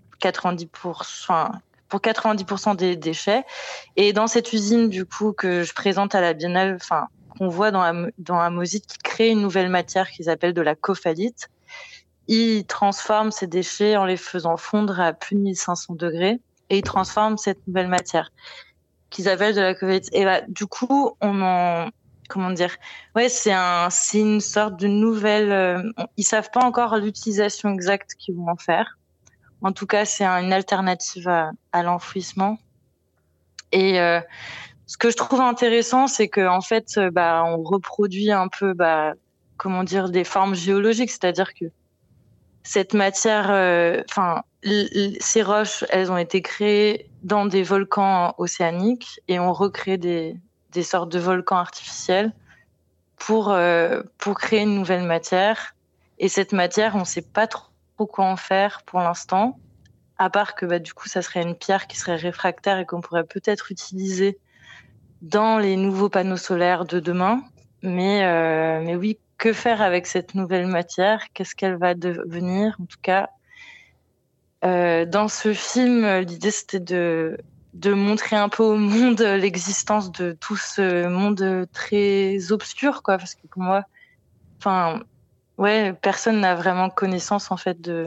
pour 90% des déchets. Et dans cette usine, du coup, que je présente à la Biennale, qu'on voit dans Amosite, qui crée une nouvelle matière qu'ils appellent de la cophalite, ils transforment ces déchets en les faisant fondre à plus de 1500 degrés et ils transforment cette nouvelle matière qu'ils appellent de la cophalite. Et du coup, quand comment dire, ouais, c'est une sorte de nouvelle. Ils savent pas encore l'utilisation exacte qu'ils vont en faire. En tout cas, c'est une alternative à l'enfouissement. Et ce que je trouve intéressant, c'est que en fait, on reproduit un peu, comment dire, des formes géologiques, c'est-à-dire que cette matière, ces roches, elles ont été créées dans des volcans océaniques et on recrée des sortes de volcans artificiels pour créer une nouvelle matière. Et cette matière, on ne sait pas trop quoi en faire pour l'instant, à part que du coup, ça serait une pierre qui serait réfractaire et qu'on pourrait peut-être utiliser dans les nouveaux panneaux solaires de demain. Mais oui, que faire avec cette nouvelle matière? Qu'est-ce qu'elle va devenir? En tout cas, dans ce film, l'idée, c'était de montrer un peu au monde l'existence de tout ce monde très obscur, quoi. Parce que pour moi, personne n'a vraiment connaissance, en fait, de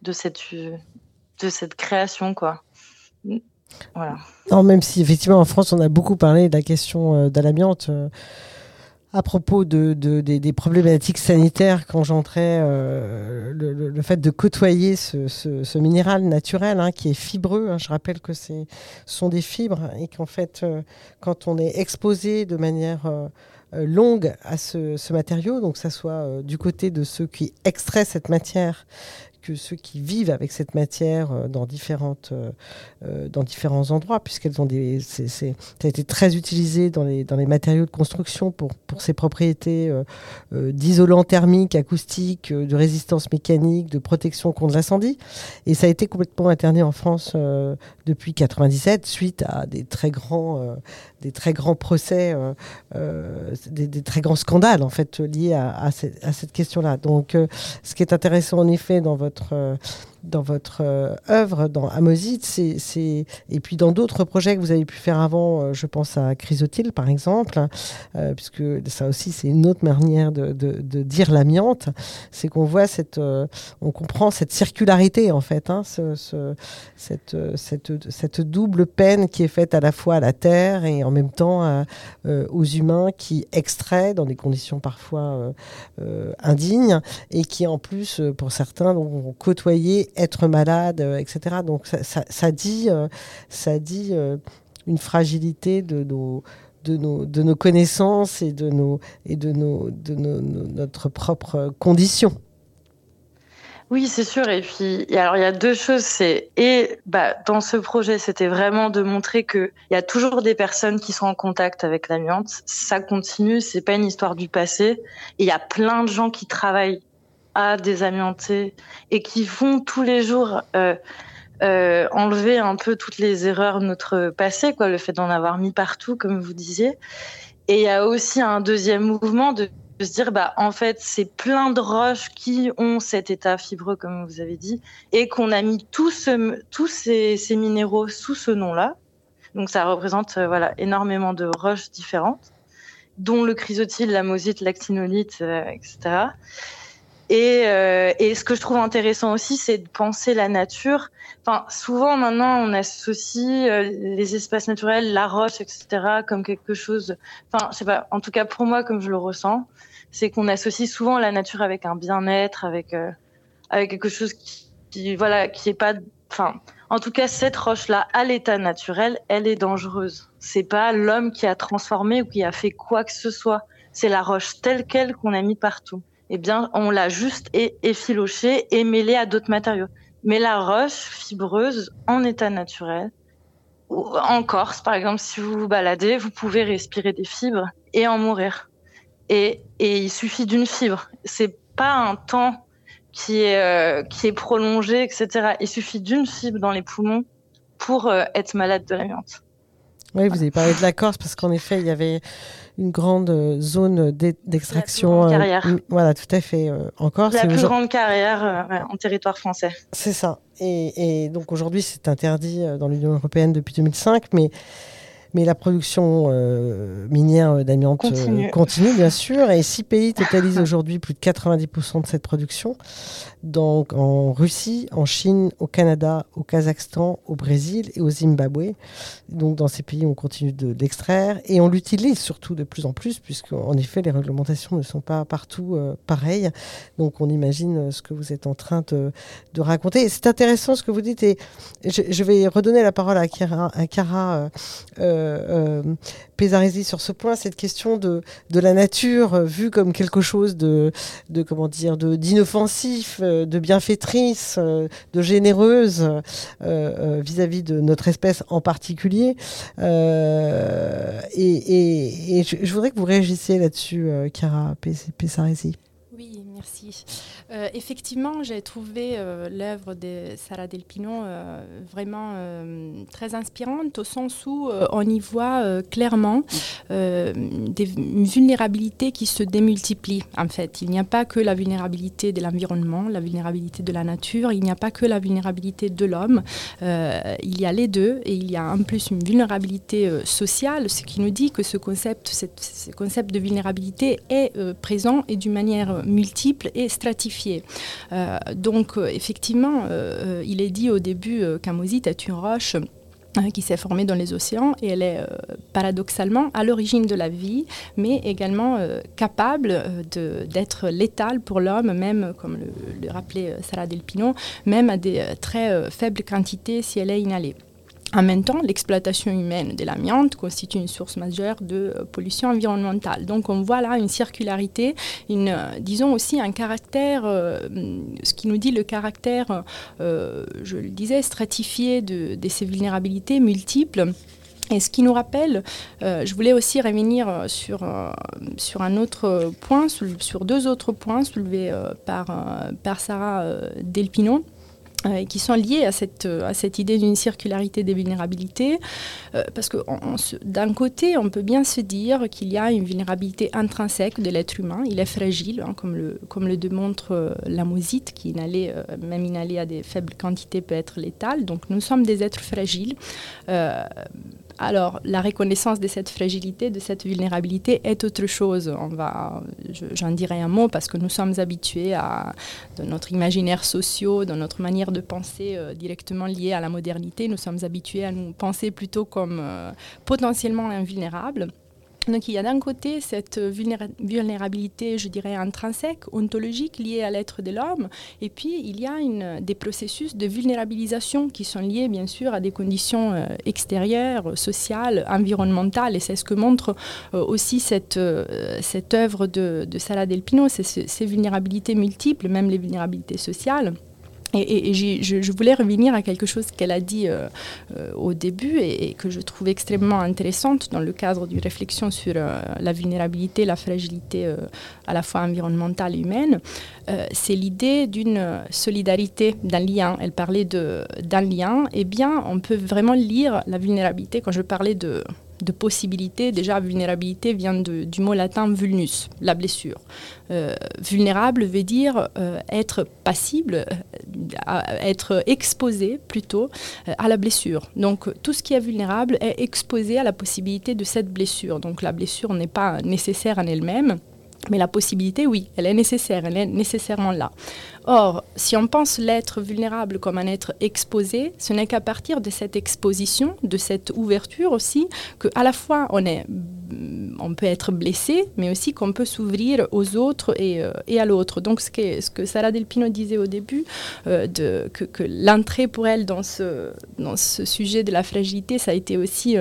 cette création, quoi. Voilà. Non, même si effectivement en France on a beaucoup parlé de la question de l'amiante à propos des problématiques sanitaires qu'engendrait le fait de côtoyer ce minéral naturel qui est fibreux. Je rappelle que ce sont des fibres et qu'en fait quand on est exposé de manière longue à ce matériau, donc que ça soit du côté de ceux qui extraient cette matière que ceux qui vivent avec cette matière dans différents endroits, puisqu'elles ont ça a été très utilisé dans les matériaux de construction pour ses propriétés d'isolant thermique, acoustique, de résistance mécanique, de protection contre l'incendie. Et ça a été complètement interdit en France depuis 1997, suite à des très grands procès, des très grands scandales en fait liés à cette question-là. Donc, ce qui est intéressant en effet dans votre œuvre, dans Amosit, et puis dans d'autres projets que vous avez pu faire avant, je pense à Chrysotile par exemple, puisque ça aussi c'est une autre manière de dire l'amiante, c'est qu'on voit on comprend cette circularité en fait, cette double peine qui est faite à la fois à la terre et en même temps aux humains qui extraient dans des conditions parfois indignes et qui en plus pour certains ont côtoyé être malade, etc. Donc ça dit une fragilité de nos connaissances et de notre propre condition. Oui, c'est sûr. Et puis, alors, il y a deux choses. Dans ce projet, c'était vraiment de montrer qu'il y a toujours des personnes qui sont en contact avec l'amiante. Ça continue. C'est pas une histoire du passé. Et il y a plein de gens qui travaillent à désamianter et qui font tous les jours enlever un peu toutes les erreurs de notre passé, quoi, le fait d'en avoir mis partout, comme vous disiez. Et il y a aussi un deuxième mouvement de se dire, en fait, c'est plein de roches qui ont cet état fibreux, comme vous avez dit, et qu'on a mis tous ces minéraux sous ce nom-là. Donc ça représente énormément de roches différentes, dont le chrysotile, l'amosite, l'actinolite, etc. Et ce que je trouve intéressant aussi, c'est de penser la nature. Souvent maintenant, on associe les espaces naturels, la roche, etc., comme quelque chose. Je sais pas. En tout cas, pour moi, comme je le ressens, c'est qu'on associe souvent la nature avec un bien-être, avec quelque chose qui est pas. En tout cas, cette roche-là, à l'état naturel, elle est dangereuse. C'est pas l'homme qui a transformé ou qui a fait quoi que ce soit. C'est la roche telle quelle qu'on a mis partout. Eh bien, on l'a juste effilochée et mêlée à d'autres matériaux. Mais la roche fibreuse, en état naturel, en Corse, par exemple, si vous vous baladez, vous pouvez respirer des fibres et en mourir. Et il suffit d'une fibre. C'est pas un temps qui est prolongé, etc. Il suffit d'une fibre dans les poumons pour être malade de l'amiante. Oui, vous avez parlé de la Corse parce qu'en effet, il y avait une grande zone d'extraction. Voilà, tout à fait. En Corse. La plus grande carrière en territoire français. C'est ça. Et donc aujourd'hui, c'est interdit dans l'Union européenne depuis 2005. Mais Mais la production minière d'amiante continue, bien sûr. Et 6 pays totalisent aujourd'hui plus de 90% de cette production. Donc en Russie, en Chine, au Canada, au Kazakhstan, au Brésil et au Zimbabwe. Donc dans ces pays, on continue d'extraire et on l'utilise surtout de plus en plus, puisqu'en effet, les réglementations ne sont pas partout pareilles. Donc on imagine ce que vous êtes en train de raconter. Et c'est intéressant ce que vous dites, et je vais redonner la parole à Chiara Pesaresi sur ce point, cette question de la nature vue comme quelque chose d'inoffensif, de bienfaitrice, de généreuse vis-à-vis de notre espèce en particulier. Et je voudrais que vous réagissiez là-dessus, Chiara Pesaresi. Oui, merci. Effectivement, j'ai trouvé l'œuvre de Sara Del Pino vraiment très inspirante, au sens où on y voit clairement des vulnérabilités qui se démultiplient. En fait, il n'y a pas que la vulnérabilité de l'environnement, la vulnérabilité de la nature, il n'y a pas que la vulnérabilité de l'homme. Il y a les deux, et il y a en plus une vulnérabilité sociale, ce qui nous dit que ce concept de vulnérabilité est présent et d'une manière multiple et stratifiée. Donc, effectivement, il est dit au début qu'Amosite est une roche qui s'est formée dans les océans, et elle est paradoxalement à l'origine de la vie, mais également capable d'être létale pour l'homme, même, comme le rappelait Sara Del Pino, même à des très faibles quantités si elle est inhalée. En même temps, l'exploitation humaine de l'amiante constitue une source majeure de pollution environnementale. Donc on voit là une circularité, disons aussi un caractère, ce qui nous dit le caractère, je le disais, stratifié de ces vulnérabilités multiples. Et ce qui nous rappelle, je voulais aussi revenir sur un autre point, sur deux autres points soulevés par Sara Del Pino, qui sont liés à cette idée d'une circularité des vulnérabilités, parce que d'un côté, on peut bien se dire qu'il y a une vulnérabilité intrinsèque de l'être humain. Il est fragile, comme le démontre l'amosite, qui même inhalée à des faibles quantités peut être létale. Donc nous sommes des êtres fragiles. Alors, la reconnaissance de cette fragilité, de cette vulnérabilité est autre chose. J'en dirai un mot parce que nous sommes habitués dans notre imaginaire social, dans notre manière de penser directement liée à la modernité, nous sommes habitués à nous penser plutôt comme potentiellement invulnérables. Donc il y a d'un côté cette vulnérabilité, je dirais, intrinsèque, ontologique, liée à l'être de l'homme, et puis il y a des processus de vulnérabilisation qui sont liés bien sûr à des conditions extérieures, sociales, environnementales, et c'est ce que montre aussi cette œuvre de Sara Del Pino, ces vulnérabilités multiples, même les vulnérabilités sociales. Et je voulais revenir à quelque chose qu'elle a dit au début et que je trouve extrêmement intéressante dans le cadre d'une réflexion sur la vulnérabilité, la fragilité à la fois environnementale et humaine. C'est l'idée d'une solidarité, d'un lien. Elle parlait d'un lien. Eh bien, on peut vraiment lire la vulnérabilité. Quand je parlais de possibilité, déjà vulnérabilité vient du mot latin vulnus, la blessure. Vulnérable veut dire être passible, être exposé plutôt à la blessure. Donc tout ce qui est vulnérable est exposé à la possibilité de cette blessure. Donc la blessure n'est pas nécessaire en elle-même, mais la possibilité, oui, elle est nécessaire, elle est nécessairement là. Or, si on pense l'être vulnérable comme un être exposé, ce n'est qu'à partir de cette exposition, de cette ouverture aussi, qu'à la fois on peut être blessé, mais aussi qu'on peut s'ouvrir aux autres et à l'autre. Donc ce que Sara Del Pino disait au début, que l'entrée pour elle dans ce sujet de la fragilité, ça a été aussi...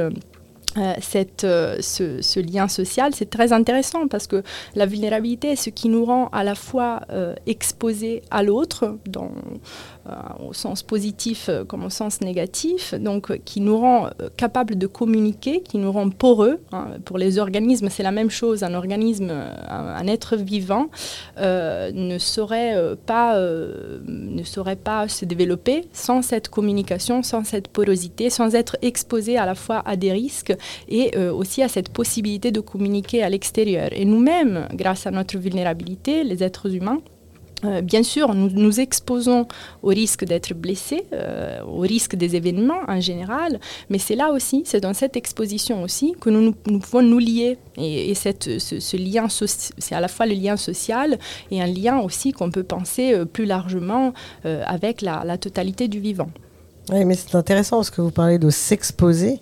ce lien social, c'est très intéressant parce que la vulnérabilité est ce qui nous rend à la fois exposés à l'autre, au sens positif comme au sens négatif, donc qui nous rend capables de communiquer, qui nous rend poreux. Pour les organismes, c'est la même chose. Un organisme, un être vivant ne saurait pas se développer sans cette communication, sans cette porosité, sans être exposé à la fois à des risques et aussi à cette possibilité de communiquer à l'extérieur. Et nous-mêmes, grâce à notre vulnérabilité, les êtres humains, Bien sûr, nous nous exposons au risque d'être blessés, au risque des événements en général, mais c'est là aussi, c'est dans cette exposition aussi que nous pouvons nous lier. Et ce lien, c'est à la fois le lien social et un lien aussi qu'on peut penser plus largement avec la totalité du vivant. Oui, mais c'est intéressant parce que vous parlez de s'exposer.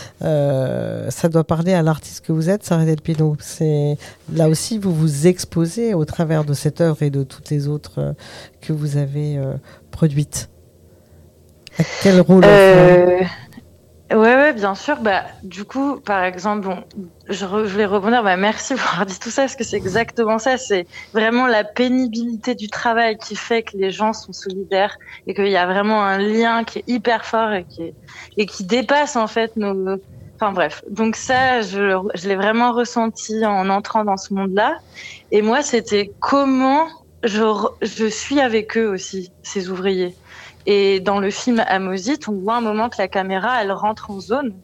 Ça doit parler à l'artiste que vous êtes, Sarah Del Pino. Là aussi, vous vous exposez au travers de cette œuvre et de toutes les autres que vous avez produites. À quel rôle Ouais, bien sûr. Du coup, par exemple, je vais rebondir. Merci pour avoir dit tout ça, parce que c'est exactement ça. C'est vraiment la pénibilité du travail qui fait que les gens sont solidaires et qu'il y a vraiment un lien qui est hyper fort et qui dépasse en fait nos. Enfin bref. Donc ça, je l'ai vraiment ressenti en entrant dans ce monde-là. Et moi, c'était comment je suis avec eux aussi, ces ouvriers. Et dans le film Amosit, on voit un moment que la caméra, elle rentre en zone,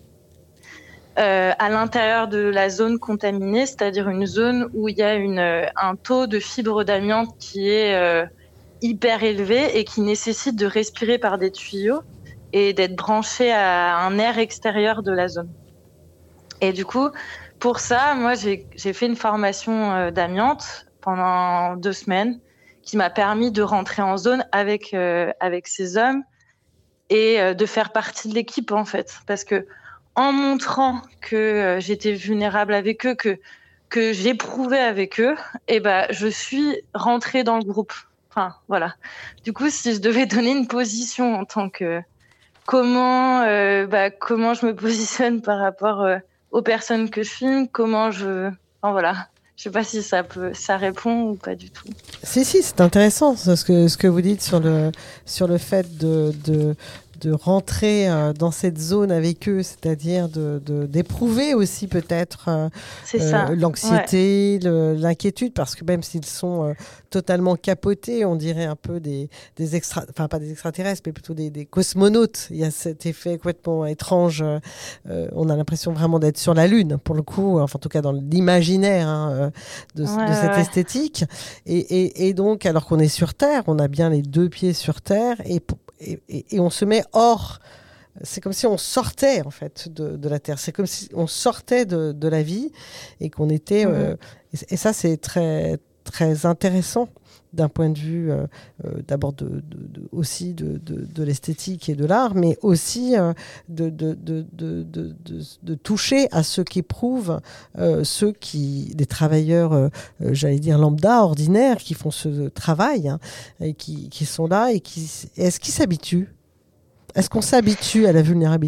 à l'intérieur de la zone contaminée, c'est-à-dire une zone où il y a un taux de fibres d'amiante qui est hyper élevé et qui nécessite de respirer par des tuyaux et d'être branché à un air extérieur de la zone. Et du coup, pour ça, moi, j'ai fait une formation d'amiante pendant 2 semaines, qui m'a permis de rentrer en zone avec ces hommes et de faire partie de l'équipe en fait, parce que en montrant que j'étais vulnérable avec eux, que j'éprouvais avec eux, je suis rentrée dans le groupe. Enfin voilà. Du coup, si je devais donner une position en tant que comment je me positionne par rapport aux personnes que je filme, voilà. Je ne sais pas si ça répond ou pas du tout. Si, c'est intéressant ce que vous dites sur le fait de rentrer dans cette zone avec eux, c'est-à-dire d'éprouver aussi peut-être l'anxiété, l'inquiétude, parce que même s'ils sont totalement capotés, on dirait un peu pas des extraterrestres, mais plutôt des cosmonautes. Il y a cet effet complètement étrange. On a l'impression vraiment d'être sur la Lune, pour le coup, enfin, en tout cas dans l'imaginaire de cette esthétique. Et donc, alors qu'on est sur Terre, on a bien les 2 pieds sur Terre, et on se met hors. C'est comme si on sortait en fait de la Terre. C'est comme si on sortait de la vie et qu'on était. Et ça, c'est très très intéressant d'un point de vue d'abord aussi de l'esthétique et de l'art, mais aussi de toucher à ceux qui éprouvent, des travailleurs, j'allais dire lambda, ordinaires, qui font ce travail, et qui sont là et est-ce qu'ils s'habituent ? Est-ce qu'on s'habitue à la vulnérabilité ?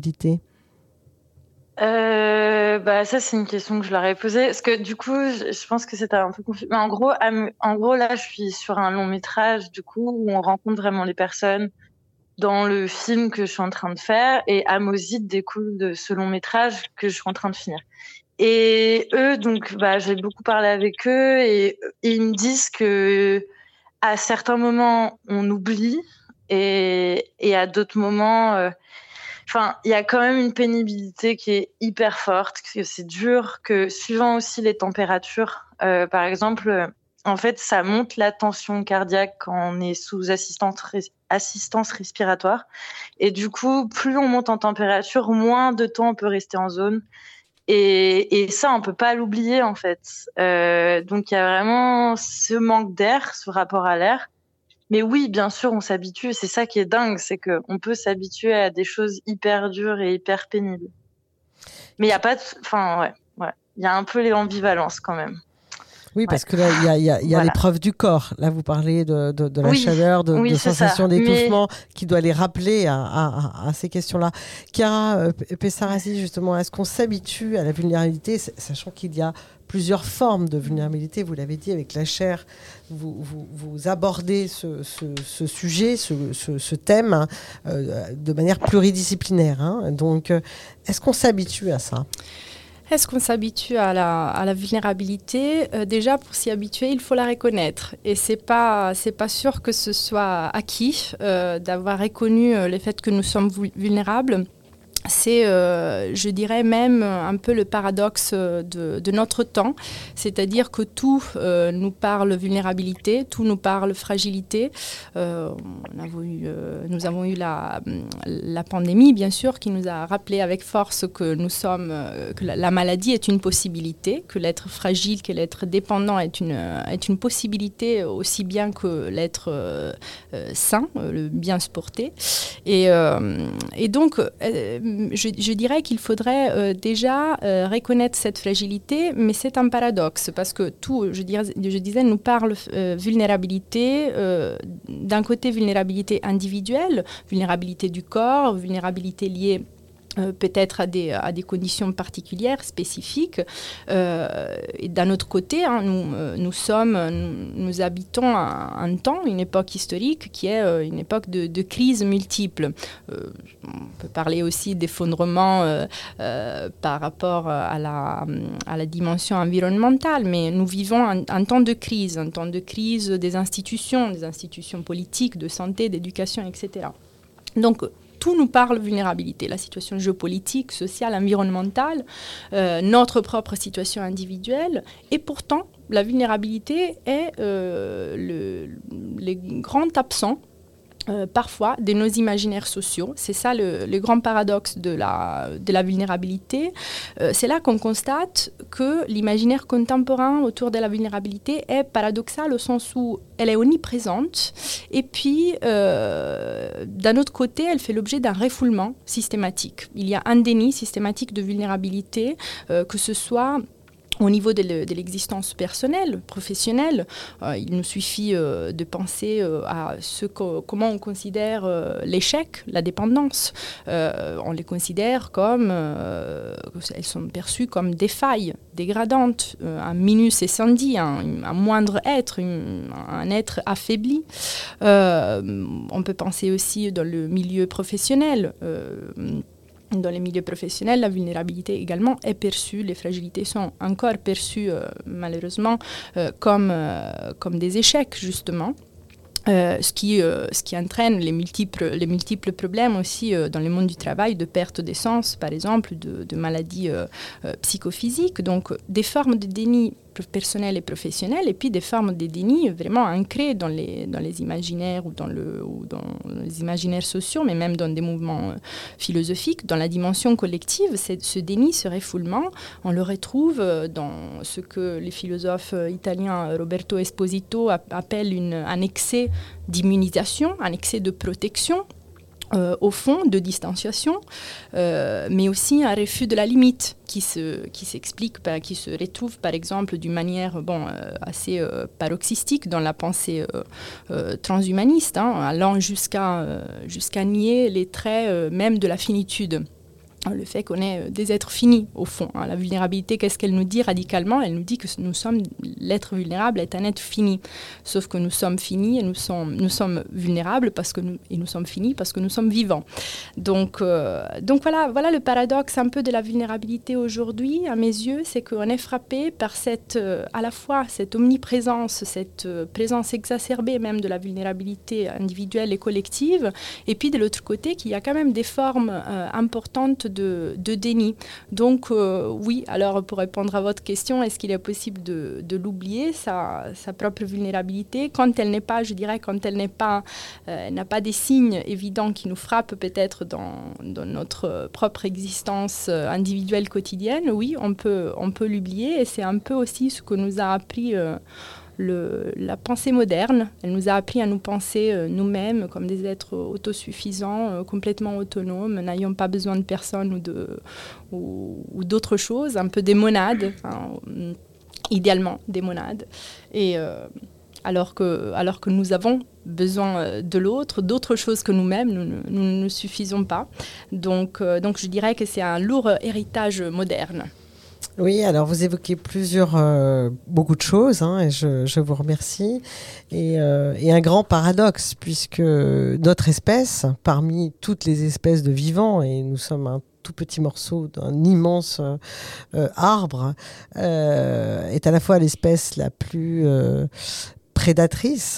Ça, c'est une question que je leur ai posée. Parce que du coup, je pense que c'était un peu confus. Mais en gros, là, je suis sur un long métrage, du coup, où on rencontre vraiment les personnes dans le film que je suis en train de faire. Et Amosit découle de ce long métrage que je suis en train de finir. Et eux, donc, j'ai beaucoup parlé avec eux et ils me disent que à certains moments, on oublie et à d'autres moments... il y a quand même une pénibilité qui est hyper forte, que c'est dur, que suivant aussi les températures, par exemple, en fait, ça monte la tension cardiaque quand on est sous assistance respiratoire. Et du coup, plus on monte en température, moins de temps on peut rester en zone. Et ça, on peut pas l'oublier, en fait. Donc, il y a vraiment ce manque d'air, ce rapport à l'air. Mais oui, bien sûr, on s'habitue. C'est ça qui est dingue, c'est qu'on peut s'habituer à des choses hyper dures et hyper pénibles. Mais il n'y a pas de... Il y a un peu l'ambivalence quand même. Oui, parce que là, il y a l'épreuve du corps. Là, vous parlez de la chaleur, de sensation d'étouffement qui doit les rappeler à ces questions-là. Chiara Pessarasi, justement, est-ce qu'on s'habitue à la vulnérabilité, sachant qu'il y a plusieurs formes de vulnérabilité, vous l'avez dit, avec la chair, vous abordez ce sujet, ce thème de manière pluridisciplinaire. Donc, est-ce qu'on s'habitue à ça ? Est-ce qu'on s'habitue à la vulnérabilité ? Déjà, pour s'y habituer, il faut la reconnaître. Et c'est pas sûr que ce soit acquis d'avoir reconnu le fait que nous sommes vulnérables. c'est, je dirais même, un peu le paradoxe de notre temps. C'est-à-dire que tout nous parle vulnérabilité, tout nous parle fragilité. Nous avons eu la pandémie, bien sûr, qui nous a rappelé avec force que que la maladie est une possibilité, que l'être fragile, que l'être dépendant est une possibilité aussi bien que l'être sain, le bien se porter. Et donc, je dirais qu'il faudrait déjà reconnaître cette fragilité, mais c'est un paradoxe parce que tout, je disais, nous parle vulnérabilité, d'un côté vulnérabilité individuelle, vulnérabilité du corps, vulnérabilité liée peut-être à des conditions particulières, spécifiques. Et d'un autre côté, nous habitons un temps, une époque historique qui est une époque de crises multiples. On peut parler aussi d'effondrement par rapport à la dimension environnementale, mais nous vivons un temps de crise des institutions politiques, de santé, d'éducation, etc. Donc, tout nous parle vulnérabilité, la situation géopolitique, sociale, environnementale, notre propre situation individuelle. Et pourtant, la vulnérabilité est le grand absent parfois de nos imaginaires sociaux. C'est ça le grand paradoxe de la vulnérabilité. C'est là qu'on constate que l'imaginaire contemporain autour de la vulnérabilité est paradoxal au sens où elle est omniprésente et puis d'un autre côté elle fait l'objet d'un refoulement systématique. Il y a un déni systématique de vulnérabilité, que ce soit au niveau de l'existence personnelle, professionnelle. Il nous suffit de penser à comment on considère l'échec, la dépendance. On les considère comme, elles sont perçues comme des failles dégradantes, un minus essendi, un moindre être, un être affaibli. On peut penser aussi dans le milieu professionnel. Dans les milieux professionnels, la vulnérabilité également est perçue, les fragilités sont encore perçues malheureusement comme des échecs justement. Ce qui entraîne les multiples problèmes aussi dans le monde du travail, de perte d'essence par exemple, de maladies psychophysiques, donc des formes de déni personnel et professionnel, et puis des formes de déni vraiment ancrées dans les imaginaires ou dans les imaginaires sociaux, mais même dans des mouvements philosophiques, dans la dimension collective. Ce déni, ce refoulement, on le retrouve dans ce que les philosophes italiens Roberto Esposito appellent un excès d'immunisation, un excès de protection, au fond, de distanciation, mais aussi un refus de la limite qui s'explique, qui se retrouve par exemple d'une manière assez paroxystique dans la pensée transhumaniste, allant jusqu'à nier les traits même de la finitude. Le fait qu'on est des êtres finis, au fond. La vulnérabilité, qu'est-ce qu'elle nous dit radicalement ? Elle nous dit que l'être vulnérable est un être fini. Sauf que nous sommes finis et nous sommes vulnérables et nous sommes finis parce que nous sommes vivants. Donc voilà le paradoxe un peu de la vulnérabilité aujourd'hui, à mes yeux, c'est qu'on est frappé par à la fois cette omniprésence, cette présence exacerbée même de la vulnérabilité individuelle et collective, et puis de l'autre côté, qu'il y a quand même des formes importantes de déni. Donc oui, alors pour répondre à votre question, est-ce qu'il est possible de l'oublier, sa propre vulnérabilité, quand elle n'est pas, je dirais, n'a pas des signes évidents qui nous frappent peut-être dans notre propre existence individuelle quotidienne? Oui, on peut l'oublier, et c'est un peu aussi ce que nous a appris la pensée moderne. Elle nous a appris à nous penser nous-mêmes comme des êtres autosuffisants, complètement autonomes, n'ayant pas besoin de personne ou d'autre chose, un peu des monades, idéalement des monades. Et alors que nous avons besoin de l'autre, d'autre chose que nous-mêmes, nous ne suffisons pas. Donc je dirais que c'est un lourd héritage moderne. Oui, alors vous évoquez beaucoup de choses, et je vous remercie. Et un grand paradoxe, puisque notre espèce, parmi toutes les espèces de vivants, et nous sommes un tout petit morceau d'un immense arbre, est à la fois l'espèce la plus prédatrice,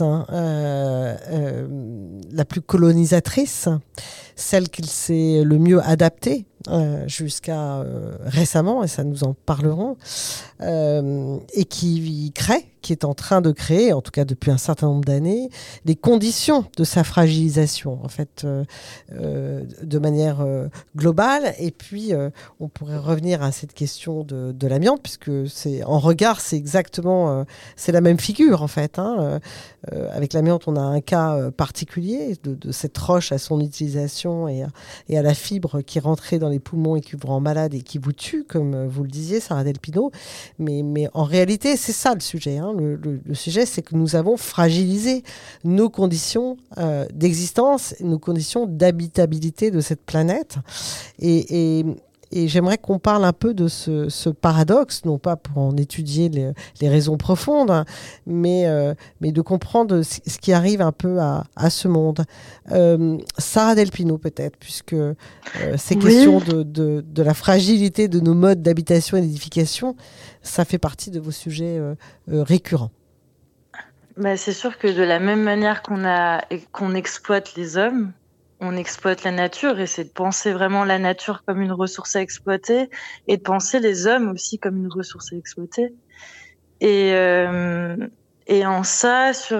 la plus colonisatrice, celle qui s'est le mieux adaptée jusqu'à récemment, et ça nous en parlerons, et qui est en train de créer, en tout cas depuis un certain nombre d'années, les conditions de sa fragilisation, en fait, de manière globale. Et puis, on pourrait revenir à cette question de l'amiante, puisque en regard, c'est exactement c'est la même figure, en fait. Avec l'amiante, on a un cas particulier de cette roche à son utilisation et à la fibre qui rentrait dans les poumons et qui vous rend malade et qui vous tue, comme vous le disiez, Sarah Del Pino. Mais en réalité, c'est ça le sujet. Le sujet, c'est que nous avons fragilisé nos conditions d'existence, nos conditions d'habitabilité de cette planète. Et j'aimerais qu'on parle un peu de ce paradoxe, non pas pour en étudier les raisons profondes, mais de comprendre ce qui arrive un peu à ce monde. Sarah Del Pino, peut-être, puisque ces questions de la fragilité de nos modes d'habitation et d'édification, ça fait partie de vos sujets récurrents. C'est sûr que de la même manière qu'on exploite les hommes, on exploite la nature, et c'est de penser vraiment la nature comme une ressource à exploiter et de penser les hommes aussi comme une ressource à exploiter. Et en ça, sur...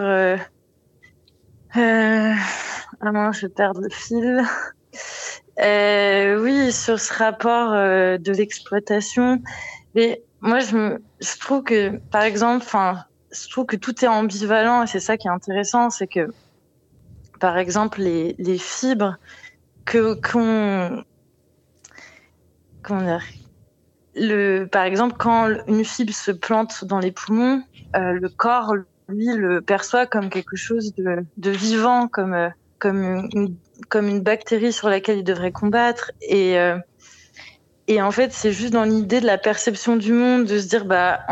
je perds le fil. Oui, sur ce rapport de l'exploitation. Mais moi, je trouve que, par exemple, je trouve que tout est ambivalent, et c'est ça qui est intéressant, c'est que par exemple, les fibres comment dire, par exemple, quand une fibre se plante dans les poumons, le corps, lui, le perçoit comme quelque chose de vivant, comme une bactérie sur laquelle il devrait combattre. Et en fait, c'est juste dans l'idée de la perception du monde, de se dire,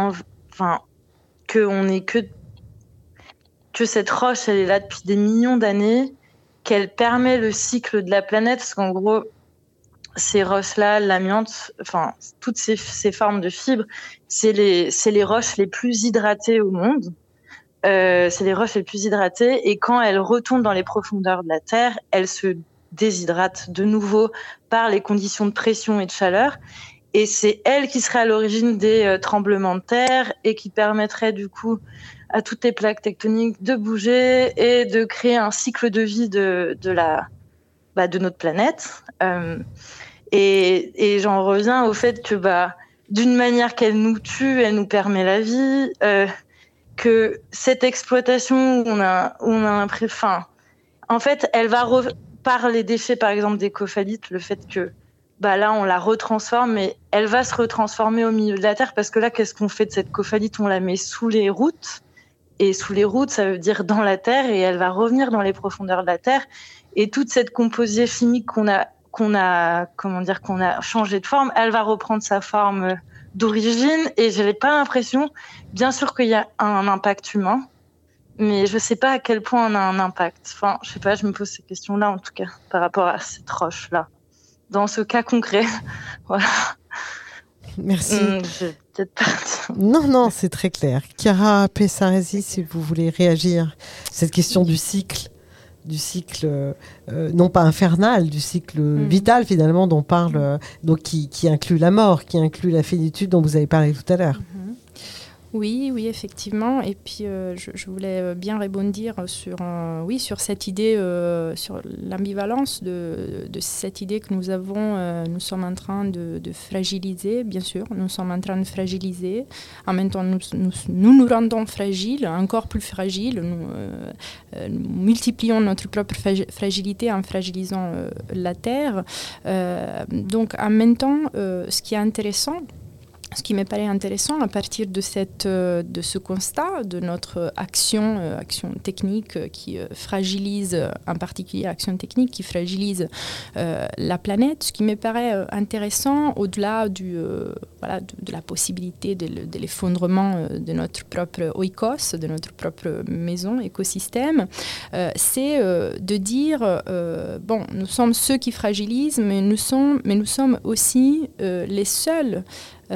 qu'on n'est que cette roche, elle est là depuis des millions d'années, qu'elle permet le cycle de la planète, parce qu'en gros, ces roches-là, l'amiante, toutes ces formes de fibres, c'est les roches les plus hydratées au monde. C'est les roches les plus hydratées, et quand elles retournent dans les profondeurs de la Terre, elles se déshydratent de nouveau par les conditions de pression et de chaleur. Et c'est elles qui seraient à l'origine des tremblements de terre, et qui permettraient du coup à toutes les plaques tectoniques de bouger et de créer un cycle de vie de notre planète. Et j'en reviens au fait que d'une manière qu'elle nous tue, elle nous permet la vie, que cette exploitation où on a l'impression... en fait, elle va par les déchets, par exemple, des cophalites, le fait que là, on la retransforme, mais elle va se retransformer au milieu de la Terre, parce que là, qu'est-ce qu'on fait de cette cophalite? On la met sous les routes. Et sous les routes, ça veut dire dans la terre, et elle va revenir dans les profondeurs de la terre. Et toute cette composée chimique qu'on a changé de forme, elle va reprendre sa forme d'origine. Et je n'ai pas l'impression, bien sûr qu'il y a un impact humain, mais je ne sais pas à quel point on a un impact. Je sais pas, je me pose ces questions-là, en tout cas, par rapport à cette roche-là. Dans ce cas concret, voilà. Merci. Je vais peut-être partir. Non, c'est très clair. Chiara Pessaresi, si vous voulez réagir, cette question du cycle, non pas infernal, du cycle vital finalement dont parle, donc qui inclut la mort, qui inclut la finitude dont vous avez parlé tout à l'heure. Oui, effectivement. Et puis, je voulais bien rebondir sur cette idée, sur l'ambivalence de cette idée que nous avons. Nous sommes en train de fragiliser, bien sûr. Nous sommes en train de fragiliser. En même temps, nous rendons fragiles, encore plus fragiles. Nous multiplions notre propre fragilité en fragilisant la Terre. Donc, en même temps, ce qui est intéressant, ce qui me paraît intéressant à partir de ce constat de notre action technique qui fragilise, en particulier action technique qui fragilise la planète, ce qui me paraît intéressant au-delà de la possibilité de l'effondrement de notre propre oikos, de notre propre maison, écosystème, c'est de dire, nous sommes ceux qui fragilisent, mais nous sommes aussi les seuls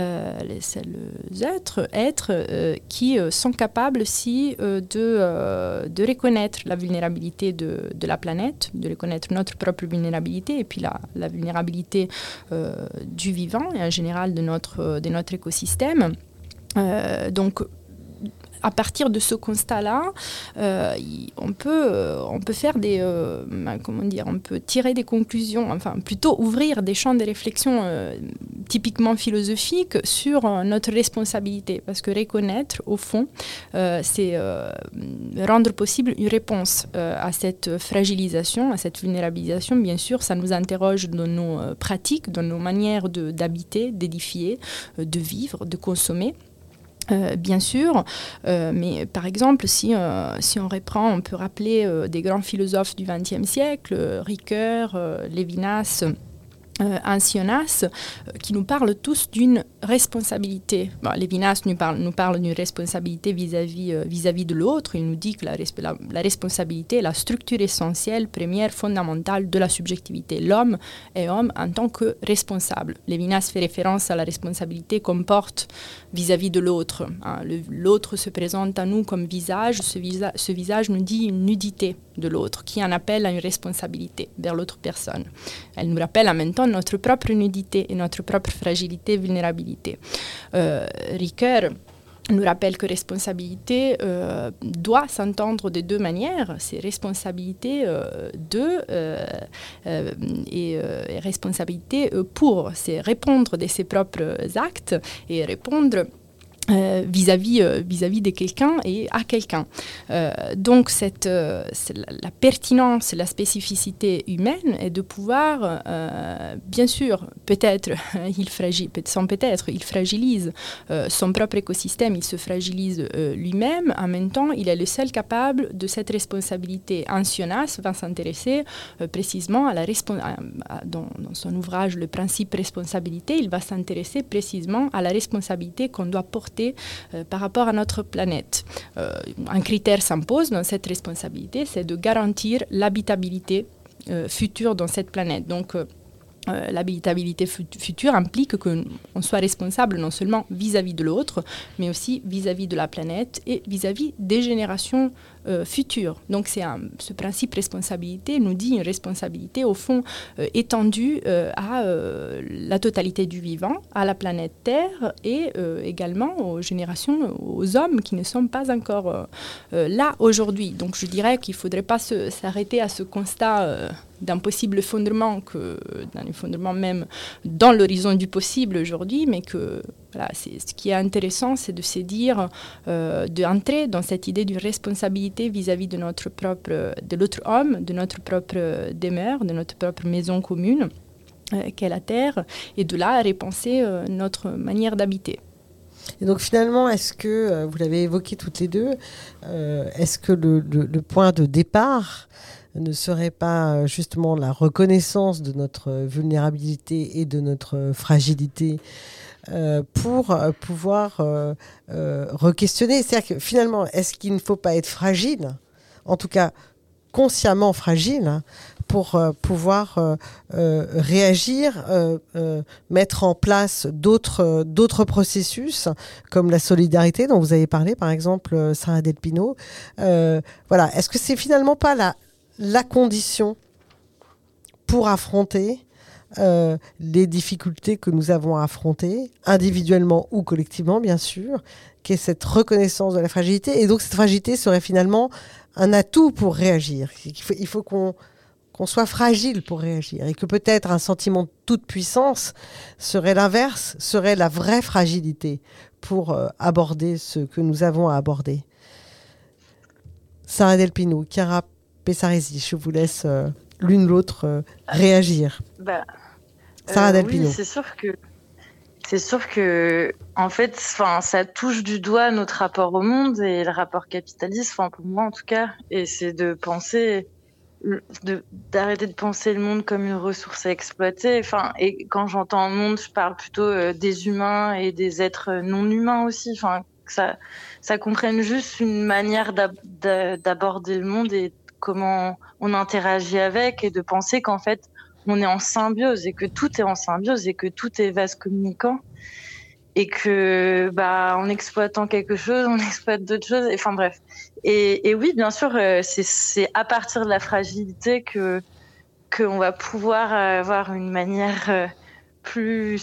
êtres qui sont capables aussi de reconnaître la vulnérabilité de la planète, de reconnaître notre propre vulnérabilité et puis la vulnérabilité du vivant et en général de notre écosystème. Donc, à partir de ce constat-là, on peut faire on peut tirer des conclusions, enfin plutôt ouvrir des champs de réflexion typiquement philosophiques sur notre responsabilité, parce que reconnaître, au fond, c'est rendre possible une réponse à cette fragilisation, à cette vulnérabilisation. Bien sûr, ça nous interroge dans nos pratiques, dans nos manières d'habiter, d'édifier, de vivre, de consommer. Bien sûr, mais par exemple, si on reprend, on peut rappeler des grands philosophes du XXe siècle, Ricoeur, Lévinas, Ancionas, qui nous parlent tous d'une responsabilité. Lévinas nous parle d'une responsabilité vis-à-vis de l'autre. Il nous dit que la responsabilité est la structure essentielle, première, fondamentale de la subjectivité. L'homme est homme en tant que responsable. Lévinas fait référence à la responsabilité qu'on porte vis-à-vis de l'autre. L'autre se présente à nous comme visage. Ce visage nous dit une nudité de l'autre, qui en appelle à une responsabilité vers l'autre personne. Elle nous rappelle en même temps notre propre nudité et notre propre fragilité et vulnérabilité. Ricoeur nous rappelle que responsabilité doit s'entendre de deux manières. C'est responsabilité et responsabilité pour. C'est répondre de ses propres actes et répondre vis-à-vis de quelqu'un et à quelqu'un. Donc c'est la pertinence, la spécificité humaine est de pouvoir, bien sûr, il fragilise son propre écosystème, il se fragilise lui-même, en même temps il est le seul capable de cette responsabilité. Ancionas va s'intéresser précisément dans son ouvrage Le principe responsabilité, il va s'intéresser précisément à la responsabilité qu'on doit porter par rapport à notre planète. Un critère s'impose dans cette responsabilité, c'est de garantir l'habitabilité future dans cette planète. Donc, l'habitabilité future implique qu'on soit responsable non seulement vis-à-vis de l'autre, mais aussi vis-à-vis de la planète et vis-à-vis des générations futures. Donc ce principe responsabilité nous dit une responsabilité au fond étendue à la totalité du vivant, à la planète Terre et également aux générations, aux hommes qui ne sont pas encore là aujourd'hui. Donc je dirais qu'il ne faudrait pas s'arrêter à ce constat d'un possible effondrement, d'un effondrement même dans l'horizon du possible aujourd'hui, mais que ce qui est intéressant, c'est de se dire, d'entrer dans cette idée d'une responsabilité vis-à-vis de l'autre homme, de notre propre demeure, de notre propre maison commune, qu'est la Terre, et de là repenser notre manière d'habiter. Et donc finalement, est-ce que, vous l'avez évoqué toutes les deux, est-ce que le point de départ ne serait pas justement la reconnaissance de notre vulnérabilité et de notre fragilité pour pouvoir re-questionner. C'est-à-dire que finalement, est-ce qu'il ne faut pas être fragile, en tout cas consciemment fragile, pour pouvoir réagir, mettre en place d'autres processus, comme la solidarité dont vous avez parlé, par exemple, Sarah Del Pino. Voilà. Est-ce que c'est finalement pas la condition pour affronter les difficultés que nous avons à affronter, individuellement ou collectivement, bien sûr, qui est cette reconnaissance de la fragilité. Et donc, cette fragilité serait finalement un atout pour réagir. Il faut qu'on soit fragile pour réagir. Et que peut-être un sentiment de toute puissance serait l'inverse, serait la vraie fragilité pour aborder ce que nous avons à aborder. Sarah Del Pino, Chiara Pessaresi, je vous laisse l'une ou l'autre réagir. Sarah Del Pino. Oui, c'est sûr que en fait, ça touche du doigt notre rapport au monde et le rapport capitaliste, pour moi en tout cas, et c'est de penser d'arrêter de penser le monde comme une ressource à exploiter. Enfin, et quand j'entends monde, je parle plutôt des humains et des êtres non humains aussi. Enfin, que ça comprenne juste une manière d'aborder le monde et comment on interagit avec, et de penser qu'en fait on est en symbiose et que tout est en symbiose et que tout est vase communicant, et que en exploitant quelque chose, on exploite d'autres choses. Enfin bref. Et oui, bien sûr, c'est à partir de la fragilité qu'on va pouvoir avoir une manière plus,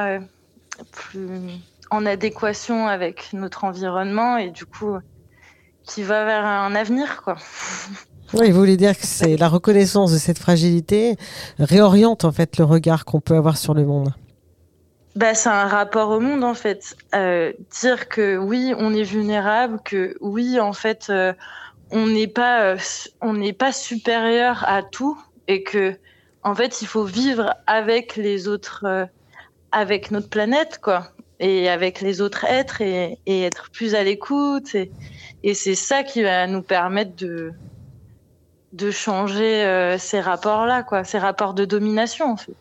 plus en adéquation avec notre environnement, et du coup, qui va vers un avenir, quoi. Oui, vous voulez dire que c'est la reconnaissance de cette fragilité réoriente en fait le regard qu'on peut avoir sur le monde. C'est un rapport au monde, en fait. Dire que oui, on est vulnérable, que oui, en fait, on n'est pas supérieur à tout, et que en fait, il faut vivre avec les autres, avec notre planète, quoi, et avec les autres êtres, et être plus à l'écoute. Et c'est ça qui va nous permettre de changer ces rapports-là, quoi, ces rapports de domination, en fait,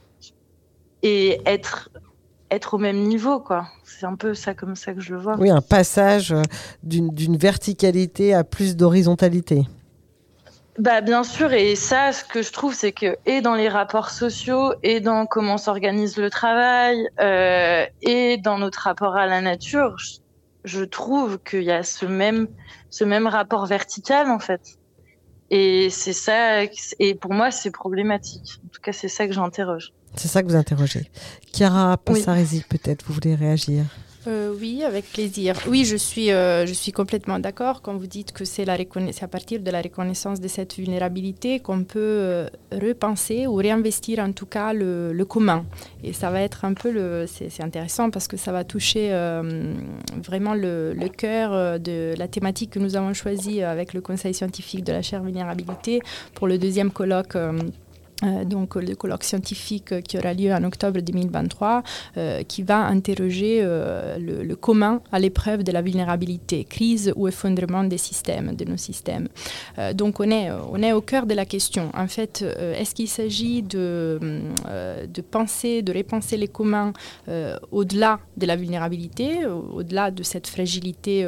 et être au même niveau, quoi. C'est un peu ça, comme ça que je le vois. Oui, un passage d'une verticalité à plus d'horizontalité. Bien sûr, et ça, ce que je trouve, c'est que, et dans les rapports sociaux, et dans comment s'organise le travail, et dans notre rapport à la nature, je trouve qu'il y a ce même rapport vertical, en fait. Et c'est ça, et pour moi, c'est problématique. En tout cas, c'est ça que j'interroge. C'est ça que vous interrogez. Chiara Passaresi, peut-être, vous voulez réagir ? Oui, avec plaisir. Oui, je suis complètement d'accord quand vous dites que c'est à partir de la reconnaissance de cette vulnérabilité qu'on peut repenser ou réinvestir en tout cas le commun. Et ça va être un peu c'est intéressant parce que ça va toucher vraiment le cœur de la thématique que nous avons choisie avec le Conseil scientifique de la chaire vulnérabilité pour le deuxième colloque. Donc le colloque scientifique qui aura lieu en octobre 2023, qui va interroger le commun à l'épreuve de la vulnérabilité, crise ou effondrement de nos systèmes. Donc on est au cœur de la question. En fait, est-ce qu'il s'agit de penser, de repenser les communs au-delà de la vulnérabilité, au-delà de cette fragilité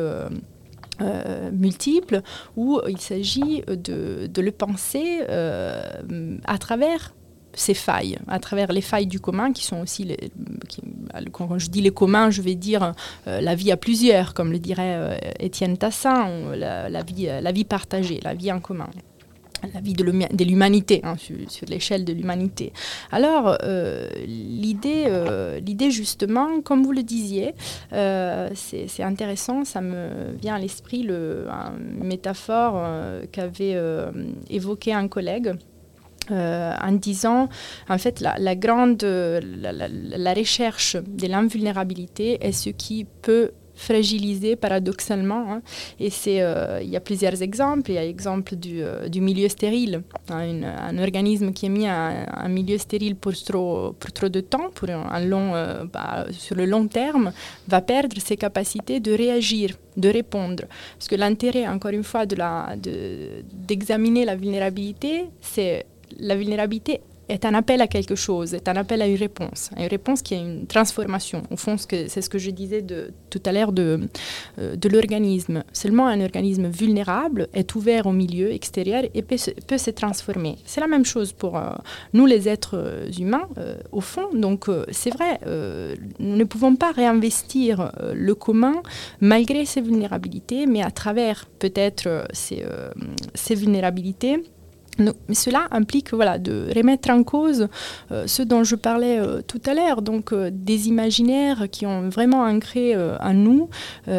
multiples, où il s'agit de le penser à travers ces failles, à travers les failles du commun qui sont aussi, quand je dis les communs, je vais dire la vie à plusieurs, comme le dirait Étienne Tassin, la vie partagée, la vie en commun. La vie de l'humanité, sur l'échelle de l'humanité. Alors, l'idée justement, comme vous le disiez, c'est intéressant, ça me vient à l'esprit une métaphore qu'avait évoquée un collègue, en disant, en fait, la recherche de l'invulnérabilité est ce qui peut fragiliser paradoxalement. Et il y a plusieurs exemples. Il y a l'exemple du milieu stérile. Un organisme qui est mis en milieu stérile pour trop de temps, sur le long terme, va perdre ses capacités de réagir, de répondre. Parce que l'intérêt, encore une fois, d'examiner la vulnérabilité, c'est la vulnérabilité est un appel à quelque chose, est un appel à une réponse qui est une transformation. Au fond, c'est ce que je disais tout à l'heure de l'organisme. Seulement un organisme vulnérable est ouvert au milieu extérieur et peut se transformer. C'est la même chose pour nous, les êtres humains, au fond. Donc, c'est vrai, nous ne pouvons pas réinvestir le commun malgré ses vulnérabilités, mais à travers peut-être ces vulnérabilités. Mais cela implique de remettre en cause ce dont je parlais tout à l'heure, donc des imaginaires qui ont vraiment ancré en nous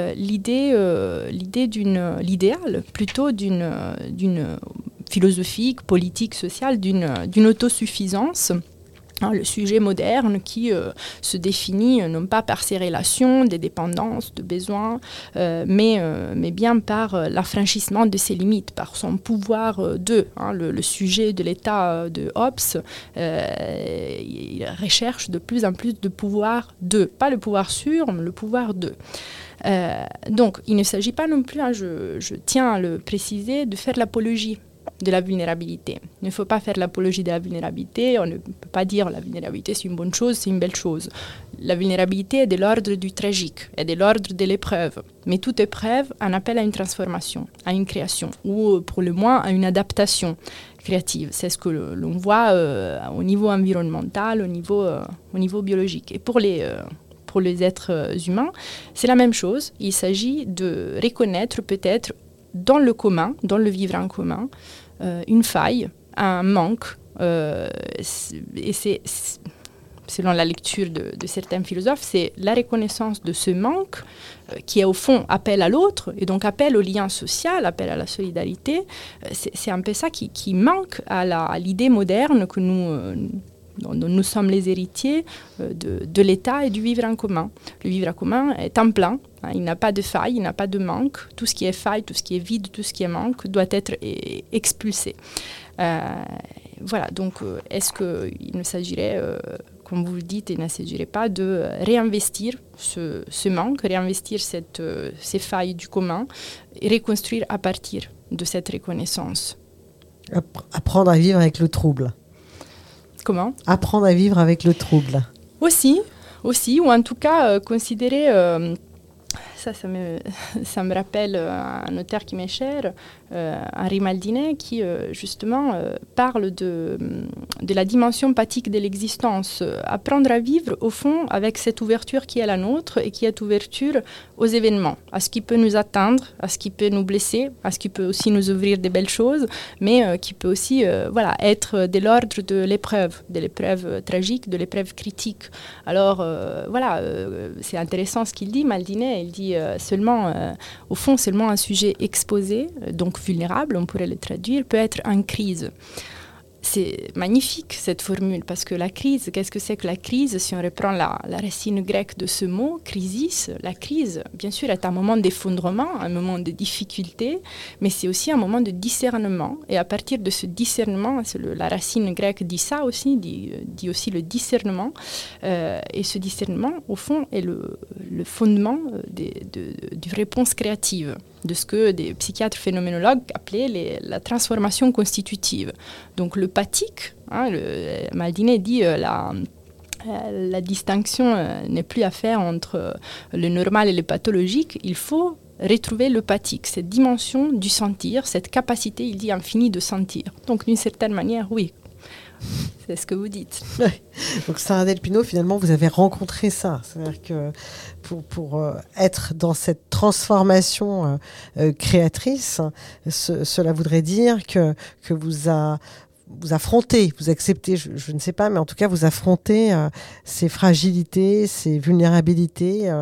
l'idéal plutôt d'une philosophique, politique, sociale, d'une autosuffisance. Le sujet moderne qui se définit non pas par ses relations, des dépendances, de besoins, mais bien par l'affranchissement de ses limites, par son pouvoir le sujet de l'état de Hobbes, il recherche de plus en plus de pouvoir de, pas le pouvoir sur, mais le pouvoir de. Donc, il ne s'agit pas non plus, je tiens à le préciser, de faire l'apologie de la vulnérabilité. Il ne faut pas faire l'apologie de la vulnérabilité, on ne peut pas dire la vulnérabilité c'est une bonne chose, c'est une belle chose. La vulnérabilité est de l'ordre du tragique, est de l'ordre de l'épreuve. Mais toute épreuve en appelle à une transformation, à une création, ou pour le moins à une adaptation créative. C'est ce que l'on voit au niveau environnemental, au niveau biologique. Et pour les êtres humains, c'est la même chose. Il s'agit de reconnaître peut-être dans le commun, dans le vivre en commun, une faille, un manque. Et c'est, selon la lecture de certains philosophes, c'est la reconnaissance de ce manque qui est au fond appel à l'autre, et donc appel au lien social, appel à la solidarité. C'est un peu ça qui manque à l'idée moderne que dont nous sommes les héritiers de l'État et du vivre en commun. Le vivre en commun est en plein, hein, il n'a pas de faille, il n'a pas de manque. Tout ce qui est faille, tout ce qui est vide, tout ce qui est manque doit être expulsé. Voilà, donc est-ce qu'il ne s'agirait, comme vous le dites, il ne s'agirait pas de réinvestir ce manque, réinvestir ces failles du commun et reconstruire à partir de cette reconnaissance. Apprendre à vivre avec le trouble. Comment ? Apprendre à vivre avec le trouble. Aussi, ou en tout cas considérer, ça me rappelle un auteur qui m'est cher, Henri Maldinet, qui justement parle de la dimension pathique de l'existence. Apprendre à vivre au fond avec cette ouverture qui est la nôtre et qui est ouverture aux événements, à ce qui peut nous atteindre, à ce qui peut nous blesser, à ce qui peut aussi nous ouvrir des belles choses, mais qui peut aussi être de l'ordre de l'épreuve tragique, de l'épreuve critique. Alors c'est intéressant ce qu'il dit, Maldinet. Il dit au fond, seulement un sujet exposé, donc vulnérable, on pourrait le traduire, peut être en crise. C'est magnifique cette formule, parce que la crise, qu'est-ce que c'est que la crise? Si on reprend la racine grecque de ce mot, crisis, la crise, bien sûr, est un moment d'effondrement, un moment de difficulté, mais c'est aussi un moment de discernement. Et à partir de ce discernement, la racine grecque dit ça aussi, dit aussi le discernement. Et ce discernement, au fond, est le fondement d'une réponse créative, de ce que des psychiatres phénoménologues appelaient la transformation constitutive. Donc le pathique, Maldinet dit la distinction n'est plus à faire entre le normal et le pathologique, il faut retrouver le pathique, cette dimension du sentir, cette capacité, il dit, infinie de sentir. Donc d'une certaine manière, oui. C'est ce que vous dites. Donc Sarah Del Pino, finalement, vous avez rencontré ça. C'est-à-dire que pour être dans cette transformation créatrice, cela voudrait dire que vous affrontez, vous acceptez, je ne sais pas, mais en tout cas, vous affrontez ces fragilités, ces vulnérabilités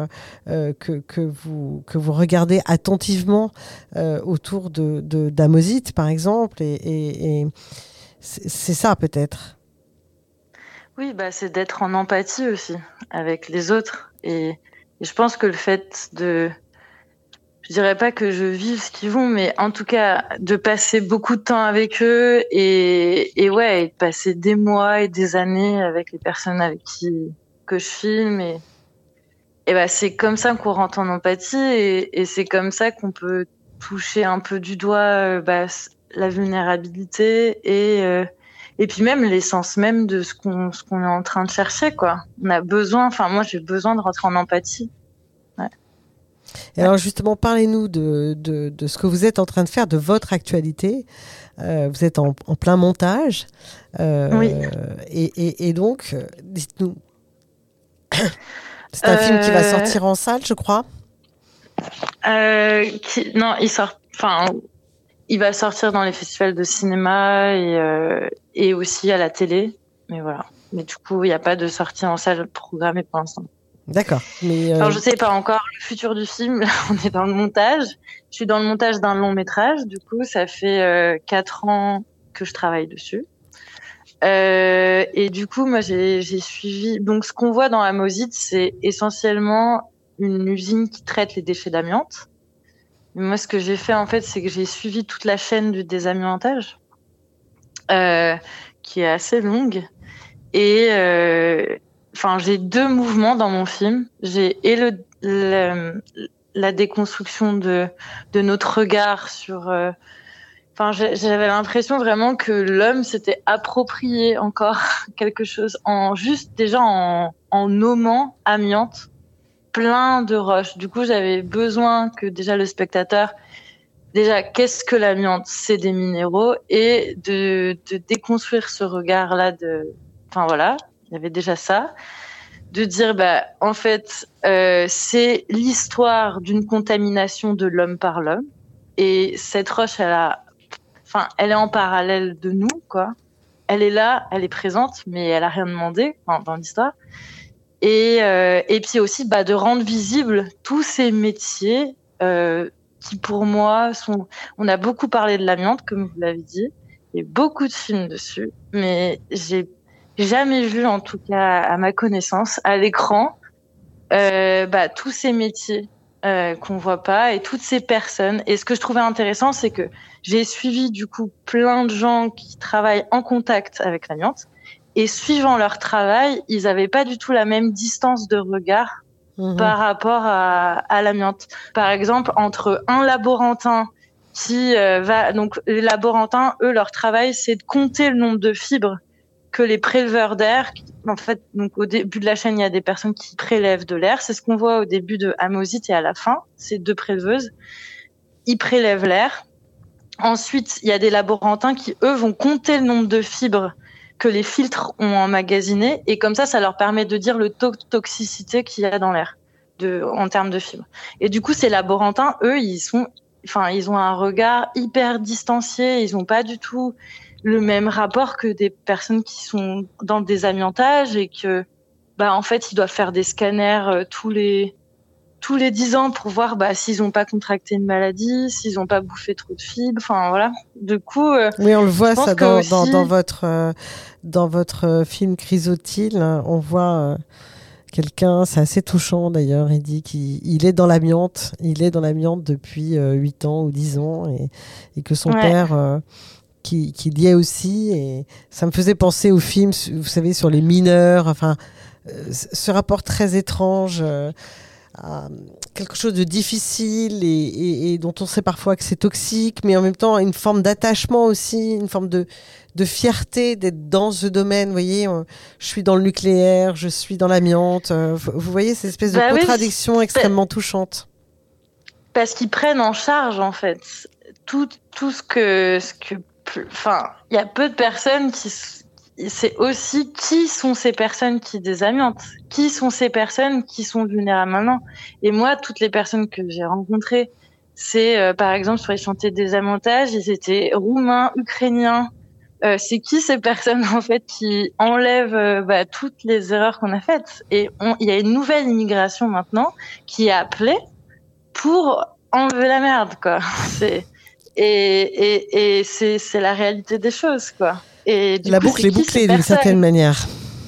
que vous regardez attentivement autour d'Amosite, par exemple, et c'est ça peut-être. Oui, c'est d'être en empathie aussi avec les autres. Et je pense que le fait je dirais pas que je vive ce qu'ils vont, mais en tout cas de passer beaucoup de temps avec eux et de passer des mois et des années avec les personnes avec que je filme et c'est comme ça qu'on rentre en empathie et c'est comme ça qu'on peut toucher un peu du doigt la vulnérabilité et puis même l'essence même de ce qu'on est en train de chercher, quoi. On a besoin, moi j'ai besoin de rentrer en empathie. Ouais. Et alors justement, parlez-nous de ce que vous êtes en train de faire, de votre actualité. Vous êtes en plein montage. Oui. Et donc, dites-nous. C'est un film qui va sortir en salle, je crois. Non, il va sortir dans les festivals de cinéma et aussi à la télé. Mais voilà. Mais du coup, il n'y a pas de sortie en salle programmée pour l'instant. D'accord. Mais Alors, je ne sais pas encore le futur du film. On est dans le montage. Je suis dans le montage d'un long métrage. Du coup, ça fait 4 ans que je travaille dessus. Et du coup, moi, j'ai suivi... Donc, ce qu'on voit dans Amosite, c'est essentiellement une usine qui traite les déchets d'amiante. Moi, ce que j'ai fait, en fait, c'est que j'ai suivi toute la chaîne du désamiantage, qui est assez longue. Et j'ai 2 mouvements dans mon film. J'ai la déconstruction de notre regard sur Enfin, j'avais l'impression vraiment que l'homme s'était approprié encore quelque chose en nommant amiante plein de roches. Du coup, j'avais besoin que déjà le spectateur, qu'est-ce que l'amiante? C'est des minéraux, et de déconstruire ce regard-là enfin voilà, il y avait déjà ça. De dire, en fait, c'est l'histoire d'une contamination de l'homme par l'homme. Et cette roche, elle est en parallèle de nous, quoi. Elle est là, elle est présente, mais elle a rien demandé dans l'histoire. Et puis aussi, de rendre visibles tous ces métiers qui, pour moi, sont... On a beaucoup parlé de l'amiante, comme vous l'avez dit. Il y a beaucoup de films dessus, mais j'ai jamais vu, en tout cas à ma connaissance, à l'écran, tous ces métiers qu'on voit pas et toutes ces personnes. Et ce que je trouvais intéressant, c'est que j'ai suivi du coup plein de gens qui travaillent en contact avec l'amiante, et suivant leur travail, ils avaient pas du tout la même distance de regard par rapport à l'amiante. Par exemple, entre un laborantin qui donc les laborantins, eux, leur travail, c'est de compter le nombre de fibres que les préleveurs d'air, en fait, donc au début de la chaîne, il y a des personnes qui prélèvent de l'air. C'est ce qu'on voit au début de Amosite et à la fin. Ces 2 préleveuses, ils prélèvent l'air. Ensuite, il y a des laborantins qui, eux, vont compter le nombre de fibres que les filtres ont emmagasinées, et comme ça leur permet de dire le taux de toxicité qu'il y a dans l'air en termes de fibres. Et du coup, ces laborantins, eux, ils ont un regard hyper distancié. Ils n'ont pas du tout le même rapport que des personnes qui sont dans le désamiantage, et que, en fait, ils doivent faire des scanners tous les 10 ans pour voir s'ils n'ont pas contracté une maladie, s'ils n'ont pas bouffé trop de fibres. Enfin, voilà. Du coup, oui, on le voit ça dans votre film Chrysotile. On voit quelqu'un, c'est assez touchant d'ailleurs, il dit qu'il est dans l'amiante. Il est dans l'amiante depuis 8 ans ou 10 ans, et que son père... qui y est aussi, et ça me faisait penser au film, vous savez, sur les mineurs, enfin, ce rapport très étrange à quelque chose de difficile et dont on sait parfois que c'est toxique, mais en même temps une forme d'attachement aussi, une forme de fierté d'être dans ce domaine. Vous voyez, je suis dans le nucléaire, je suis dans l'amiante. Vous voyez cette espèce de contradiction extrêmement touchante. Parce qu'ils prennent en charge, en fait, tout ce que enfin, il y a peu de personnes c'est aussi qui sont ces personnes qui désamiantent, qui sont ces personnes qui sont vulnérables maintenant. Et moi, toutes les personnes que j'ai rencontrées, c'est par exemple sur les chantiers de désamiantage, ils étaient roumains, ukrainiens. C'est qui ces personnes en fait qui enlèvent toutes les erreurs qu'on a faites. Et il y a une nouvelle immigration maintenant qui est appelée pour enlever la merde, quoi. Et c'est la réalité des choses, quoi. Et la boucle est bouclée d'une certaine manière.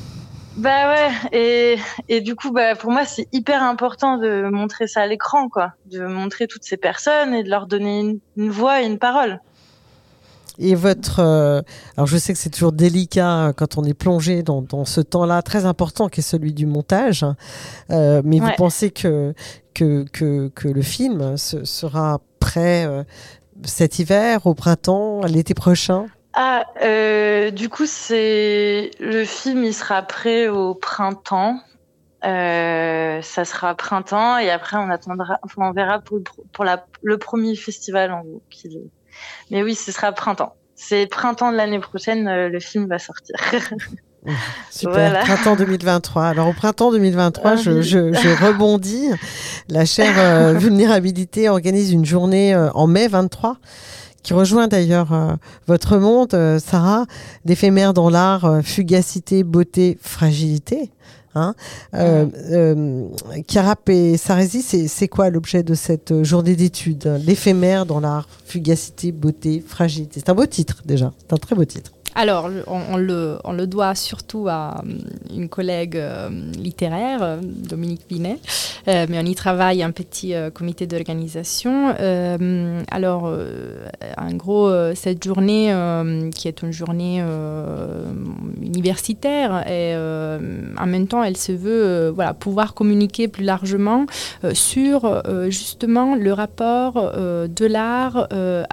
Et du coup, pour moi, c'est hyper important de montrer ça à l'écran, quoi. De montrer toutes ces personnes et de leur donner une voix et une parole. Et alors je sais que c'est toujours délicat quand on est plongé dans ce temps-là très important qui est celui du montage, mais vous pensez que le film sera prêt cet hiver, au printemps, l'été prochain? Du coup, le film, il sera prêt au printemps. Ça sera printemps, et après on verra pour le premier festival en gros. Mais oui, ce sera printemps. C'est printemps de l'année prochaine, le film va sortir. Super, voilà. Printemps 2023. Alors au printemps 2023, je rebondis. La chaire Vulnérabilité organise une journée en mai 23, qui rejoint d'ailleurs votre monde, Sarah, d'éphémère dans l'art, fugacité, beauté, fragilité. Chiarap et Saresi, c'est quoi l'objet de cette journée d'études? L'éphémère dans l'art, fugacité, beauté, fragilité. C'est un beau titre déjà, c'est un très beau titre. Alors, on le doit surtout à une collègue littéraire, Dominique Binet, mais on y travaille un petit comité d'organisation. Alors, en gros, cette journée, qui est une journée universitaire, et en même temps, elle se veut pouvoir communiquer plus largement sur justement le rapport de l'art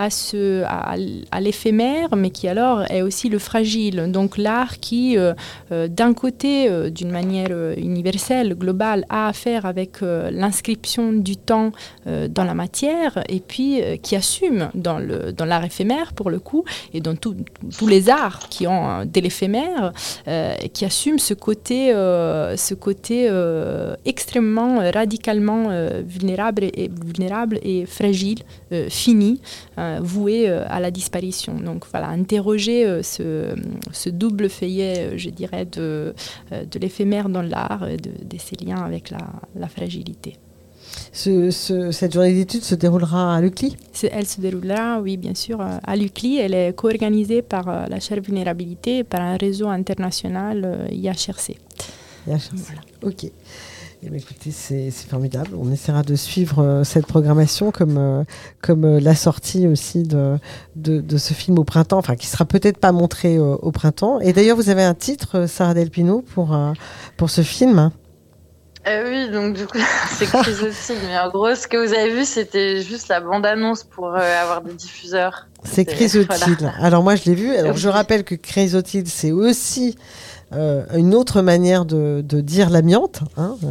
à l'éphémère, mais qui alors est aussi le fragile. Donc l'art qui, d'un côté, d'une manière universelle, globale, a à faire avec l'inscription du temps dans la matière, et puis qui assume dans l'art éphémère, pour le coup, et dans tous les arts qui ont de l'éphémère, qui assume ce côté extrêmement, radicalement vulnérable et fragile, fini, voué à la disparition. Donc voilà, interroger ce double feuillet, je dirais, de l'éphémère dans l'art, de ses liens avec la fragilité. Cette journée d'études se déroulera à l'UCLI ? Elle se déroulera, oui, bien sûr, à l'UCLI. Elle est co-organisée par la chaire vulnérabilité et par un réseau international IHRC. Voilà. Ok. Eh bien, écoutez, c'est formidable. On essaiera de suivre cette programmation comme la sortie aussi de ce film au printemps, enfin qui sera peut-être pas montré au printemps. Et d'ailleurs, vous avez un titre, Sarah Del Pino, pour ce film. Oui, donc du coup, c'est Chrysotile. Mais en gros, ce que vous avez vu, c'était juste la bande-annonce pour avoir des diffuseurs. C'est Chrysotile. Voilà. Alors moi, je l'ai vu. Alors je rappelle que Chrysotile, c'est aussi une autre manière de dire l'amiante.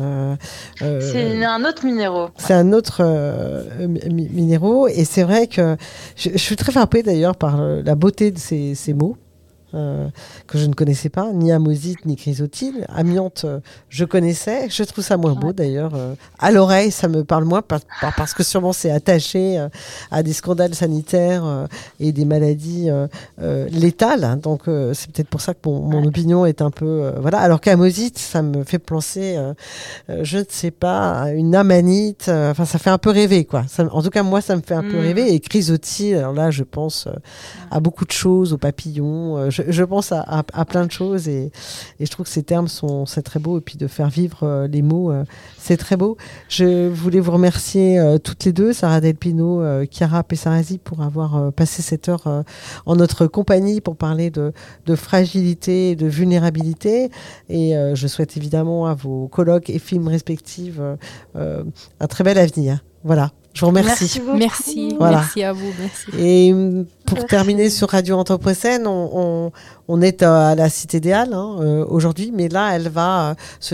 C'est un autre minéraux. C'est un autre minéraux. Et c'est vrai que je suis très frappée d'ailleurs par la beauté de ces mots. Que je ne connaissais pas, ni amosite ni chrysotile. Amiante, je connaissais. Je trouve ça moins beau d'ailleurs. À l'oreille, ça me parle moins parce que sûrement c'est attaché à des scandales sanitaires et des maladies létales. Hein. Donc c'est peut-être pour ça que mon opinion est un peu... voilà. Alors qu'amosite, ça me fait penser, je ne sais pas, à une amanite. Enfin, ça fait un peu rêver, quoi. En tout cas, moi, ça me fait un peu rêver. Et chrysotile, alors là, je pense à beaucoup de choses, aux papillons. Je pense à plein de choses et je trouve que ces termes c'est très beau, et puis de faire vivre les mots, c'est très beau. Je voulais vous remercier toutes les deux, Sarah Del Pino, Chiara Pessarasi, pour avoir passé cette heure en notre compagnie pour parler de fragilité et de vulnérabilité, et je souhaite évidemment à vos colloques et films respectifs un très bel avenir. Voilà. Je vous remercie. Merci. Voilà. Merci à vous. Merci. Et pour terminer sur Radio Anthropocène, on est à la Cité des Halles aujourd'hui, mais là, elle va se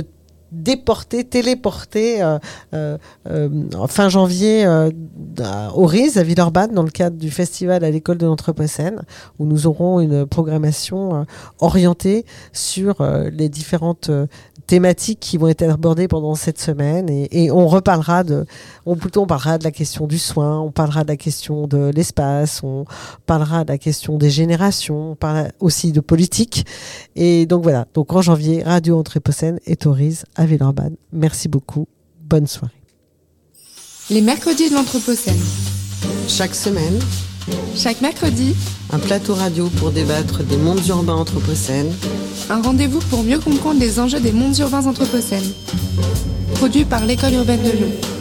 téléporter fin janvier au RIS à Villeurbanne, dans le cadre du festival à l'école de l'Anthropocène, où nous aurons une programmation orientée sur les différentes thématiques qui vont être abordées pendant cette semaine, et on parlera de la question du soin, on parlera de la question de l'espace, on parlera de la question des générations, on parlera aussi de politique, et donc voilà, donc en janvier, Radio Anthropocène est au RIS à Villeurbanne. Merci beaucoup, bonne soirée. Les mercredis de l'Anthropocène. Chaque semaine, chaque mercredi, un plateau radio pour débattre des mondes urbains anthropocènes. Un rendez-vous pour mieux comprendre les enjeux des mondes urbains anthropocènes. Produit par l'École urbaine de Lyon.